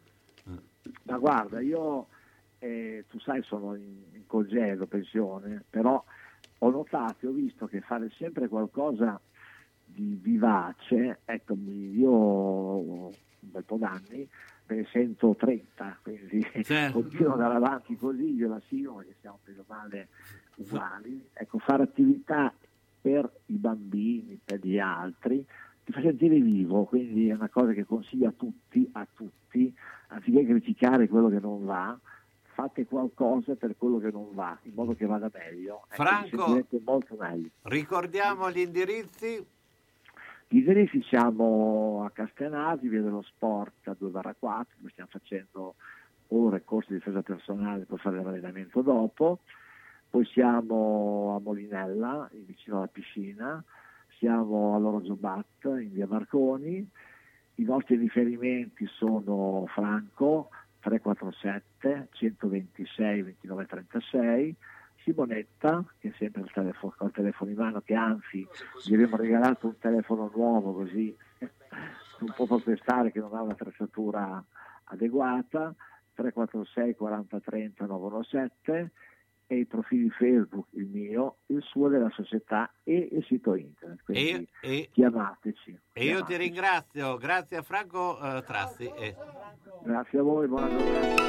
Ma guarda, io... Eh, tu sai, sono in, in congedo, pensione, però ho notato, ho visto che fare sempre qualcosa di vivace, ecco, io un bel po' d'anni me ne sento trenta, quindi certo. Continuo ad andare avanti così, io la sigo perché siamo più o male uguali, ecco, fare attività per i bambini, per gli altri, ti fa sentire vivo, quindi è una cosa che consiglio a tutti, a tutti, anziché criticare quello che non va, fate qualcosa per quello che non va, in modo che vada meglio. Franco, ecco, molto meglio. Ricordiamo gli indirizzi. Gli indirizzi siamo a Castenasi, via dello Sport a due barra quattro, dove stiamo facendo ore corsi di difesa personale per fare l'allenamento dopo. Poi siamo a Molinella, vicino alla piscina, siamo all'Orologio Bat in via Marconi. I nostri riferimenti sono Franco tre quattro sette centoventisei ventinove trentasei, Simonetta che è sempre il telefono, col telefono in mano, che anzi gli abbiamo regalato un telefono nuovo così non può protestare che non ha un'attrezzatura adeguata, tre quattro sei quaranta trenta novecentonosantosette, e i profili Facebook, il mio, il suo della società e il sito internet, quindi e, e, chiamateci. E io ti ringrazio, grazie a Franco uh, Trassi. E... Grazie a voi, buona giornata.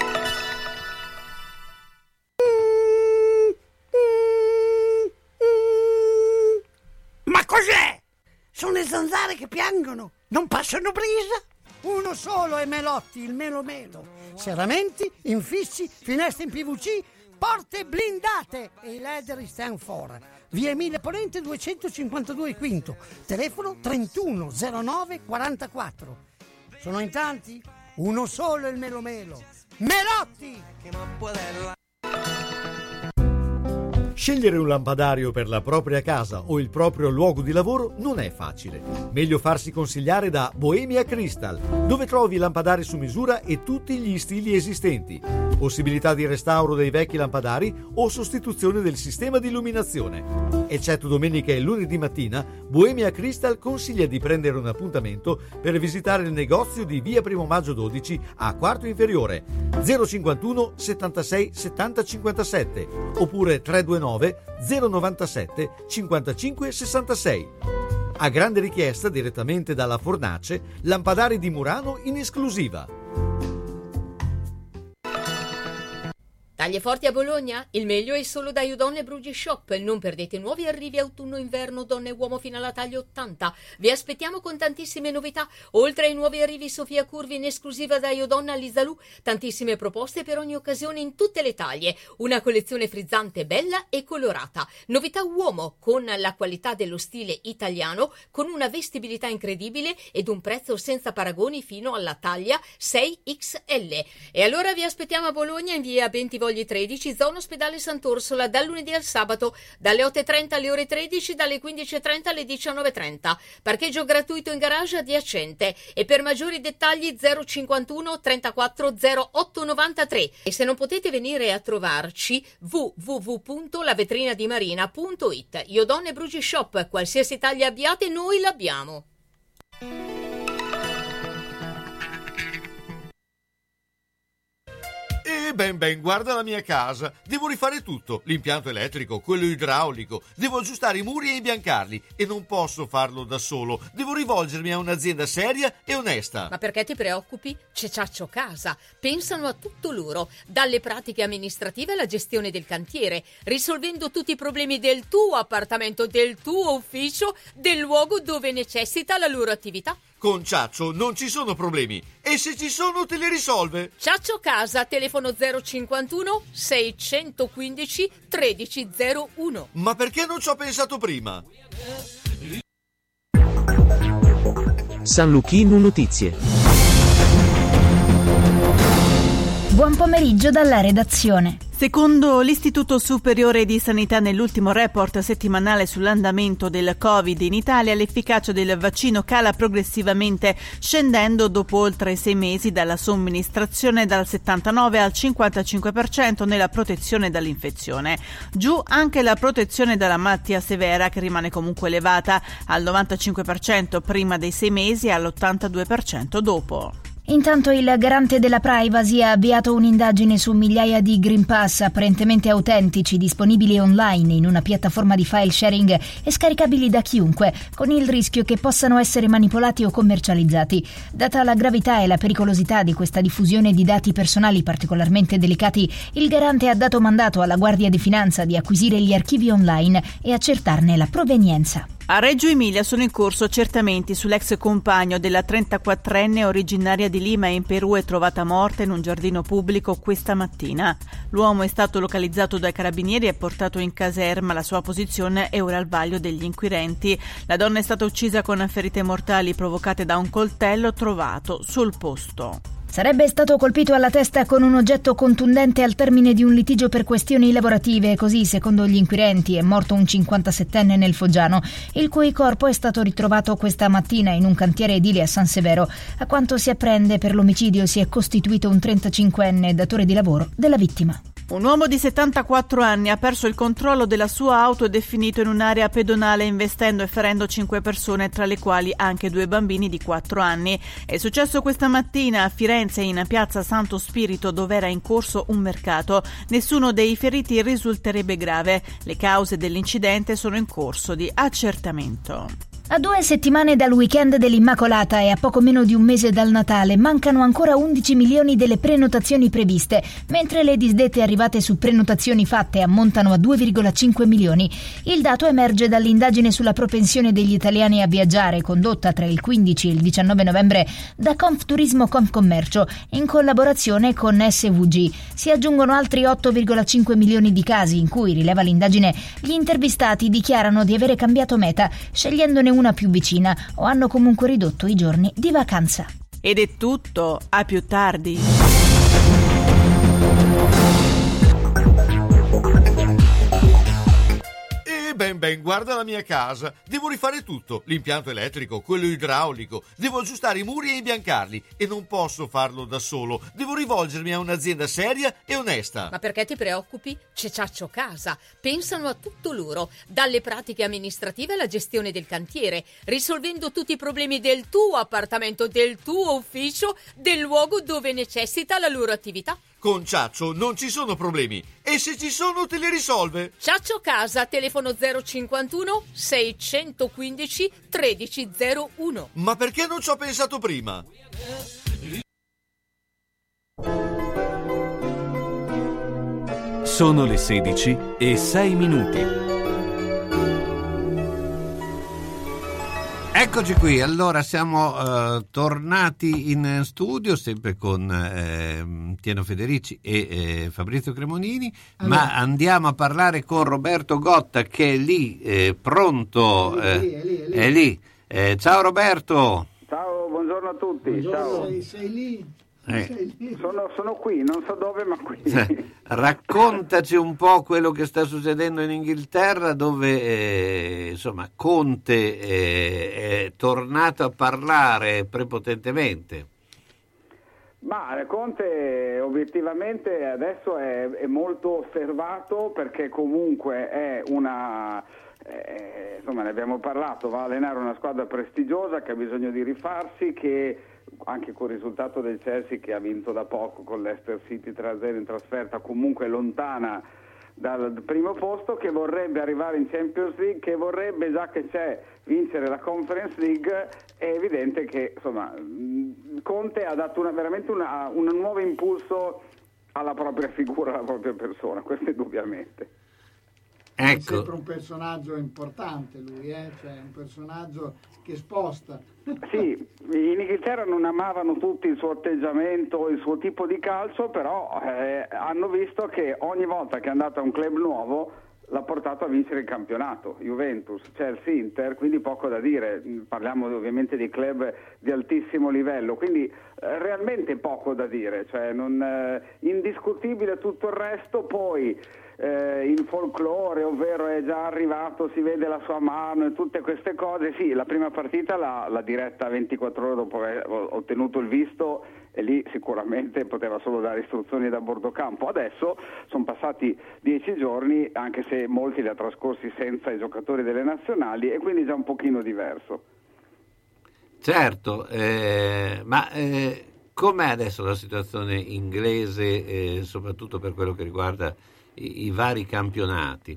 Sono le zanzare che piangono, non passano brisa. Uno solo è Melotti, il Melo Melo. Serramenti, infissi, finestre in P V C, porte blindate e i leder stand for. Via Emilia Ponente duecentocinquantadue Quinto, telefono trentuno zero nove quarantaquattro. Sono in tanti? Uno solo è il Melo Melo. Melotti! Scegliere un lampadario per la propria casa o il proprio luogo di lavoro non è facile. Meglio farsi consigliare da Bohemia Crystal, dove trovi lampadari su misura e tutti gli stili esistenti. Possibilità di restauro dei vecchi lampadari o sostituzione del sistema di illuminazione. Eccetto domenica e lunedì mattina, Bohemia Crystal consiglia di prendere un appuntamento per visitare il negozio di via Primo Maggio dodici a Quarto Inferiore, zero cinquantuno settantasei settanta cinquantasette oppure trecentonovantanove zero novantasette cinquantacinque sessantasei. A grande richiesta direttamente dalla Fornace, lampadari di Murano in esclusiva. Taglie forti a Bologna? Il meglio è solo da Iodonne Brugi Shop. Non perdete nuovi arrivi autunno-inverno donne e uomo fino alla taglia ottanta. Vi aspettiamo con tantissime novità. Oltre ai nuovi arrivi Sofia Curvi in esclusiva da Iodonna Lisalù, tantissime proposte per ogni occasione in tutte le taglie. Una collezione frizzante bella e colorata. Novità uomo con la qualità dello stile italiano, con una vestibilità incredibile ed un prezzo senza paragoni fino alla taglia sei X L. E allora vi aspettiamo a Bologna in via Bentivogli tredici, zona Ospedale Sant'Orsola, dal lunedì al sabato, dalle otto e trenta alle ore tredici, dalle quindici e trenta alle diciannove e trenta. Parcheggio gratuito in garage adiacente. E per maggiori dettagli zero cinquantuno trentaquattro zero otto novantatré. E se non potete venire a trovarci, w w w punto la vetrina di marina punto it. Iodonne Brugi Shop, qualsiasi taglia abbiate noi l'abbiamo. E ben ben, guarda la mia casa. Devo rifare tutto, l'impianto elettrico, quello idraulico. Devo aggiustare i muri e imbiancarli e non posso farlo da solo. Devo rivolgermi a un'azienda seria e onesta. Ma perché ti preoccupi? C'è Ciaccio Casa. Pensano a tutto loro, dalle pratiche amministrative alla gestione del cantiere, risolvendo tutti i problemi del tuo appartamento, del tuo ufficio, del luogo dove necessita la loro attività. Con Ciaccio non ci sono problemi e se ci sono te li risolve. Ciaccio Casa, telefono zero cinquantuno seicentoquindici tredici zero uno. Ma perché non ci ho pensato prima? San Luchino Notizie. Buon pomeriggio dalla redazione. Secondo l'Istituto Superiore di Sanità, nell'ultimo report settimanale sull'andamento del Covid in Italia, l'efficacia del vaccino cala progressivamente, scendendo dopo oltre sei mesi dalla somministrazione dal settantanove al cinquantacinque per cento nella protezione dall'infezione. Giù anche la protezione dalla malattia severa, che rimane comunque elevata, al novantacinque per cento prima dei sei mesi e all'ottantadue per cento dopo. Intanto il garante della privacy ha avviato un'indagine su migliaia di Green Pass apparentemente autentici disponibili online in una piattaforma di file sharing e scaricabili da chiunque, con il rischio che possano essere manipolati o commercializzati. Data la gravità e la pericolosità di questa diffusione di dati personali particolarmente delicati, il garante ha dato mandato alla Guardia di Finanza di acquisire gli archivi online e accertarne la provenienza. A Reggio Emilia sono in corso accertamenti sull'ex compagno della trentaquattrenne originaria di Lima in Perù e trovata morta in un giardino pubblico questa mattina. L'uomo è stato localizzato dai carabinieri e portato in caserma. La sua posizione è ora al vaglio degli inquirenti. La donna è stata uccisa con ferite mortali provocate da un coltello trovato sul posto. Sarebbe stato colpito alla testa con un oggetto contundente al termine di un litigio per questioni lavorative. Così, secondo gli inquirenti, è morto un cinquantasettenne nel Foggiano, il cui corpo è stato ritrovato questa mattina in un cantiere edile a San Severo. A quanto si apprende, per l'omicidio si è costituito un trentacinquenne datore di lavoro della vittima. Un uomo di settantaquattro anni ha perso il controllo della sua auto e è finito in un'area pedonale investendo e ferendo cinque persone, tra le quali anche due bambini di quattro anni. È successo questa mattina a Firenze, in piazza Santo Spirito, dove era in corso un mercato. Nessuno dei feriti risulterebbe grave. Le cause dell'incidente sono in corso di accertamento. A due settimane dal weekend dell'Immacolata e a poco meno di un mese dal Natale mancano ancora undici milioni delle prenotazioni previste, mentre le disdette arrivate su prenotazioni fatte ammontano a due virgola cinque milioni. Il dato emerge dall'indagine sulla propensione degli italiani a viaggiare condotta tra il quindici e il diciannove novembre da Confturismo Confcommercio in collaborazione con S V G. Si aggiungono altri otto virgola cinque milioni di casi in cui, rileva l'indagine, gli intervistati dichiarano di avere cambiato meta, scegliendone una più vicina o hanno comunque ridotto i giorni di vacanza. Ed è tutto, a più tardi. Ben ben, guarda la mia casa. Devo rifare tutto, l'impianto elettrico, quello idraulico. Devo aggiustare i muri e imbiancarli e non posso farlo da solo. Devo rivolgermi a un'azienda seria e onesta. Ma perché ti preoccupi? C'è Ciaccio Casa. Pensano a tutto loro, dalle pratiche amministrative alla gestione del cantiere, risolvendo tutti i problemi del tuo appartamento, del tuo ufficio, del luogo dove necessita la loro attività. Con Ciaccio non ci sono problemi e se ci sono te li risolve. Ciaccio Casa, telefono zero cinquantuno seicentoquindici tredici zero uno. Ma perché non ci ho pensato prima? Sono le sedici e sei minuti. Eccoci qui, allora siamo uh, tornati in studio sempre con eh, Tieno Federici e eh, Fabrizio Cremonini, allora, ma andiamo a parlare con Roberto Gotta che è lì, eh, pronto, è lì, è lì, è lì. È lì. Eh, ciao Roberto. Ciao, buongiorno a tutti. Buongiorno. Ciao. Sei, sei lì? Eh. Sono, sono qui, non so dove, ma qui. Raccontaci un po' quello che sta succedendo in Inghilterra, dove eh, insomma Conte eh, è tornato a parlare prepotentemente. Ma Conte obiettivamente adesso è, è molto osservato perché comunque è una... Eh, insomma, ne abbiamo parlato, va a allenare una squadra prestigiosa che ha bisogno di rifarsi, che anche col risultato del Chelsea che ha vinto da poco con l'Leicester City tre a zero in trasferta, comunque lontana dal primo posto, che vorrebbe arrivare in Champions League, che vorrebbe, già che c'è, vincere la Conference League. È evidente che insomma Conte ha dato una, veramente una, un nuovo impulso alla propria figura, alla propria persona, questo indubbiamente. Ecco. È sempre un personaggio importante lui, eh? Cioè un personaggio che sposta. Sì, in Inghilterra non amavano tutti il suo atteggiamento, il suo tipo di calcio, però eh, hanno visto che ogni volta che è andato a un club nuovo l'ha portato a vincere il campionato, Juventus, Chelsea, Inter, quindi poco da dire, parliamo ovviamente di club di altissimo livello, quindi eh, realmente poco da dire, cioè non, eh, indiscutibile tutto il resto, poi eh, il folklore, ovvero è già arrivato, si vede la sua mano e tutte queste cose. Sì, la prima partita l'ha, l'ha diretta ventiquattro ore dopo aver ottenuto il visto e lì sicuramente poteva solo dare istruzioni da bordo campo. Adesso sono passati dieci giorni, anche se molti li ha trascorsi senza i giocatori delle nazionali, e quindi già un pochino diverso. Certo, eh, ma eh, com'è adesso la situazione inglese, eh, soprattutto per quello che riguarda i, i vari campionati?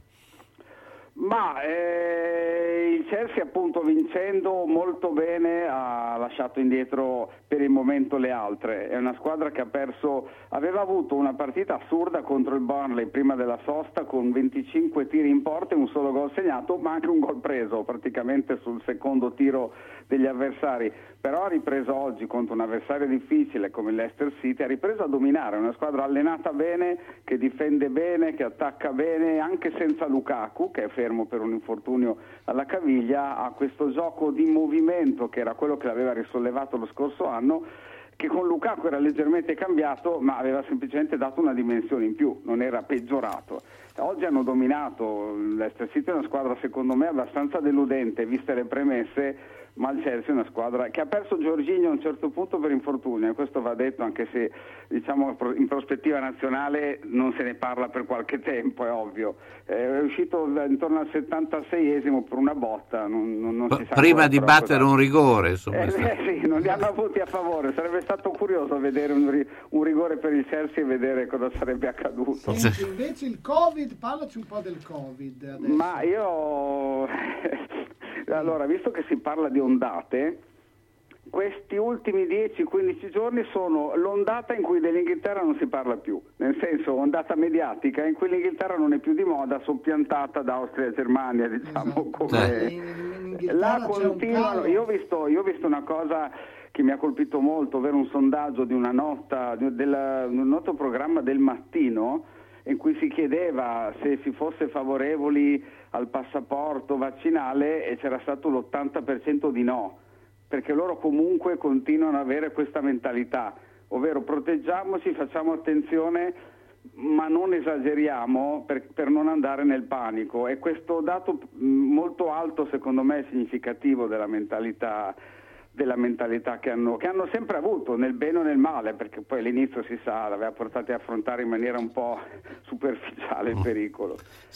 Ma eh, il Chelsea, appunto, vincendo molto bene, ha lasciato indietro per il momento le altre. È una squadra che ha perso, aveva avuto una partita assurda contro il Burnley prima della sosta con venticinque tiri in porta e un solo gol segnato, ma anche un gol preso praticamente sul secondo tiro degli avversari. Però ha ripreso oggi contro un avversario difficile come il Leicester City, ha ripreso a dominare, è una squadra allenata bene, che difende bene, che attacca bene, anche senza Lukaku, che è fermo per un infortunio alla caviglia, ha questo gioco di movimento che era quello che l'aveva risollevato lo scorso anno, che con Lukaku era leggermente cambiato, ma aveva semplicemente dato una dimensione in più, non era peggiorato. Oggi hanno dominato, l'Leicester City è una squadra secondo me abbastanza deludente, viste le premesse, ma il Chelsea è una squadra che ha perso Jorginho a un certo punto per infortunio, e questo va detto, anche se diciamo in prospettiva nazionale non se ne parla per qualche tempo, è ovvio. È uscito intorno al settantaseiesimo per una botta, non, non, non si sa prima di battere cosa... un rigore, insomma. Eh, eh, sì, non li hanno avuti a favore, sarebbe stato curioso vedere un, ri... un rigore per il Chelsea e vedere cosa sarebbe accaduto. Senti, invece il Covid, parlaci un po' del Covid adesso. Ma io Allora, visto che si parla di ondate, questi ultimi dieci quindici giorni sono l'ondata in cui dell'Inghilterra non si parla più, nel senso ondata mediatica in cui l'Inghilterra non è più di moda, soppiantata da Austria e Germania, diciamo, come là continuano. Io ho visto, io ho visto una cosa che mi ha colpito molto, ovvero un sondaggio di una nota di del, un noto programma del Mattino in cui si chiedeva se si fosse favorevoli al passaporto vaccinale e c'era stato l'ottanta per cento di no, perché loro comunque continuano ad avere questa mentalità, ovvero proteggiamoci, facciamo attenzione, ma non esageriamo per, per non andare nel panico. E questo dato molto alto secondo me è significativo della mentalità della mentalità che hanno, che hanno sempre avuto, nel bene o nel male, perché poi all'inizio si sa, l'aveva portati a affrontare in maniera un po' superficiale il pericolo.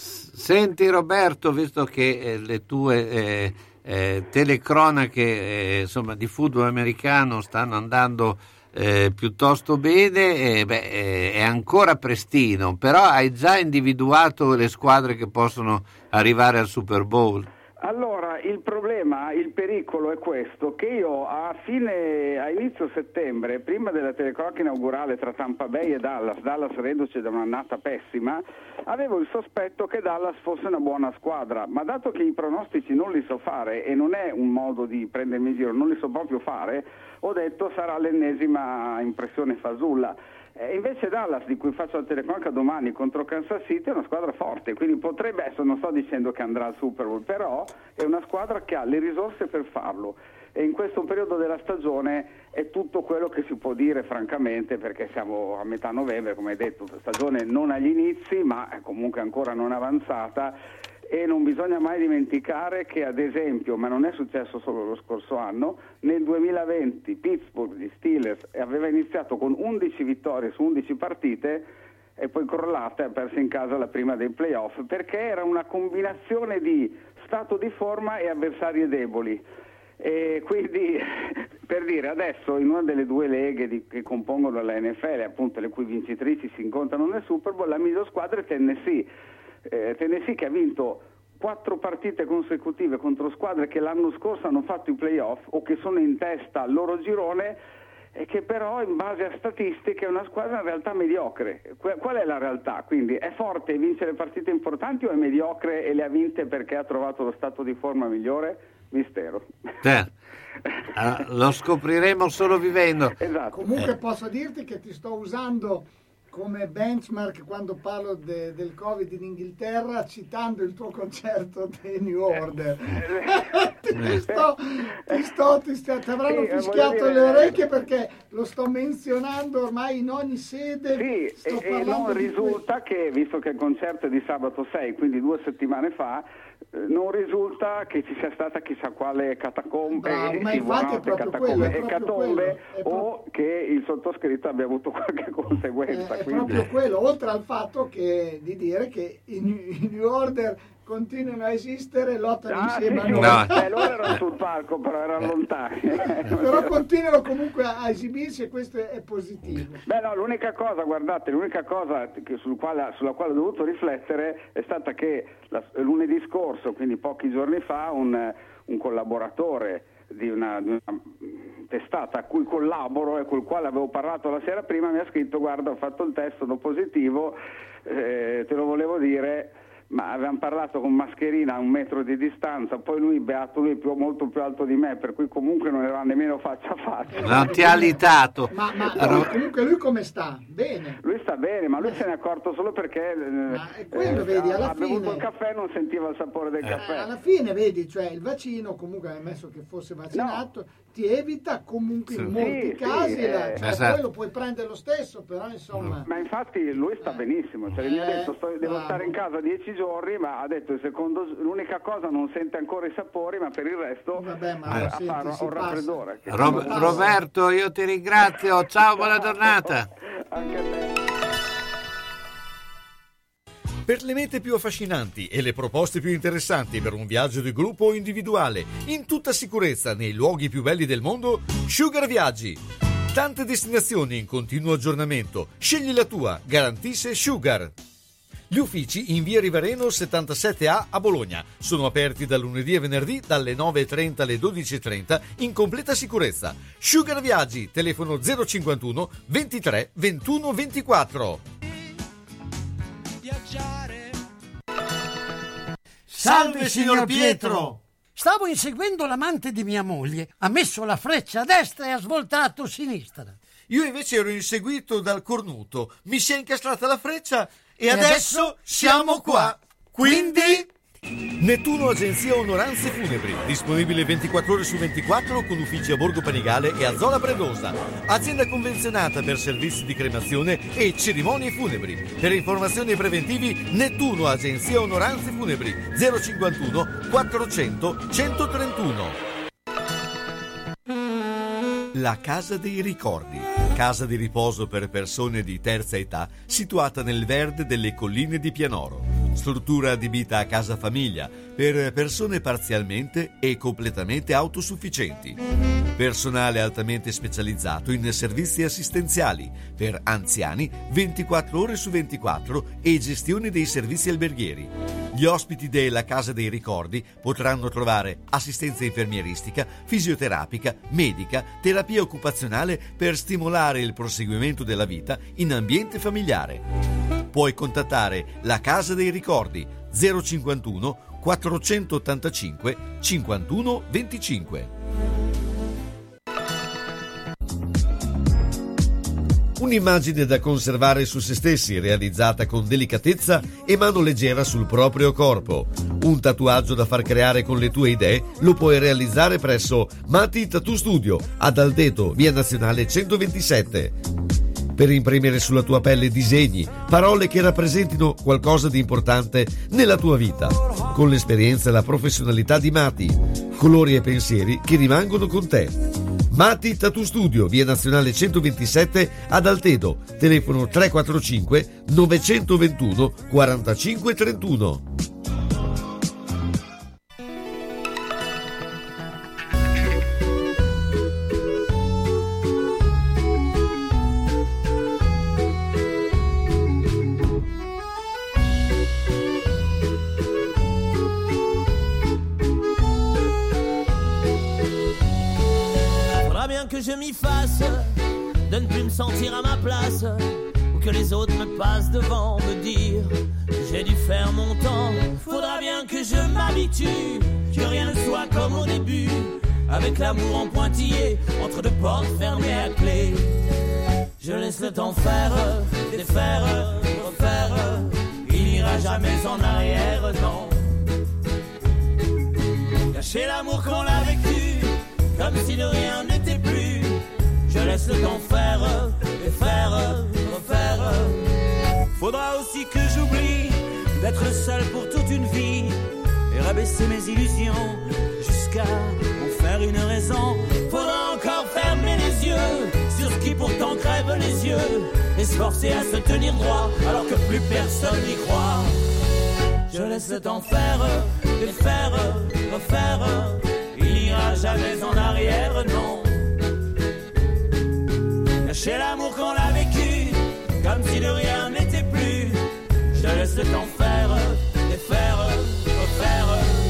Senti Roberto, visto che eh, le tue eh, eh, telecronache eh, insomma, di football americano stanno andando eh, piuttosto bene, eh, beh, eh, è ancora prestino, però hai già individuato le squadre che possono arrivare al Super Bowl? Allora, il problema, il pericolo è questo, che io a fine, a inizio settembre, prima della telecronaca inaugurale tra Tampa Bay e Dallas, Dallas reduce da un'annata pessima, avevo il sospetto che Dallas fosse una buona squadra, ma dato che i pronostici non li so fare, e non è un modo di prendermi in giro, non li so proprio fare, ho detto sarà l'ennesima impressione fasulla. E invece Dallas, di cui faccio la telecronaca domani contro Kansas City, è una squadra forte, quindi potrebbe essere, non sto dicendo che andrà al Super Bowl, però è una squadra che ha le risorse per farlo, e in questo periodo della stagione è tutto quello che si può dire francamente, perché siamo a metà novembre, come hai detto, stagione non agli inizi ma comunque ancora non avanzata. E non bisogna mai dimenticare che, ad esempio, ma non è successo solo lo scorso anno, nel duemilaventi Pittsburgh, gli Steelers, aveva iniziato con undici vittorie su undici partite e poi crollata e ha perso in casa la prima dei playoff, perché era una combinazione di stato di forma e avversari deboli. E quindi, per dire, adesso in una delle due leghe di, che compongono la N F L, appunto le cui vincitrici si incontrano nel Super Bowl, la miglior squadra è Tennessee. Eh, Tennessee che ha vinto quattro partite consecutive contro squadre che l'anno scorso hanno fatto i playoff o che sono in testa al loro girone, e che però in base a statistiche è una squadra in realtà mediocre. Qual è la realtà? Quindi è forte e vince le partite importanti, o è mediocre e le ha vinte perché ha trovato lo stato di forma migliore? Mistero. Eh, lo scopriremo solo vivendo. Esatto. Comunque eh. posso dirti che ti sto usando come benchmark quando parlo de, del Covid in Inghilterra, citando il tuo concerto dei New Order. ti, sto, ti sto, ti sto, ti avranno sì, fischiato dire... le orecchie perché lo sto menzionando ormai in ogni sede. Sì, sto e, e non risulta che, visto che il concerto è di sabato sei, quindi due settimane fa, non risulta che ci sia stata chissà quale catacombe, Bravo, ma infatti è proprio quello, è proprio ecatombe, quello, o che il sottoscritto abbia avuto qualche conseguenza. È, è quindi... proprio quello, oltre al fatto che di dire che i, i New Order continuano a esistere, lottano ah, insieme sì, a noi. No. Eh, loro erano sul palco, però erano lontani. Però continuano comunque a esibirsi, e questo è positivo. Beh no, l'unica cosa, guardate, l'unica cosa che sul quale, sulla quale ho dovuto riflettere è stata che la, lunedì scorso, quindi pochi giorni fa, un, un collaboratore di una, di una testata a cui collaboro e col quale avevo parlato la sera prima mi ha scritto: guarda, ho fatto il test, sono positivo, eh, te lo volevo dire. Ma avevamo parlato con mascherina a un metro di distanza, poi lui, beato lui, più, molto più alto di me, per cui comunque non era nemmeno faccia a faccia. Non ti ha litato. Ma, ma no, comunque lui come sta? Bene. Lui sta bene, ma lui se ne è accorto solo perché ma è quello, eh, vedi, alla ha fine... bevuto il caffè e non sentiva il sapore del eh. caffè. Alla fine, vedi, cioè il vaccino, comunque ammesso che fosse vaccinato, no. ti evita comunque in molti sì, casi, sì, la, eh. cioè, esatto. poi lo puoi prendere lo stesso, però insomma... Ma infatti lui sta benissimo, cioè, eh, mi ha detto sto, devo bravo. stare in casa dieci giorni, ma ha detto il secondo, l'unica cosa non sente ancora i sapori, ma per il resto Vabbè, ma ha, senti, ha un raffreddore. Ro- Roberto, io ti ringrazio, ciao, buona giornata. Anche a te. Per le mete più affascinanti e le proposte più interessanti per un viaggio di gruppo o individuale, in tutta sicurezza nei luoghi più belli del mondo, Sugar Viaggi. Tante destinazioni in continuo aggiornamento. Scegli la tua, garantisce Sugar. Gli uffici in via Rivareno settantasette A a Bologna. Sono aperti dal lunedì e venerdì dalle nove e trenta alle dodici e trenta in completa sicurezza. Sugar Viaggi, telefono zero cinquantuno ventitré ventuno ventiquattro. Salve signor Pietro! Stavo inseguendo l'amante di mia moglie. Ha messo la freccia a destra e ha svoltato a sinistra. Io invece ero inseguito dal cornuto. Mi si è incastrata la freccia e, E adesso, adesso siamo qua. Quindi... Nettuno Agenzia Onoranze Funebri, disponibile ventiquattro ore su ventiquattro con uffici a Borgo Panigale e a Zola Predosa. Azienda convenzionata per servizi di cremazione e cerimonie funebri. Per informazioni e preventivi Nettuno Agenzia Onoranze Funebri zero cinquantuno quattrocento centotrentuno. La Casa dei Ricordi, casa di riposo per persone di terza età, situata nel verde delle colline di Pianoro. Struttura adibita a casa famiglia per persone parzialmente e completamente autosufficienti. Personale altamente specializzato in servizi assistenziali per anziani ventiquattro ore su ventiquattro e gestione dei servizi alberghieri. Gli ospiti della Casa dei Ricordi potranno trovare assistenza infermieristica, fisioterapica, medica, terapia occupazionale per stimolare il proseguimento della vita in ambiente familiare. Puoi contattare la Casa dei Ricordi zero cinquantuno quattrocentottantacinque cinquantuno venticinque. Un'immagine da conservare su se stessi, realizzata con delicatezza e mano leggera sul proprio corpo. Un tatuaggio da far creare con le tue idee lo puoi realizzare presso Matti Tattoo Studio ad Aldeto, via Nazionale centoventisette. Per imprimere sulla tua pelle disegni, parole che rappresentino qualcosa di importante nella tua vita. Con l'esperienza e la professionalità di Matti, colori e pensieri che rimangono con te. Matti Tattoo Studio, via Nazionale centoventisette ad Altedo, telefono tre quattro cinque nove due uno quarantacinque trentuno. Que je m'y fasse, de ne plus me sentir à ma place, ou que les autres me passent devant, me dire j'ai dû faire mon temps. Faudra bien que je m'habitue, que rien ne soit comme au début, avec l'amour en pointillé, entre deux portes fermées à clé. Je laisse le temps faire, défaire, refaire, il n'ira jamais en arrière, non. Cacher l'amour qu'on a vécu, comme si de rien n'était plus. Je laisse le temps faire, et faire, refaire. Faudra aussi que j'oublie d'être le seul pour toute une vie, et rabaisser mes illusions jusqu'à en faire une raison. Faudra encore fermer les yeux sur ce qui pourtant crève les yeux, et se forcer à se tenir droit alors que plus personne n'y croit. Je laisse le temps faire, et faire, refaire. Il n'ira jamais en arrière, non. Cacher l'amour qu'on a vécu, comme si de rien n'était plus. Je laisse le temps faire, et faire, refaire.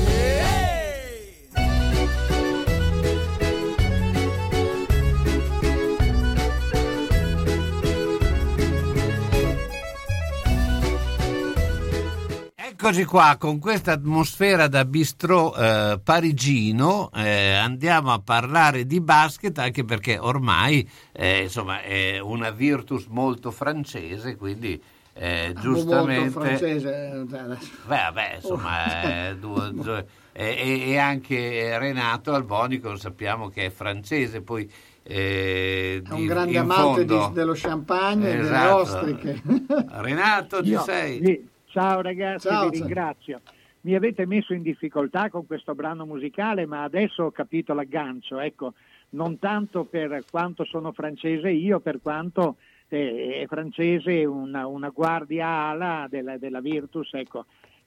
Eccoci qua con questa atmosfera da bistrò eh, parigino, eh, andiamo a parlare di basket, anche perché ormai eh, insomma è una virtus molto francese, quindi eh, giustamente molto francese. Beh, vabbè, insomma eh, due, due, e, e anche Renato Albonico sappiamo che è francese, poi eh, è un di, grande in amante fondo, di, dello champagne e delle esatto. ostriche. Renato, ci Io, sei? sì. Ciao ragazzi, Ciao, vi ciao. ringrazio. Mi avete messo in difficoltà con questo brano musicale, ma adesso ho capito l'aggancio, ecco, non tanto per quanto sono francese io, per quanto eh, è francese una, una guardia ala della, della Virtus, ecco,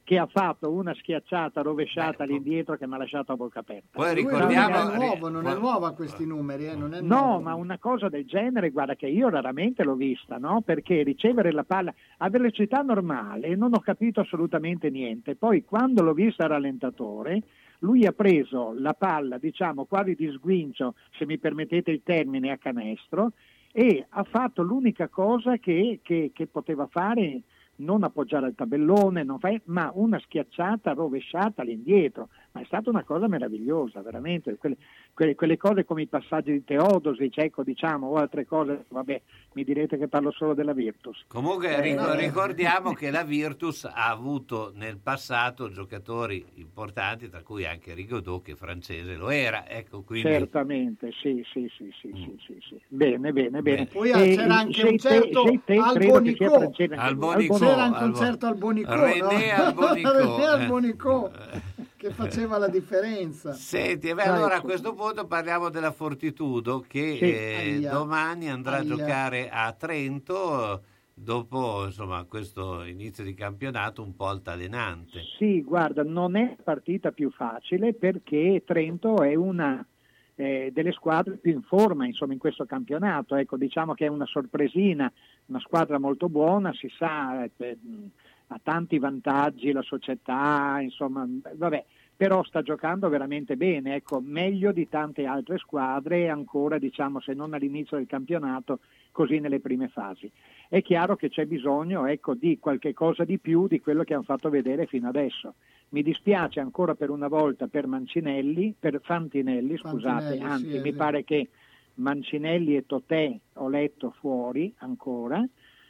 che ha fatto una schiacciata rovesciata all'indietro che mi ha lasciato a bocca aperta. Poi Lui ricordiamo... non è nuovo, non è nuovo a questi numeri, eh, non è No, nuovo. ma una cosa del genere, guarda che io raramente l'ho vista, no? Perché ricevere la palla a velocità normale non ho capito assolutamente niente. Poi quando l'ho vista a rallentatore, lui ha preso la palla, diciamo, quasi di sguincio, se mi permettete il termine, a canestro, e ha fatto l'unica cosa che, che, che poteva fare, non appoggiare il tabellone, non fai, ma una schiacciata rovesciata all'indietro. Ma è stata una cosa meravigliosa, veramente. Quelle, quelle, quelle cose come i passaggi di Teodosic, ecco, diciamo, o altre cose, vabbè, mi direte che parlo solo della Virtus. Comunque Eh, ric- no. ricordiamo che la Virtus ha avuto nel passato giocatori importanti, tra cui anche Rigaudot, che francese lo era. Ecco, quindi... Certamente, sì, sì, sì, sì, sì, sì, sì. Bene, bene, bene. Poi E c'era anche un Jeté- certo Jeté credo che sia Albonicò. francese anche lui. Albonicò. C'era anche un Albo- certo Albonicò, René no? Albonicò. René Albonicò, che faceva la differenza. Senti, beh, Dai, allora a ecco. questo punto parliamo della Fortitudo che Sì. eh, Aia. domani andrà Aia. a giocare a Trento dopo insomma questo inizio di campionato un po' altalenante. Sì, guarda, non è la partita più facile perché Trento è una eh, delle squadre più in forma, insomma, in questo campionato. Ecco, diciamo che è una sorpresina, una squadra molto buona, si sa, eh, ha tanti vantaggi la società, insomma, vabbè, però sta giocando veramente bene, ecco, meglio di tante altre squadre ancora, diciamo, se non all'inizio del campionato, così nelle prime fasi. È chiaro che c'è bisogno, ecco, di qualche cosa di più di quello che hanno fatto vedere fino adesso. Mi dispiace ancora per una volta per Mancinelli, per Fantinelli, scusate, Fantinelli, anzi sì, è mi vero. pare che Mancinelli e Totè ho letto fuori ancora,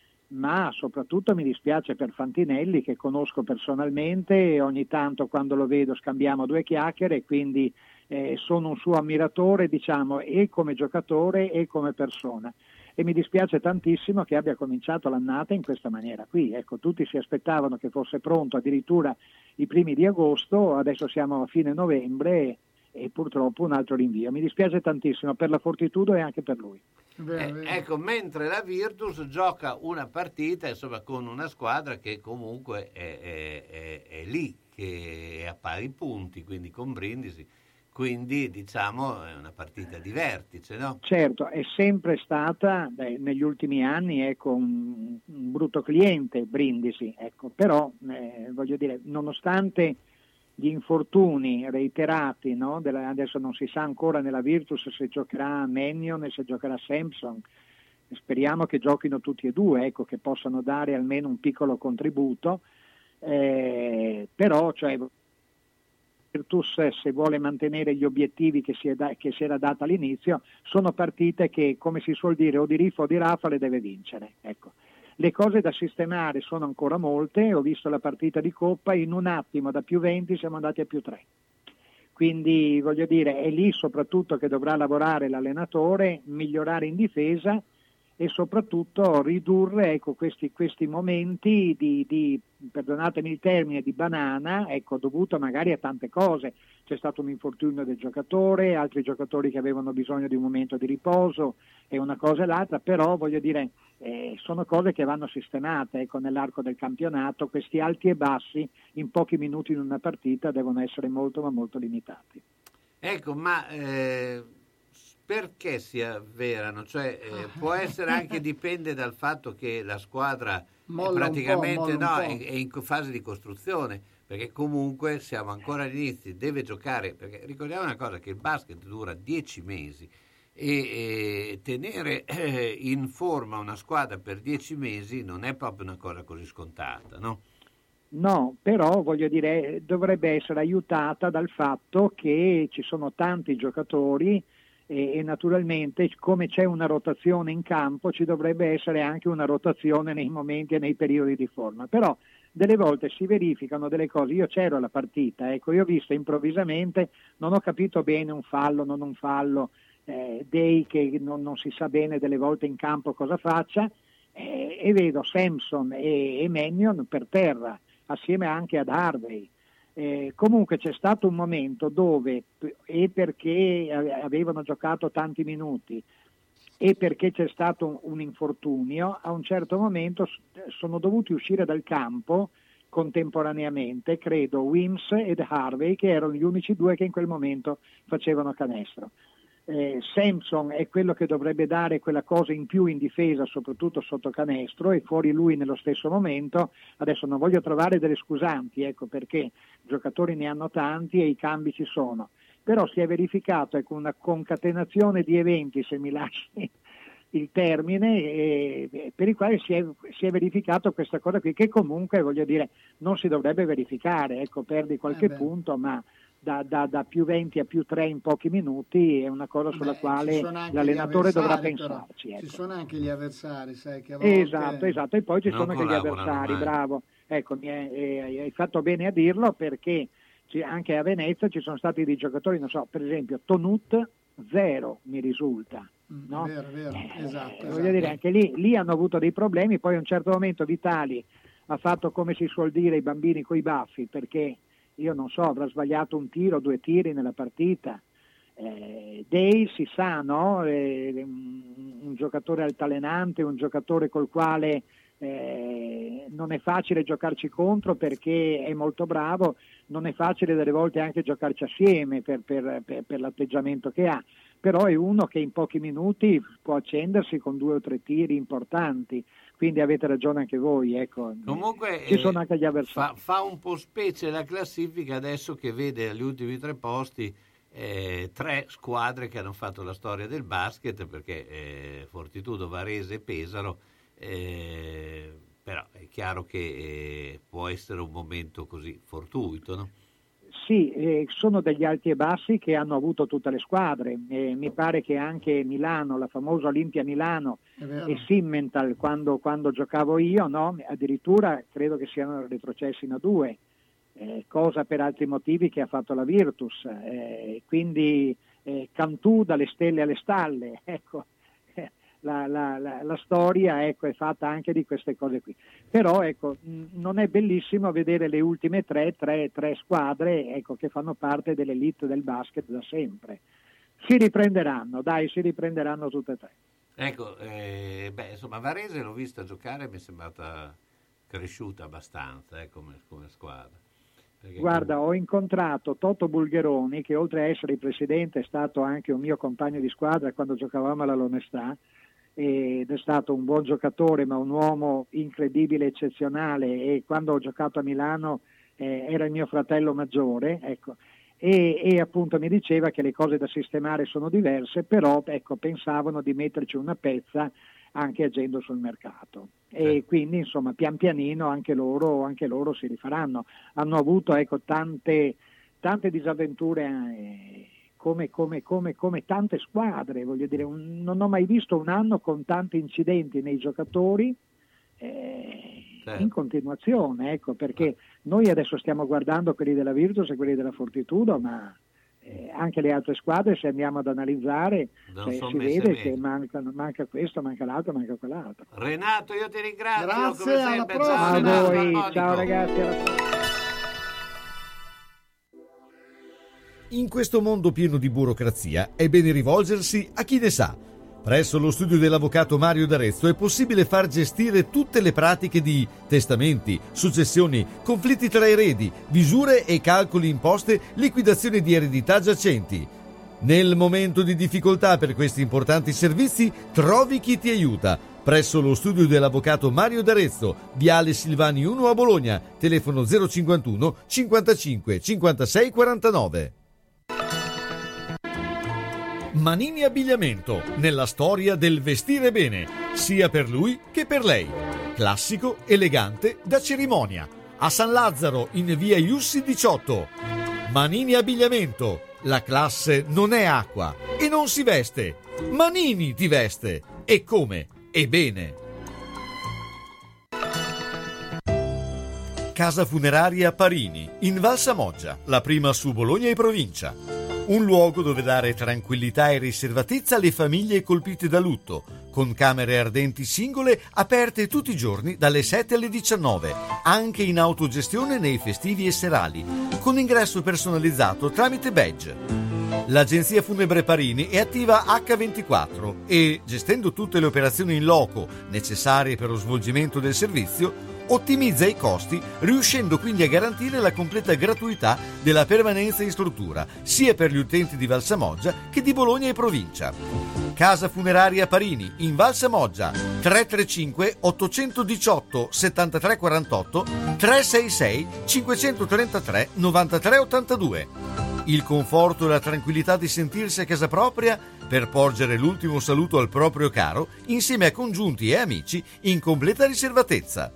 ma soprattutto mi dispiace per Fantinelli che conosco personalmente e ogni tanto quando lo vedo scambiamo due chiacchiere e quindi eh, sono un suo ammiratore, diciamo, e come giocatore e come persona. E mi dispiace tantissimo che abbia cominciato l'annata in questa maniera qui. Ecco, tutti si aspettavano che fosse pronto addirittura i primi di agosto, adesso siamo a fine novembre e, e purtroppo un altro rinvio. Mi dispiace tantissimo per la Fortitudo e anche per lui. Eh, ecco, mentre la Virtus gioca una partita insomma con una squadra che comunque è, è, è, è lì, che è a pari punti, quindi con Brindisi. Quindi diciamo è una partita di vertice, no? Certo, è sempre stata beh, negli ultimi anni ecco, un, un brutto cliente Brindisi, ecco, però eh, voglio dire, nonostante gli infortuni reiterati, no, della, adesso non si sa ancora nella Virtus se giocherà Mannion e se giocherà Sampson, speriamo che giochino tutti e due, ecco, che possano dare almeno un piccolo contributo, eh, però cioè, Virtus, se vuole mantenere gli obiettivi che si, è da, che si era data all'inizio, sono partite che, come si suol dire, o di riffa o di raffa le deve vincere. Ecco. Le cose da sistemare sono ancora molte, ho visto la partita di Coppa, in un attimo da più venti siamo andati a più tre. Quindi voglio dire, è lì soprattutto che dovrà lavorare l'allenatore, migliorare in difesa e soprattutto ridurre ecco, questi, questi momenti di, di, perdonatemi il termine, di banana, ecco, dovuto magari a tante cose. C'è stato un infortunio del giocatore, altri giocatori che avevano bisogno di un momento di riposo e una cosa e l'altra, però voglio dire, eh, sono cose che vanno sistemate ecco, nell'arco del campionato, questi alti e bassi in pochi minuti in una partita devono essere molto ma molto limitati. Ecco, ma... Eh... perché si avverano? Cioè, eh, può essere anche dipende dal fatto che la squadra Molla è praticamente un po', no, molla è, un po'. è in fase di costruzione, perché comunque siamo ancora all'inizio, deve giocare, perché ricordiamo una cosa, che il basket dura dieci mesi e, e tenere eh, in forma una squadra per dieci mesi non è proprio una cosa così scontata, no? No, però voglio dire, dovrebbe essere aiutata dal fatto che ci sono tanti giocatori e, e naturalmente come c'è una rotazione in campo ci dovrebbe essere anche una rotazione nei momenti e nei periodi di forma, però delle volte si verificano delle cose, io c'ero alla partita, ecco, io ho visto improvvisamente, non ho capito bene un fallo, non un fallo, eh, Day che non, non si sa bene delle volte in campo cosa faccia, eh, e vedo Sampson e, e Mannion per terra, assieme anche ad Harvey. Eh, comunque c'è stato un momento dove, e perché avevano giocato tanti minuti e perché c'è stato un, un infortunio, a un certo momento sono dovuti uscire dal campo contemporaneamente, credo, Wims ed Harvey, che erano gli unici due che in quel momento facevano canestro. Eh, Sampson è quello che dovrebbe dare quella cosa in più in difesa, soprattutto sotto canestro, e fuori lui nello stesso momento. Adesso non voglio trovare delle scusanti, ecco, perché giocatori ne hanno tanti e i cambi ci sono, però si è verificato, ecco, una concatenazione di eventi, se mi lasci il termine, eh, per i quali si è, si è verificato questa cosa qui, che comunque, voglio dire, non si dovrebbe verificare, ecco, perdi qualche Eh beh. punto, ma Da, da, da più venti a più tre in pochi minuti è una cosa sulla Beh, quale ci sono anche l'allenatore gli dovrà avversari, però. pensarci. Ecco. Ci sono anche gli avversari, sai che a volte... Esatto, esatto, e poi ci Non sono anche gli collaborano avversari, mai. bravo. Ecco, mi è- è- hai fatto bene a dirlo, perché ci- anche a Venezia ci sono stati dei giocatori, non so, per esempio Tonut zero mi risulta. No? Vero, vero, esatto. Eh, voglio dire, esatto. anche lì, lì hanno avuto dei problemi, poi a un certo momento Vitali ha fatto, come si suol dire, i bambini coi baffi, perché io non so, avrà sbagliato un tiro, due tiri nella partita. Eh, Day si sa, no? Eh, un, un giocatore altalenante, un giocatore col quale eh, non è facile giocarci contro perché è molto bravo, non è facile delle volte anche giocarci assieme per, per, per, per l'atteggiamento che ha, però è uno che in pochi minuti può accendersi con due o tre tiri importanti, quindi avete ragione anche voi, ecco. Comunque ci eh, sono anche gli avversari. fa, fa un po' specie la classifica adesso che vede agli ultimi tre posti eh, tre squadre che hanno fatto la storia del basket, perché eh, Fortitudo, Varese e Pesaro, eh, però è chiaro che eh, può essere un momento così fortuito, no? Sì, eh, sono degli alti e bassi che hanno avuto tutte le squadre. Eh, mi pare che anche Milano, la famosa Olimpia Milano È vero. e Simmental, quando, quando giocavo io, no? Addirittura credo che siano retrocessi in A due, eh, cosa per altri motivi che ha fatto la Virtus. Eh, quindi eh, Cantù dalle stelle alle stalle, ecco. La, la, la, la storia, ecco, è fatta anche di queste cose qui, però ecco, mh, non è bellissimo vedere le ultime tre, tre, tre squadre, ecco, che fanno parte dell'elite del basket da sempre. Si riprenderanno, dai, si riprenderanno tutte e tre. Ecco, eh, beh, insomma, Varese l'ho vista giocare, mi è sembrata cresciuta abbastanza eh, come, come squadra. Perché Guarda, ho incontrato Toto Bulgheroni, che oltre a essere il presidente è stato anche un mio compagno di squadra quando giocavamo all'Onestà, ed è stato un buon giocatore, ma un uomo incredibile, eccezionale, e quando ho giocato a Milano eh, era il mio fratello maggiore, ecco, e, e appunto mi diceva che le cose da sistemare sono diverse, però ecco, pensavano di metterci una pezza anche agendo sul mercato, e quindi insomma pian pianino anche loro, anche loro si rifaranno. Hanno avuto, ecco, tante, tante disavventure eh, come, come, come, come tante squadre, voglio dire, un, non ho mai visto un anno con tanti incidenti nei giocatori eh, Certo. in continuazione, ecco, perché noi adesso stiamo guardando quelli della Virtus e quelli della Fortitudo, ma eh, anche le altre squadre, se andiamo ad analizzare, Non eh, son si messe vede bene. che manca, manca questo, manca l'altro, manca quell'altro. Renato, io ti ringrazio. Grazie, come alla sempre. prossima. Ciao, A Renato, voi, armonico. ciao ragazzi, alla prossima. In questo mondo pieno di burocrazia è bene rivolgersi a chi ne sa. Presso lo studio dell'avvocato Mario D'Arezzo è possibile far gestire tutte le pratiche di testamenti, successioni, conflitti tra eredi, visure e calcoli imposte, liquidazione di eredità giacenti. Nel momento di difficoltà per questi importanti servizi, trovi chi ti aiuta. Presso lo studio dell'avvocato Mario D'Arezzo, Viale Silvani uno a Bologna, telefono zero cinquantuno cinquantacinque cinquantasei quarantanove. Manini Abbigliamento, nella storia del vestire bene, sia per lui che per lei. Classico, elegante, da cerimonia. A San Lazzaro, in via Iussi diciotto. Manini Abbigliamento, la classe non è acqua e non si veste. Manini ti veste. E come? E bene. Casa funeraria Parini, in Val Samoggia, la prima su Bologna e provincia. Un luogo dove dare tranquillità e riservatezza alle famiglie colpite da lutto, con camere ardenti singole aperte tutti i giorni dalle sette alle diciannove, anche in autogestione nei festivi e serali, con ingresso personalizzato tramite badge. L'agenzia Funebre Parini è attiva acca ventiquattro e, gestendo tutte le operazioni in loco necessarie per lo svolgimento del servizio, ottimizza i costi, riuscendo quindi a garantire la completa gratuità della permanenza in struttura, sia per gli utenti di Valsamoggia che di Bologna e provincia. Casa Funeraria Parini, in Valsamoggia, tre tre cinque otto uno otto settantatré quarantotto, tre sei sei cinquecentotrentatré novantatré ottantadue. Il conforto e la tranquillità di sentirsi a casa propria per porgere l'ultimo saluto al proprio caro insieme a congiunti e amici in completa riservatezza.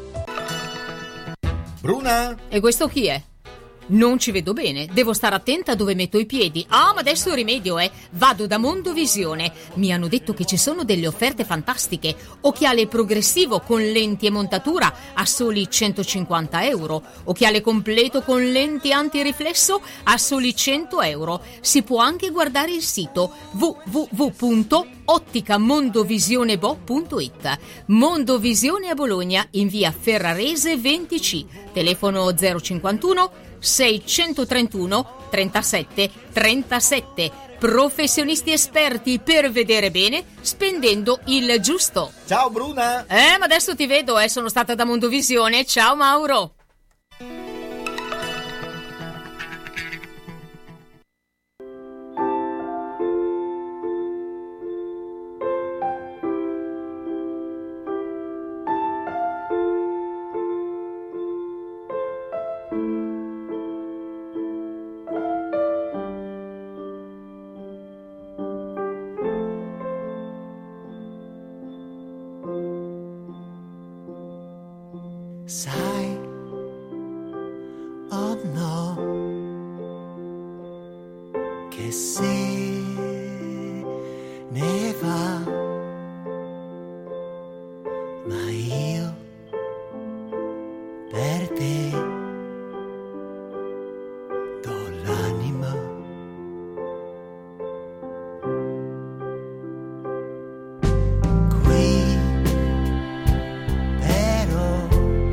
Bruna? E questo chi è? Non ci vedo bene, devo stare attenta dove metto i piedi. Ah, ma adesso il rimedio è: vado da Mondovisione. Mi hanno detto che ci sono delle offerte fantastiche. Occhiale progressivo con lenti e montatura a soli centocinquanta euro. Occhiale completo con lenti antiriflesso a soli cento euro. Si può anche guardare il sito w w w punto otticamondovisione bo punto it. Mondovisione a Bologna, in via Ferrarese venti C. Telefono zero cinquantuno seicentotrentuno trentasette trentasette. Professionisti esperti per vedere bene spendendo il giusto. Ciao Bruna. Eh, ma adesso ti vedo, eh, sono stata da Mondovisione. Ciao Mauro. Sai, oh no, che se ne va, ma io per te do l'anima. Qui però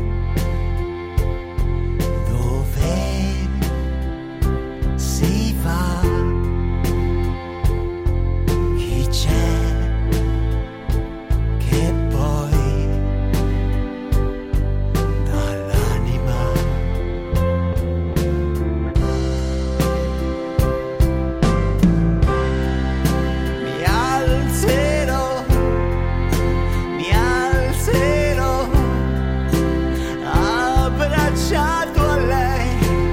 si va, chi c'è che poi dall'anima. Mi alzerò, mi alzerò, abbracciato a lei.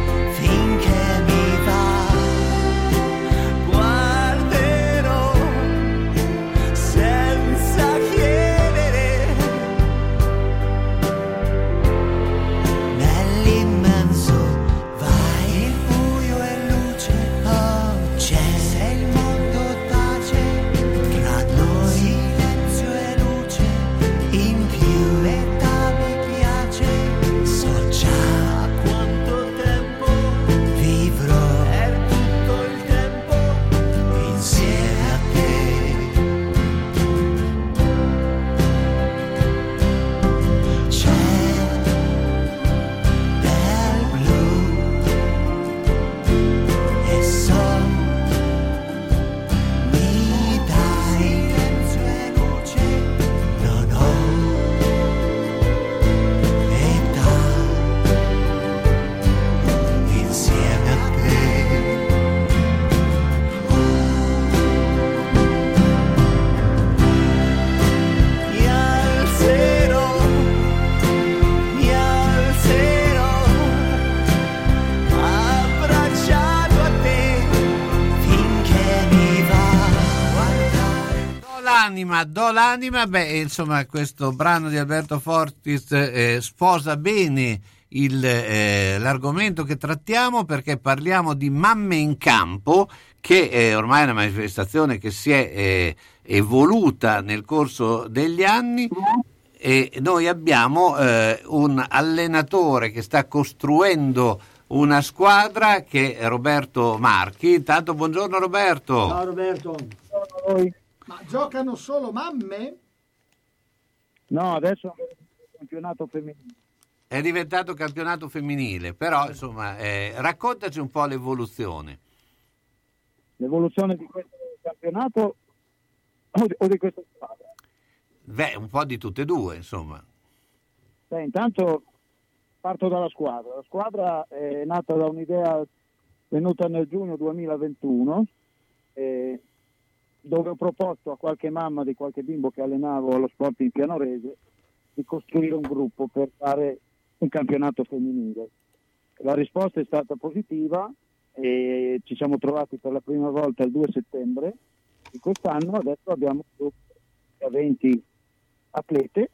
l'anima, do l'anima, beh, insomma, questo brano di Alberto Fortis eh, sposa bene il, eh, l'argomento che trattiamo, perché parliamo di Mamme in Campo, che è ormai una manifestazione che si è eh, evoluta nel corso degli anni, e noi abbiamo eh, un allenatore che sta costruendo una squadra, che è Roberto Marchi. Intanto buongiorno Roberto. Ciao Roberto. Ciao a voi. Ma giocano solo mamme? No, adesso è un campionato femminile. È diventato campionato femminile, però insomma eh, raccontaci un po' l'evoluzione. L'evoluzione di questo campionato o di, o di questa squadra? Beh, un po' di tutte e due, insomma. Beh, intanto parto dalla squadra. La squadra è nata da un'idea venuta nel giugno duemilaventuno, eh, dove ho proposto a qualche mamma di qualche bimbo che allenavo allo Sporting Pianorese di costruire un gruppo per fare un campionato femminile. La risposta è stata positiva e ci siamo trovati per la prima volta il due settembre di quest'anno. Adesso abbiamo un gruppo di venti atlete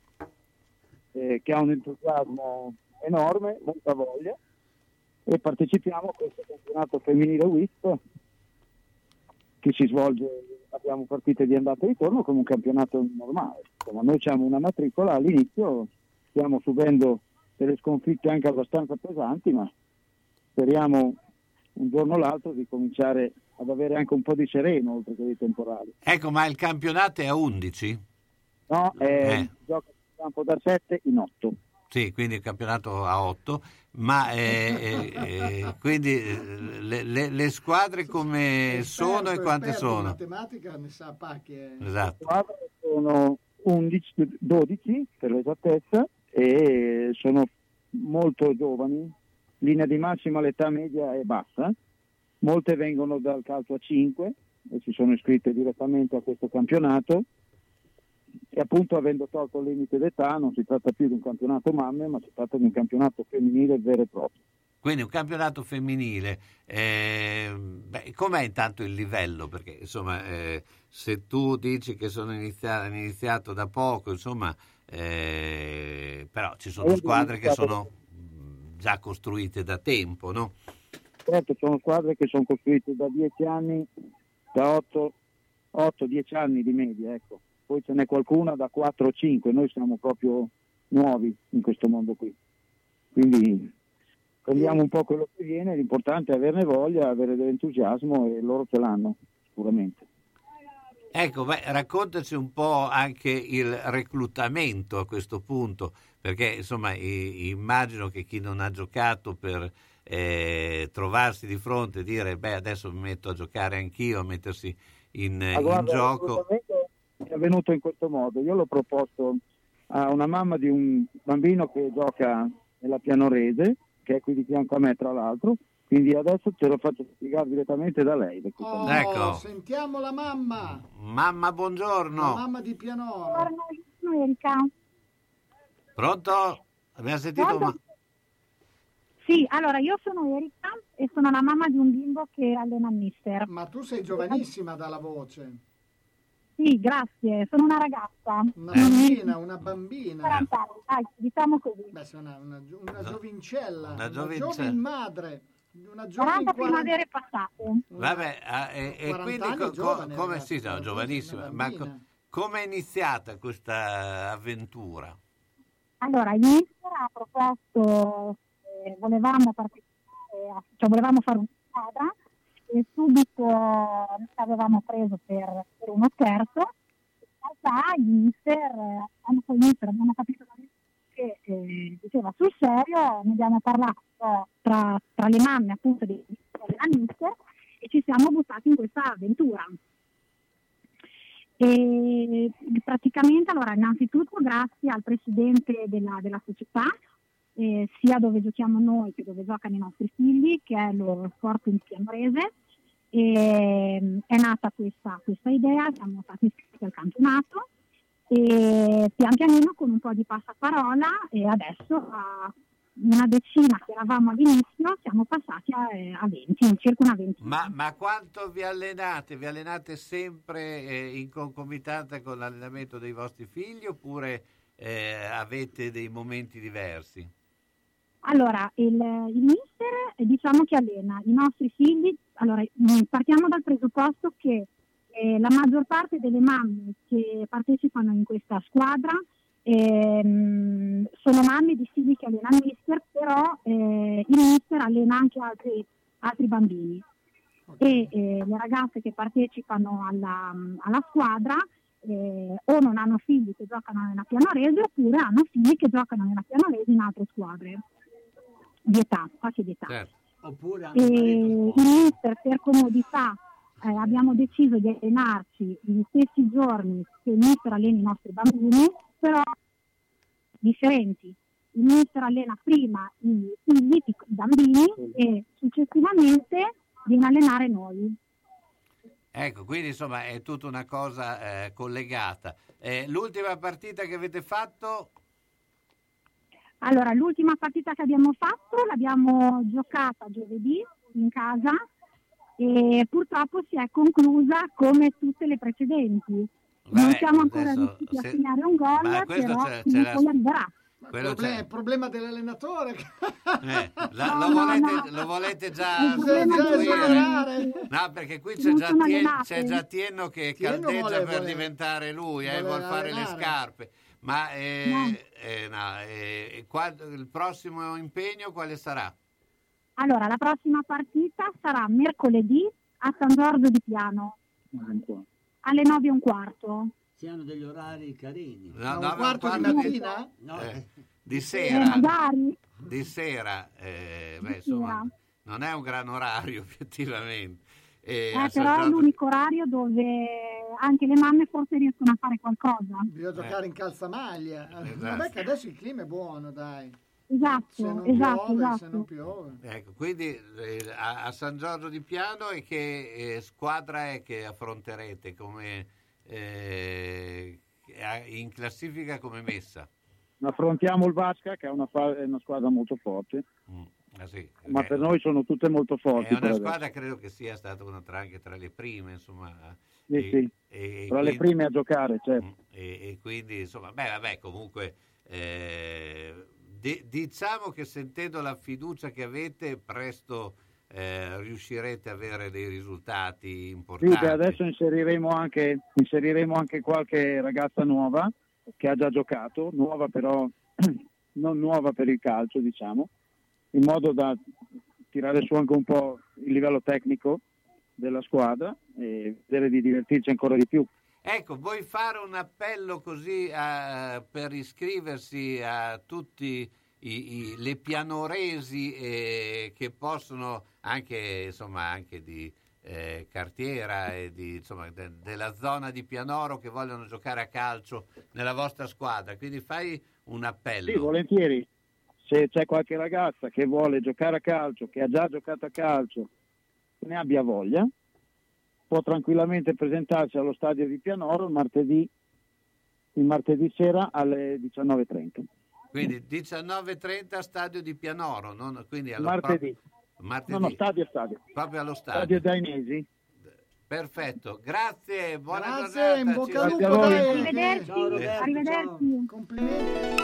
eh, che ha un entusiasmo enorme, molta voglia, e partecipiamo a questo campionato femminile W I S P che si svolge, abbiamo partite di andata e ritorno come un campionato normale. Insomma, noi abbiamo una matricola all'inizio, stiamo subendo delle sconfitte anche abbastanza pesanti, ma speriamo un giorno o l'altro di cominciare ad avere anche un po' di sereno oltre che di temporali. Ecco, ma il campionato è a undici? No, è Eh. gioca in campo da sette in otto. Sì, quindi il campionato a otto, ma eh, eh, quindi eh, le, le- le squadre come sono e quante Esperto in sono? matematica ne sa pacchi. eh. Esatto. Le squadre sono undici, dodici per l'esattezza e sono molto giovani, linea di massima l'età media è bassa, molte vengono dal calcio a cinque e si sono iscritte direttamente a questo campionato. E appunto, avendo tolto il limite d'età, non si tratta più di un campionato mamme, ma si tratta di un campionato femminile vero e proprio. Quindi un campionato femminile, eh, beh, com'è intanto il livello? Perché insomma, eh, se tu dici che sono inizia- hanno iniziato da poco, insomma, eh, però ci sono Io squadre che iniziato- sono mh, già costruite da tempo, no? Certo, sono squadre che sono costruite da dieci anni, da otto dieci anni di media, ecco. Poi ce n'è qualcuna da quattro o cinque, noi siamo proprio nuovi in questo mondo qui. Quindi prendiamo un po' quello che viene, l'importante è averne voglia, avere dell'entusiasmo e loro ce l'hanno sicuramente. Ecco, beh, raccontaci un po' anche il reclutamento a questo punto, perché insomma i- immagino che chi non ha giocato per eh, trovarsi di fronte e dire beh adesso mi metto a giocare anch'io, a mettersi in, Ma in guarda, gioco. il reclutamento è avvenuto in questo modo. Io l'ho proposto a una mamma di un bambino che gioca nella Pianorese, che è qui di fianco a me tra l'altro, quindi adesso te lo faccio spiegare direttamente da lei. perché Oh, sono- Ecco. Sentiamo la mamma, Mamma, la buongiorno. mamma di Pianoro. Buongiorno, io sono Erika. Pronto? Abbiamo sentito? Pronto? Ma... Sì, allora io sono Erika e sono la mamma di un bimbo che allena il mister. Ma tu sei giovanissima dalla voce. Sì, grazie, sono una ragazza. Una bambina, una bambina. quaranta anni, dai, diciamo così. Beh, sei una, una, gio- una giovincella, Una una, giovincella. giovane madre, una giovane quaranta quaranta primavere passate. Vabbè, ah, e, e quaranta quindi anni co- è giovane, come ragazzi, sì, no, guarda, giovanissima, una ma bambina. co- come è iniziata questa avventura? Allora, il mister ha proposto, eh, volevamo partecipare, a- cioè volevamo fare una squadra e subito noi l'avevamo preso per, per uno scherzo. In realtà il mister, eh, quando poi il mister abbiamo capito che eh, diceva sul serio, ne abbiamo parlato tra, tra le mamme appunto di della mister e ci siamo buttati in questa avventura. E praticamente, allora, innanzitutto grazie al presidente della, della società, eh, sia dove giochiamo noi che dove giocano i nostri figli, che è lo Sporting Pianorese, e è nata questa, questa idea, siamo stati iscritti al campionato e pian pianino con un po' di passaparola e adesso a una decina che eravamo all'inizio siamo passati a, a venti, circa una ventina. Ma, ma quanto vi allenate? Vi allenate sempre eh, in concomitanza con l'allenamento dei vostri figli oppure eh, avete dei momenti diversi? Allora, il, il mister eh, diciamo che allena i nostri figli. Allora, mh, partiamo dal presupposto che eh, la maggior parte delle mamme che partecipano in questa squadra ehm, sono mamme di figli che allena il mister, però eh, il mister allena anche altri, altri bambini. E eh, le ragazze che partecipano alla, alla squadra eh, o non hanno figli che giocano nella Pianorese oppure hanno figli che giocano nella Pianorese in altre squadre di età, fasce di età. Certo. Oppure E il mister, per comodità, eh, abbiamo deciso di allenarci gli stessi giorni che il mister allena i nostri bambini, però differenti. Il mister allena prima i figli, i bambini, e successivamente viene a allenare noi. Ecco, quindi insomma è tutta una cosa eh, collegata. Eh, l'ultima partita che avete fatto? Allora, l'ultima partita che abbiamo fatto l'abbiamo giocata giovedì in casa e purtroppo si è conclusa come tutte le precedenti. Beh, non siamo ancora adesso, riusciti se... a segnare un gol, Ma questo però c'è- prima c'è o la- poi arriverà. Il Quello problema, c'è. il problema dell'allenatore. Eh, la- No, lo, no, volete, no. lo volete già Il problema sostituire? è No, perché qui c'è non già, sono Tien- allenate. c'è già Tienno che Tienno caldeggia vuole- per vuole- diventare lui, eh, vuole vuol fare le allenare. scarpe. Ma eh, No. eh, no, eh, qua- il prossimo impegno quale sarà? Allora, la prossima partita sarà mercoledì a San Giorgio di Piano alle nove e un quarto. Si hanno degli orari carini. No, un no, quarto di di- mattina? No, eh, di Eh, sera. magari. Di sera, eh, beh, Di insomma, sera. non è un gran orario effettivamente. Eh, Eh, a San però è Giorgio- l'unico orario dove anche le mamme forse riescono a fare qualcosa. Bisogna giocare in calzamaglia. Esatto. Vabbè che adesso il clima è buono, dai. Esatto, Se non esatto, piove, esatto. se non piove. Ecco, quindi eh, a, a San Giorgio di Piano e che eh, squadra è che affronterete come, eh, in classifica come messa? Affrontiamo il Vasca, che è una, fa- è una squadra molto forte, Mm, ah, sì, ma perché per noi sono tutte molto forti. è una per squadra, adesso. credo che sia stata una tra, anche tra le prime, insomma. Sì, e, sì. e Tra le quindi- prime a giocare, certo. E, e quindi, insomma, beh, vabbè, comunque, eh, di- diciamo che sentendo la fiducia che avete, presto eh, riuscirete a avere dei risultati Sì, importanti. che adesso inseriremo anche, inseriremo anche qualche ragazza nuova che ha già giocato, nuova però non nuova per il calcio, diciamo, in modo da tirare su anche un po' il livello tecnico della squadra e vedere di divertirci ancora di più. Ecco, vuoi fare un appello così a- per iscriversi a tutti i, i- le pianoresi eh, che possono anche, insomma, anche di eh, cartiera e di, insomma, de- della zona di Pianoro che vogliono giocare a calcio nella vostra squadra, quindi fai un appello. Sì, volentieri. Se c'è qualche ragazza che vuole giocare a calcio, che ha già giocato a calcio, che ne abbia voglia, può tranquillamente presentarsi allo stadio di Pianoro il martedì, il martedì sera alle diciannove e trenta. Quindi diciannove e trenta stadio di Pianoro, non, quindi allo Martedì. proprio- martedì. No, no, stadio a stadio. Proprio allo stadio. Stadio Dainesi. Perfetto, grazie, buona Grazie, giornata. in bocca ci al Grazie lupo, a voi. dai. Arrivederci, Ciao, Roberto, arrivederci. Complimenti.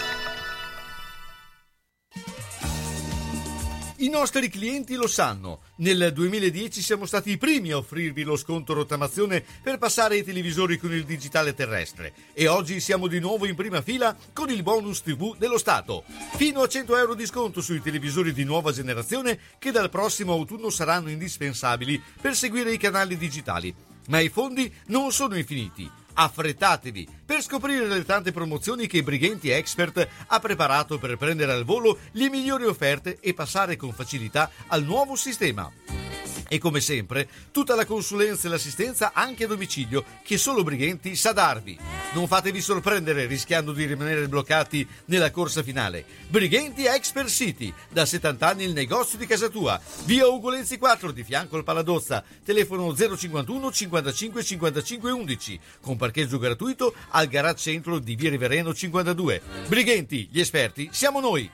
I nostri clienti lo sanno. Nel duemiladieci siamo stati i primi a offrirvi lo sconto rottamazione per passare ai televisori con il digitale terrestre e oggi siamo di nuovo in prima fila con il bonus tivù dello Stato. Fino a cento euro di sconto sui televisori di nuova generazione che dal prossimo autunno saranno indispensabili per seguire i canali digitali. Ma i fondi non sono infiniti. Affrettatevi per scoprire le tante promozioni che Brighenti Expert ha preparato per prendere al volo le migliori offerte e passare con facilità al nuovo sistema. E come sempre, tutta la consulenza e l'assistenza anche a domicilio che solo Brighenti sa darvi. Non fatevi sorprendere rischiando di rimanere bloccati nella corsa finale. Brighenti Expert City, da settanta anni il negozio di casa tua. Via Ugolenzi quattro di fianco al Paladozza. Telefono zero cinquantuno cinquantacinque cinquantacinque undici. Con parcheggio gratuito al garage centro di Via Rivereno cinquantadue. Brighenti, gli esperti siamo noi.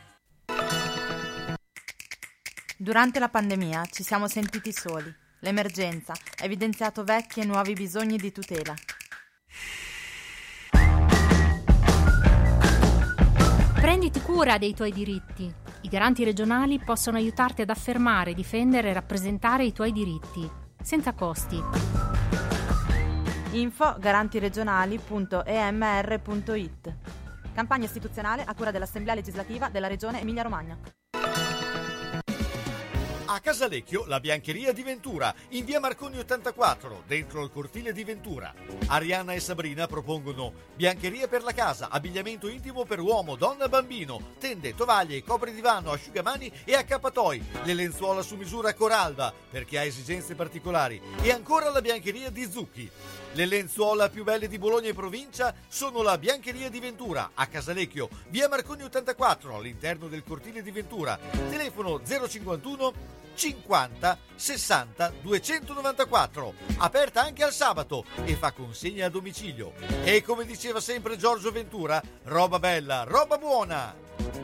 Durante la pandemia ci siamo sentiti soli. L'emergenza ha evidenziato vecchi e nuovi bisogni di tutela. Prenditi cura dei tuoi diritti. I garanti regionali possono aiutarti ad affermare, difendere e rappresentare i tuoi diritti, senza costi. Info garantiregionali punto e m r punto i t. Campagna istituzionale a cura dell'Assemblea legislativa della Regione Emilia-Romagna. A Casalecchio la biancheria di Ventura, in via Marconi ottantaquattro, dentro il cortile di Ventura. Arianna e Sabrina propongono biancheria per la casa, abbigliamento intimo per uomo, donna e bambino, tende, tovaglie, copridivano, asciugamani e accappatoi, le lenzuola su misura Coralba per chi ha esigenze particolari e ancora la biancheria di Zucchi. Le lenzuola più belle di Bologna e provincia sono la biancheria di Ventura a Casalecchio, via Marconi ottantaquattro, all'interno del cortile di Ventura. Telefono zero cinquantuno cinquanta sessanta duecentonovantaquattro, aperta anche al sabato e fa consegna a domicilio. E come diceva sempre Giorgio Ventura, roba bella, roba buona.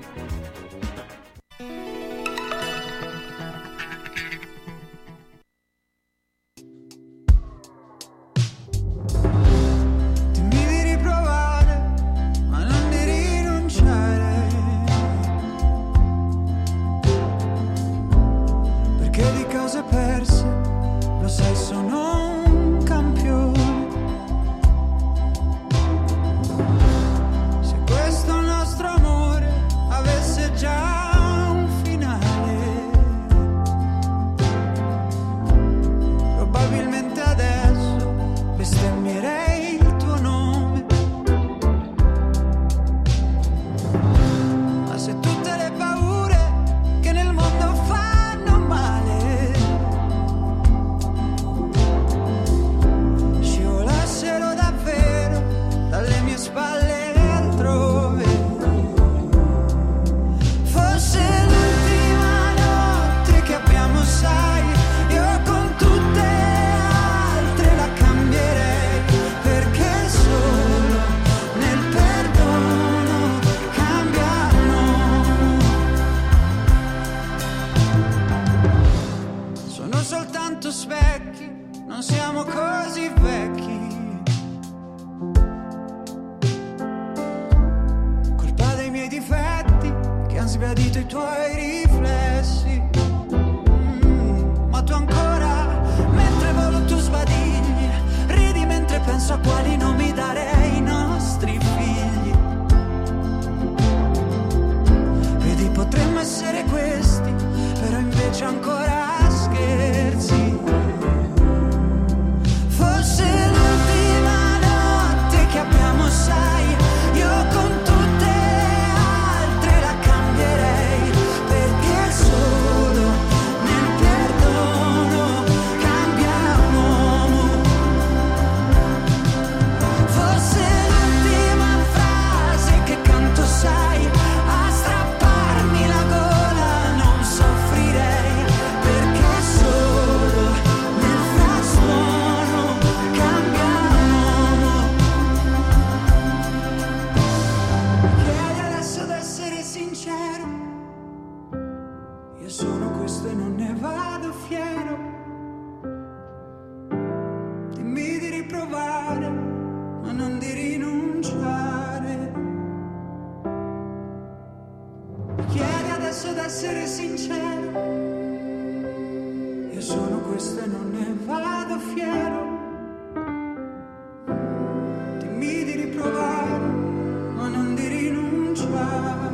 Perse, lo sai, sono un campione. Se questo nostro amore avesse già un finale, probabilmente adesso bestemmierei il tuo nome. Ma se tutte le paure che nel mondo fanno male dalle mie spalle altrove, forse l'ultima notte che abbiamo, sai, io con tutte altre la cambierei, perché solo nel perdono cambiamo. Sono soltanto specchi, non siamo così vecchi. Difetti che han sbiadito i tuoi riflessi, mm, ma tu ancora, mentre volo tu sbadigli, ridi mentre penso a quali nomi darei ai nostri figli. Vedi, potremmo essere questi, però invece ancora scherzi. Forse l'ultima notte che abbiamo, sai, io con essere sincero, io sono questo e non ne vado fiero. Dimmi di riprovare, ma non di rinunciare.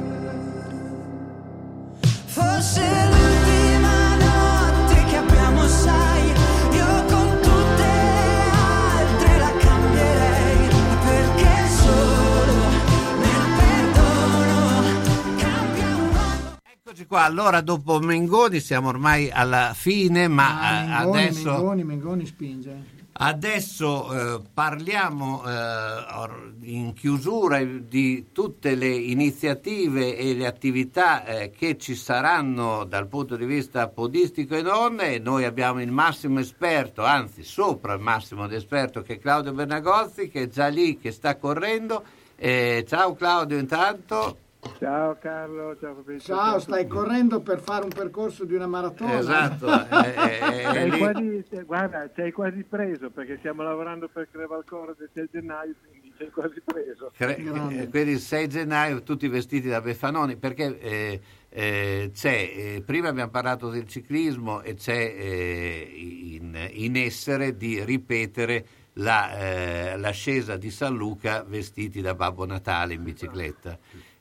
Forse l'ultima notte che abbiamo, sai, io con tutte altre la cambierei, perché solo nel perdono cambiamo. Eccoci qua, allora dopo Mengoni siamo ormai alla fine, ma ah, Mengoni, adesso Mengoni, Mengoni spinge. Adesso eh, parliamo eh, in chiusura di tutte le iniziative e le attività eh, che ci saranno dal punto di vista podistico e non, e noi abbiamo il massimo esperto, anzi sopra il massimo esperto, che è Claudio Bernagozzi, che è già lì, che sta correndo. Eh, ciao Claudio intanto. Ciao Carlo, ciao Fabrizio. Ciao, stai correndo per fare un percorso di una maratona. Esatto. eh, eh, sei lì... quasi, guarda, ci hai quasi preso, perché stiamo lavorando per Crevalcore del sei gennaio, quindi ci hai quasi preso. Cre- eh, quindi il sei gennaio tutti vestiti da Beffanoni, perché eh, eh, c'è, eh, prima abbiamo parlato del ciclismo e c'è eh, in, in essere di ripetere La, eh, l'ascesa di San Luca vestiti da Babbo Natale in bicicletta,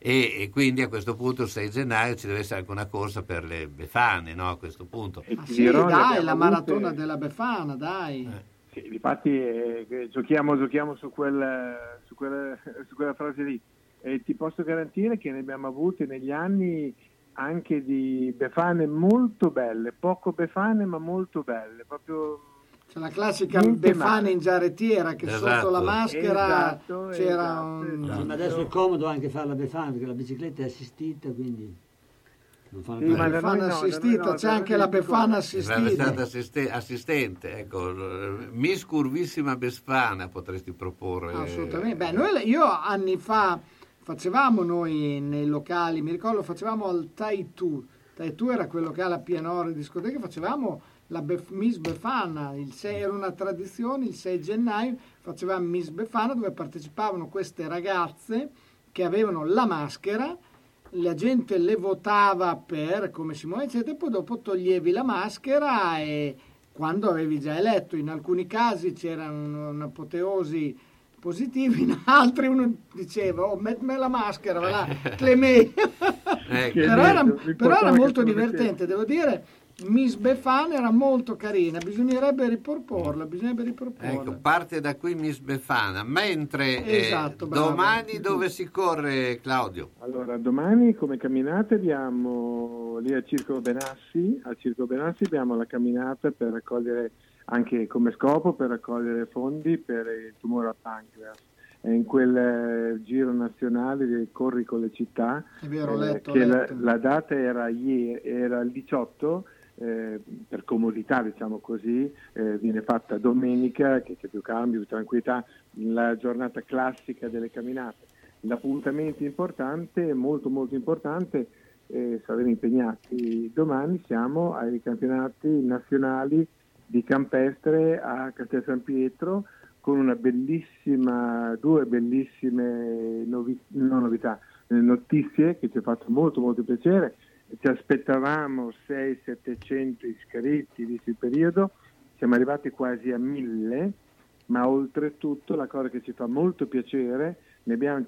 e, e quindi a questo punto il sei gennaio ci deve essere anche una corsa per le Befane, no? A questo punto. Ah, sì, dai, la maratona della Befana, dai. Eh. Sì, difatti eh, giochiamo, giochiamo su, quel, su, quella, su quella frase lì. E ti posso garantire che ne abbiamo avute negli anni anche di Befane molto belle, poco Befane ma molto belle, proprio. C'è la classica Befana in giarrettiera che Esatto. sotto la maschera Esatto, c'era esatto, un... esatto. Ma adesso è comodo anche fare la Befana perché la bicicletta è assistita, quindi non fanno Sì, ma da noi no, assistita, da noi no, c'è anche la Befana assistita. Sarebbe stata assiste- assistente, ecco, l- Miss Curvissima Befana potresti proporre. Assolutamente. Beh, noi, io anni fa facevamo noi nei locali, mi ricordo facevamo al Taitu. Taitu era quel locale a Pianoro in discoteca, facevamo la Bef- Miss Befana, il sei, era una tradizione, il sei gennaio facevamo Miss Befana dove partecipavano queste ragazze che avevano la maschera, la gente le votava per come si muove, eccetera, e poi dopo toglievi la maschera e quando avevi già eletto, in alcuni casi c'era un, un'apoteosi positiva, in altri uno diceva oh mettimi la maschera, va là, Clemè. però, era, però era molto divertente, devo dire. Miss Befana era molto carina, bisognerebbe riproporla, bisognerebbe riproporla. Ecco, parte da qui Miss Befana, mentre eh, Esatto, bravo. domani dove si corre, Claudio? Allora, domani come camminate abbiamo lì al Circolo Benassi, al Circolo Benassi abbiamo la camminata per raccogliere, anche come scopo, per raccogliere fondi per il tumore al pancreas. È in quel eh, giro nazionale di Corri con le città, È vero, ho eh, letto, che ho la, letto. la data era, ieri, era il diciotto, eh, per comodità diciamo così, eh, viene fatta domenica, che c'è più cambio, più tranquillità, la giornata classica delle camminate. L'appuntamento importante, molto molto importante, eh, saremo impegnati domani, siamo ai campionati nazionali di campestre a Castel San Pietro, con una bellissima, due bellissime novi, non novità, eh, notizie che ci ha fatto molto molto piacere. Ci aspettavamo sei settecento iscritti visto il periodo, siamo arrivati quasi a mille, ma oltretutto la cosa che ci fa molto piacere, ne abbiamo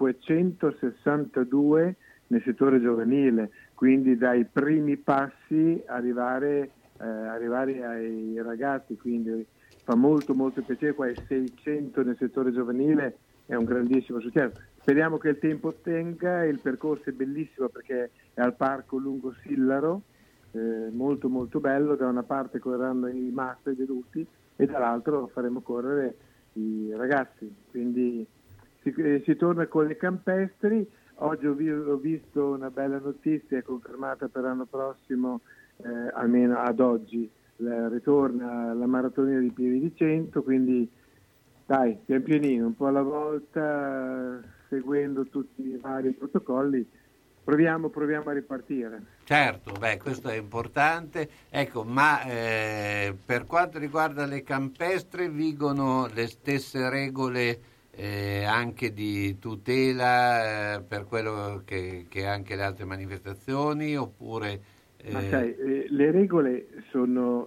cinquecentosessantadue nel settore giovanile, quindi dai primi passi arrivare, eh, arrivare ai ragazzi, quindi fa molto molto piacere, qua è seicento nel settore giovanile, è un grandissimo successo. Speriamo che il tempo tenga, il percorso è bellissimo perché è al parco lungo Sillaro, eh, molto molto bello, da una parte correranno i master adulti e dall'altro faremo correre i ragazzi, quindi si, eh, si torna con le campestri. Oggi ho, vi- ho visto una bella notizia confermata per l'anno prossimo, eh, almeno ad oggi, la, ritorna la maratonina di Pieve di Cento, quindi dai, pian pianino, un po' alla volta, seguendo tutti i vari protocolli, proviamo, proviamo a ripartire. Certo, beh, questo è importante. Ecco, ma eh, per quanto riguarda le campestre vigono le stesse regole eh, anche di tutela eh, per quello che, che anche le altre manifestazioni, oppure... Eh... Ma sai, eh, le regole sono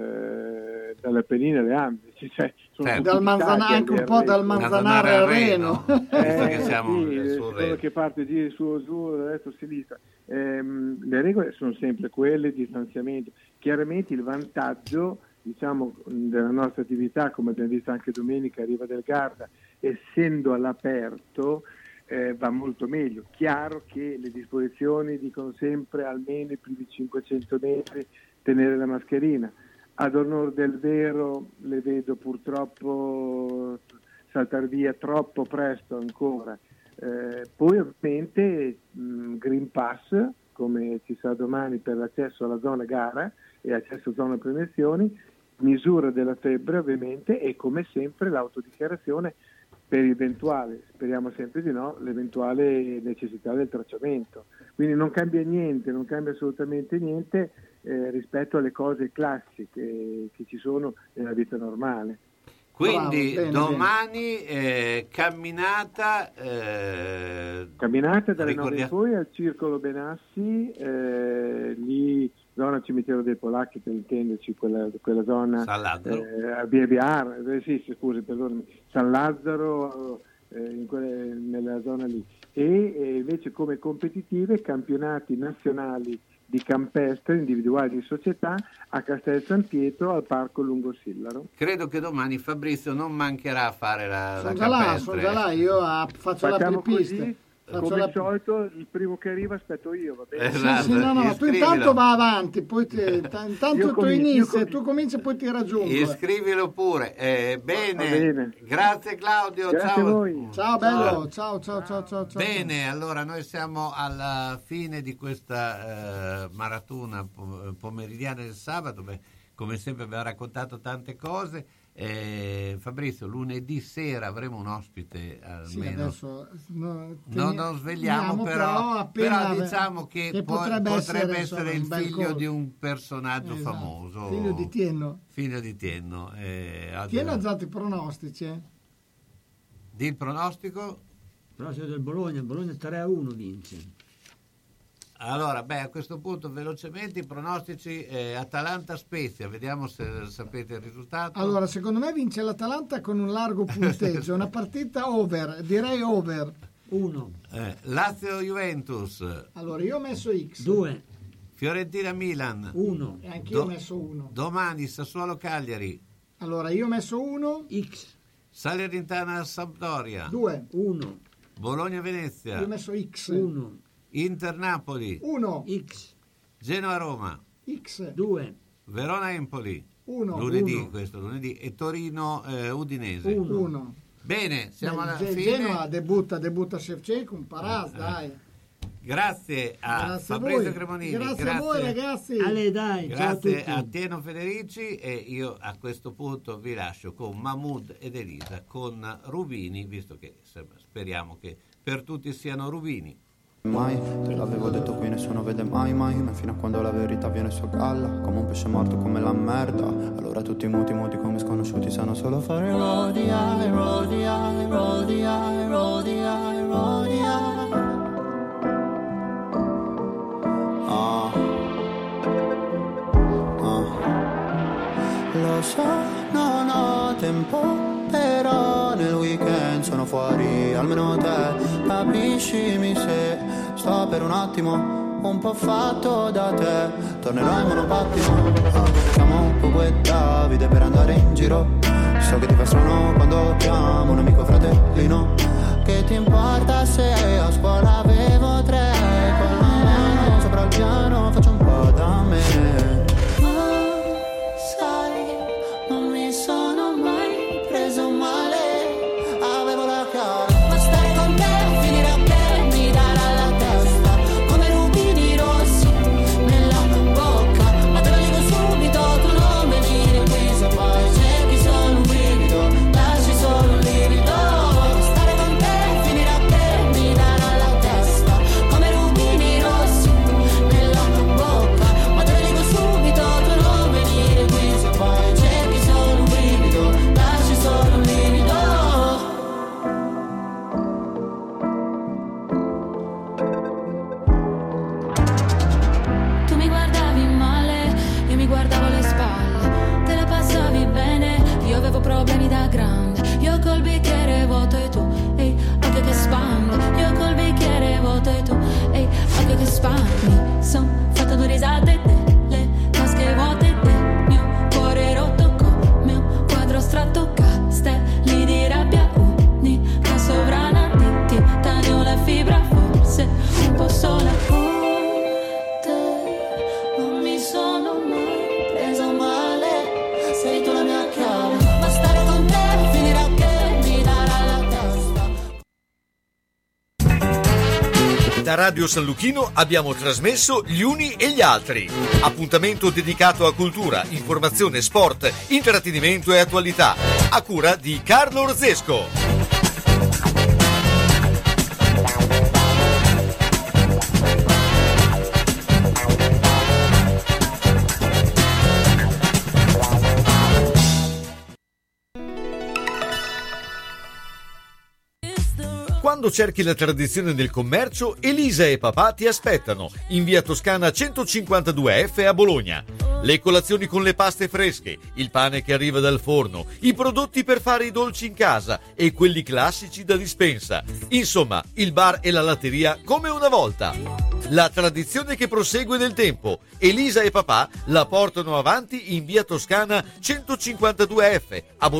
eh, dall'Appennino alle Ande, cioè, sono certo. Dal Manzanare, anche un po' dal Manzanare al Reno, eh, che siamo sì, sul quello che parte giri su giù, da destra a sinistra. Eh, le regole sono sempre quelle di distanziamento. Chiaramente il vantaggio, diciamo, della nostra attività, come abbiamo visto anche domenica a Riva del Garda, essendo all'aperto, Eh, va molto meglio. Chiaro che le disposizioni dicono sempre almeno i primi cinquecento metri tenere la mascherina. Ad onor del vero le vedo purtroppo saltare via troppo presto ancora. Eh, poi ovviamente mh, Green Pass, come ci sarà domani per l'accesso alla zona gara e accesso a zona premiazioni, misura della febbre ovviamente e come sempre l'autodichiarazione per eventuale, speriamo sempre di no, l'eventuale necessità del tracciamento. Quindi non cambia niente, non cambia assolutamente niente eh, rispetto alle cose classiche che ci sono nella vita normale. Quindi Bravo, bene, domani eh, camminata... Eh, camminata dalle ricordia- nove in poi al Circolo Benassi, eh, lì zona Cimitero dei Polacchi, per intenderci, quella, quella zona San Lazzaro. eh, a Via Viar, eh, sì, sì, scusi, perdonami, San Lazzaro, eh, in quelle, nella zona lì, e eh, invece come competitive campionati nazionali di campestre, individuali di società, a Castel San Pietro al Parco Lungosillaro. Credo che domani Fabrizio non mancherà a fare la, sono la già là, campestre. sono già là, io ah, faccio Facciamo l'apripista. così, Faccio come la... al solito, il primo che arriva aspetto io, va bene? Esatto. Sì, sì, no, no, tu Iscrivilo. intanto va avanti, poi ti, t- intanto Io tu comincio, io inizi, comincio. tu cominci e poi ti raggiungo. Iscrivilo pure. Eh, bene. Va bene. Grazie Claudio. Grazie ciao. a voi. Ciao bello, ciao ciao ciao ciao. ciao. Bene, allora noi siamo alla fine di questa eh, maratona po- pomeridiana del sabato. Beh, come sempre abbiamo raccontato tante cose. Eh, Fabrizio, lunedì sera avremo un ospite Sì, almeno. adesso no, No, non svegliamo, teniamo, però, appena- però diciamo che, che può- potrebbe potrebbe, essere, essere, insomma, il un bel figlio colpo. di un personaggio Esatto. famoso. Figlio di Tienno. Figlio di Tienno. Eh, Tienno ha allora, dato i pronostici. eh? di il pronostico? Prossimo del Bologna, Bologna tre a uno vince. Allora, beh, a questo punto velocemente i pronostici eh, Atalanta-Spezia, vediamo se sapete il risultato. Allora, secondo me vince l'Atalanta con un largo punteggio, una partita over, direi over. uno. Eh, Lazio-Juventus, Allora, io ho messo X. due. Fiorentina-Milan, uno. E anch'io ho Do- messo uno. domani Sassuolo-Cagliari, Allora, io ho messo uno, X. Salernitana-Sampdoria, due. uno. Io Bologna-Venezia, ho messo X. uno. Inter-Napoli, uno. X. Genoa-Roma, X. due. Verona-Empoli, uno. lunedì, uno. questo lunedì, e Torino-Udinese. Uno. Uno. Bene, siamo Beh, alla Ge- fine. Genoa debutta, debutta Shevchenko, un paras, Eh, eh. dai. Grazie a Grazie a Fabrizio voi. Cremonini, Grazie a voi, ragazzi. Ale, dai, ciao a grazie tutti. a Tieno Federici, e io a questo punto vi lascio con Mahmood ed Elisa con Rubini, visto che insomma, speriamo che per tutti siano Rubini. Mai, te l'avevo detto, qui nessuno vede mai mai, ma fino a quando la verità viene su a galla, come un pesce morto, come la merda. Allora tutti muti muti come sconosciuti sanno solo fare rodia, rodia, rodia, rodia, rodia. Ah, ah. Lo so, non ho tempo, però nel weekend sono fuori, almeno te capiscimi se sto per un attimo un po' fatto da te. Tornerò in monopattino, siamo Coco e Davide per andare in giro. So che ti fa strano quando chiamo un amico fratellino. Che ti importa se a scuola avevo tre, con la mano sopra il piano faccio un po' da me. Problemi da grande, io col bicchiere vuoto e tu, ehi, occhio che spandi, io col bicchiere vuoto e tu, ehi, occhio che spandi, son fatta due risate delle tasche vuote del mio cuore rotto come un quadro astratto, castelli di rabbia, unica sovrana di titanio, la fibra forse un po' sola con te, non mi sono mai presa male, sei tu la mia chiave. Da Radio San Luchino abbiamo trasmesso Gli Uni e gli Altri. Appuntamento dedicato a cultura, informazione, sport, intrattenimento e attualità. A cura di Carlo Orzesco. Quando cerchi la tradizione del commercio, Elisa e papà ti aspettano in via Toscana centocinquantadue F a Bologna. Le colazioni con le paste fresche, il pane che arriva dal forno, i prodotti per fare i dolci in casa e quelli classici da dispensa. Insomma, il bar e la latteria come una volta. La tradizione che prosegue nel tempo. Elisa e papà la portano avanti in via Toscana centocinquantadue F a Bologna.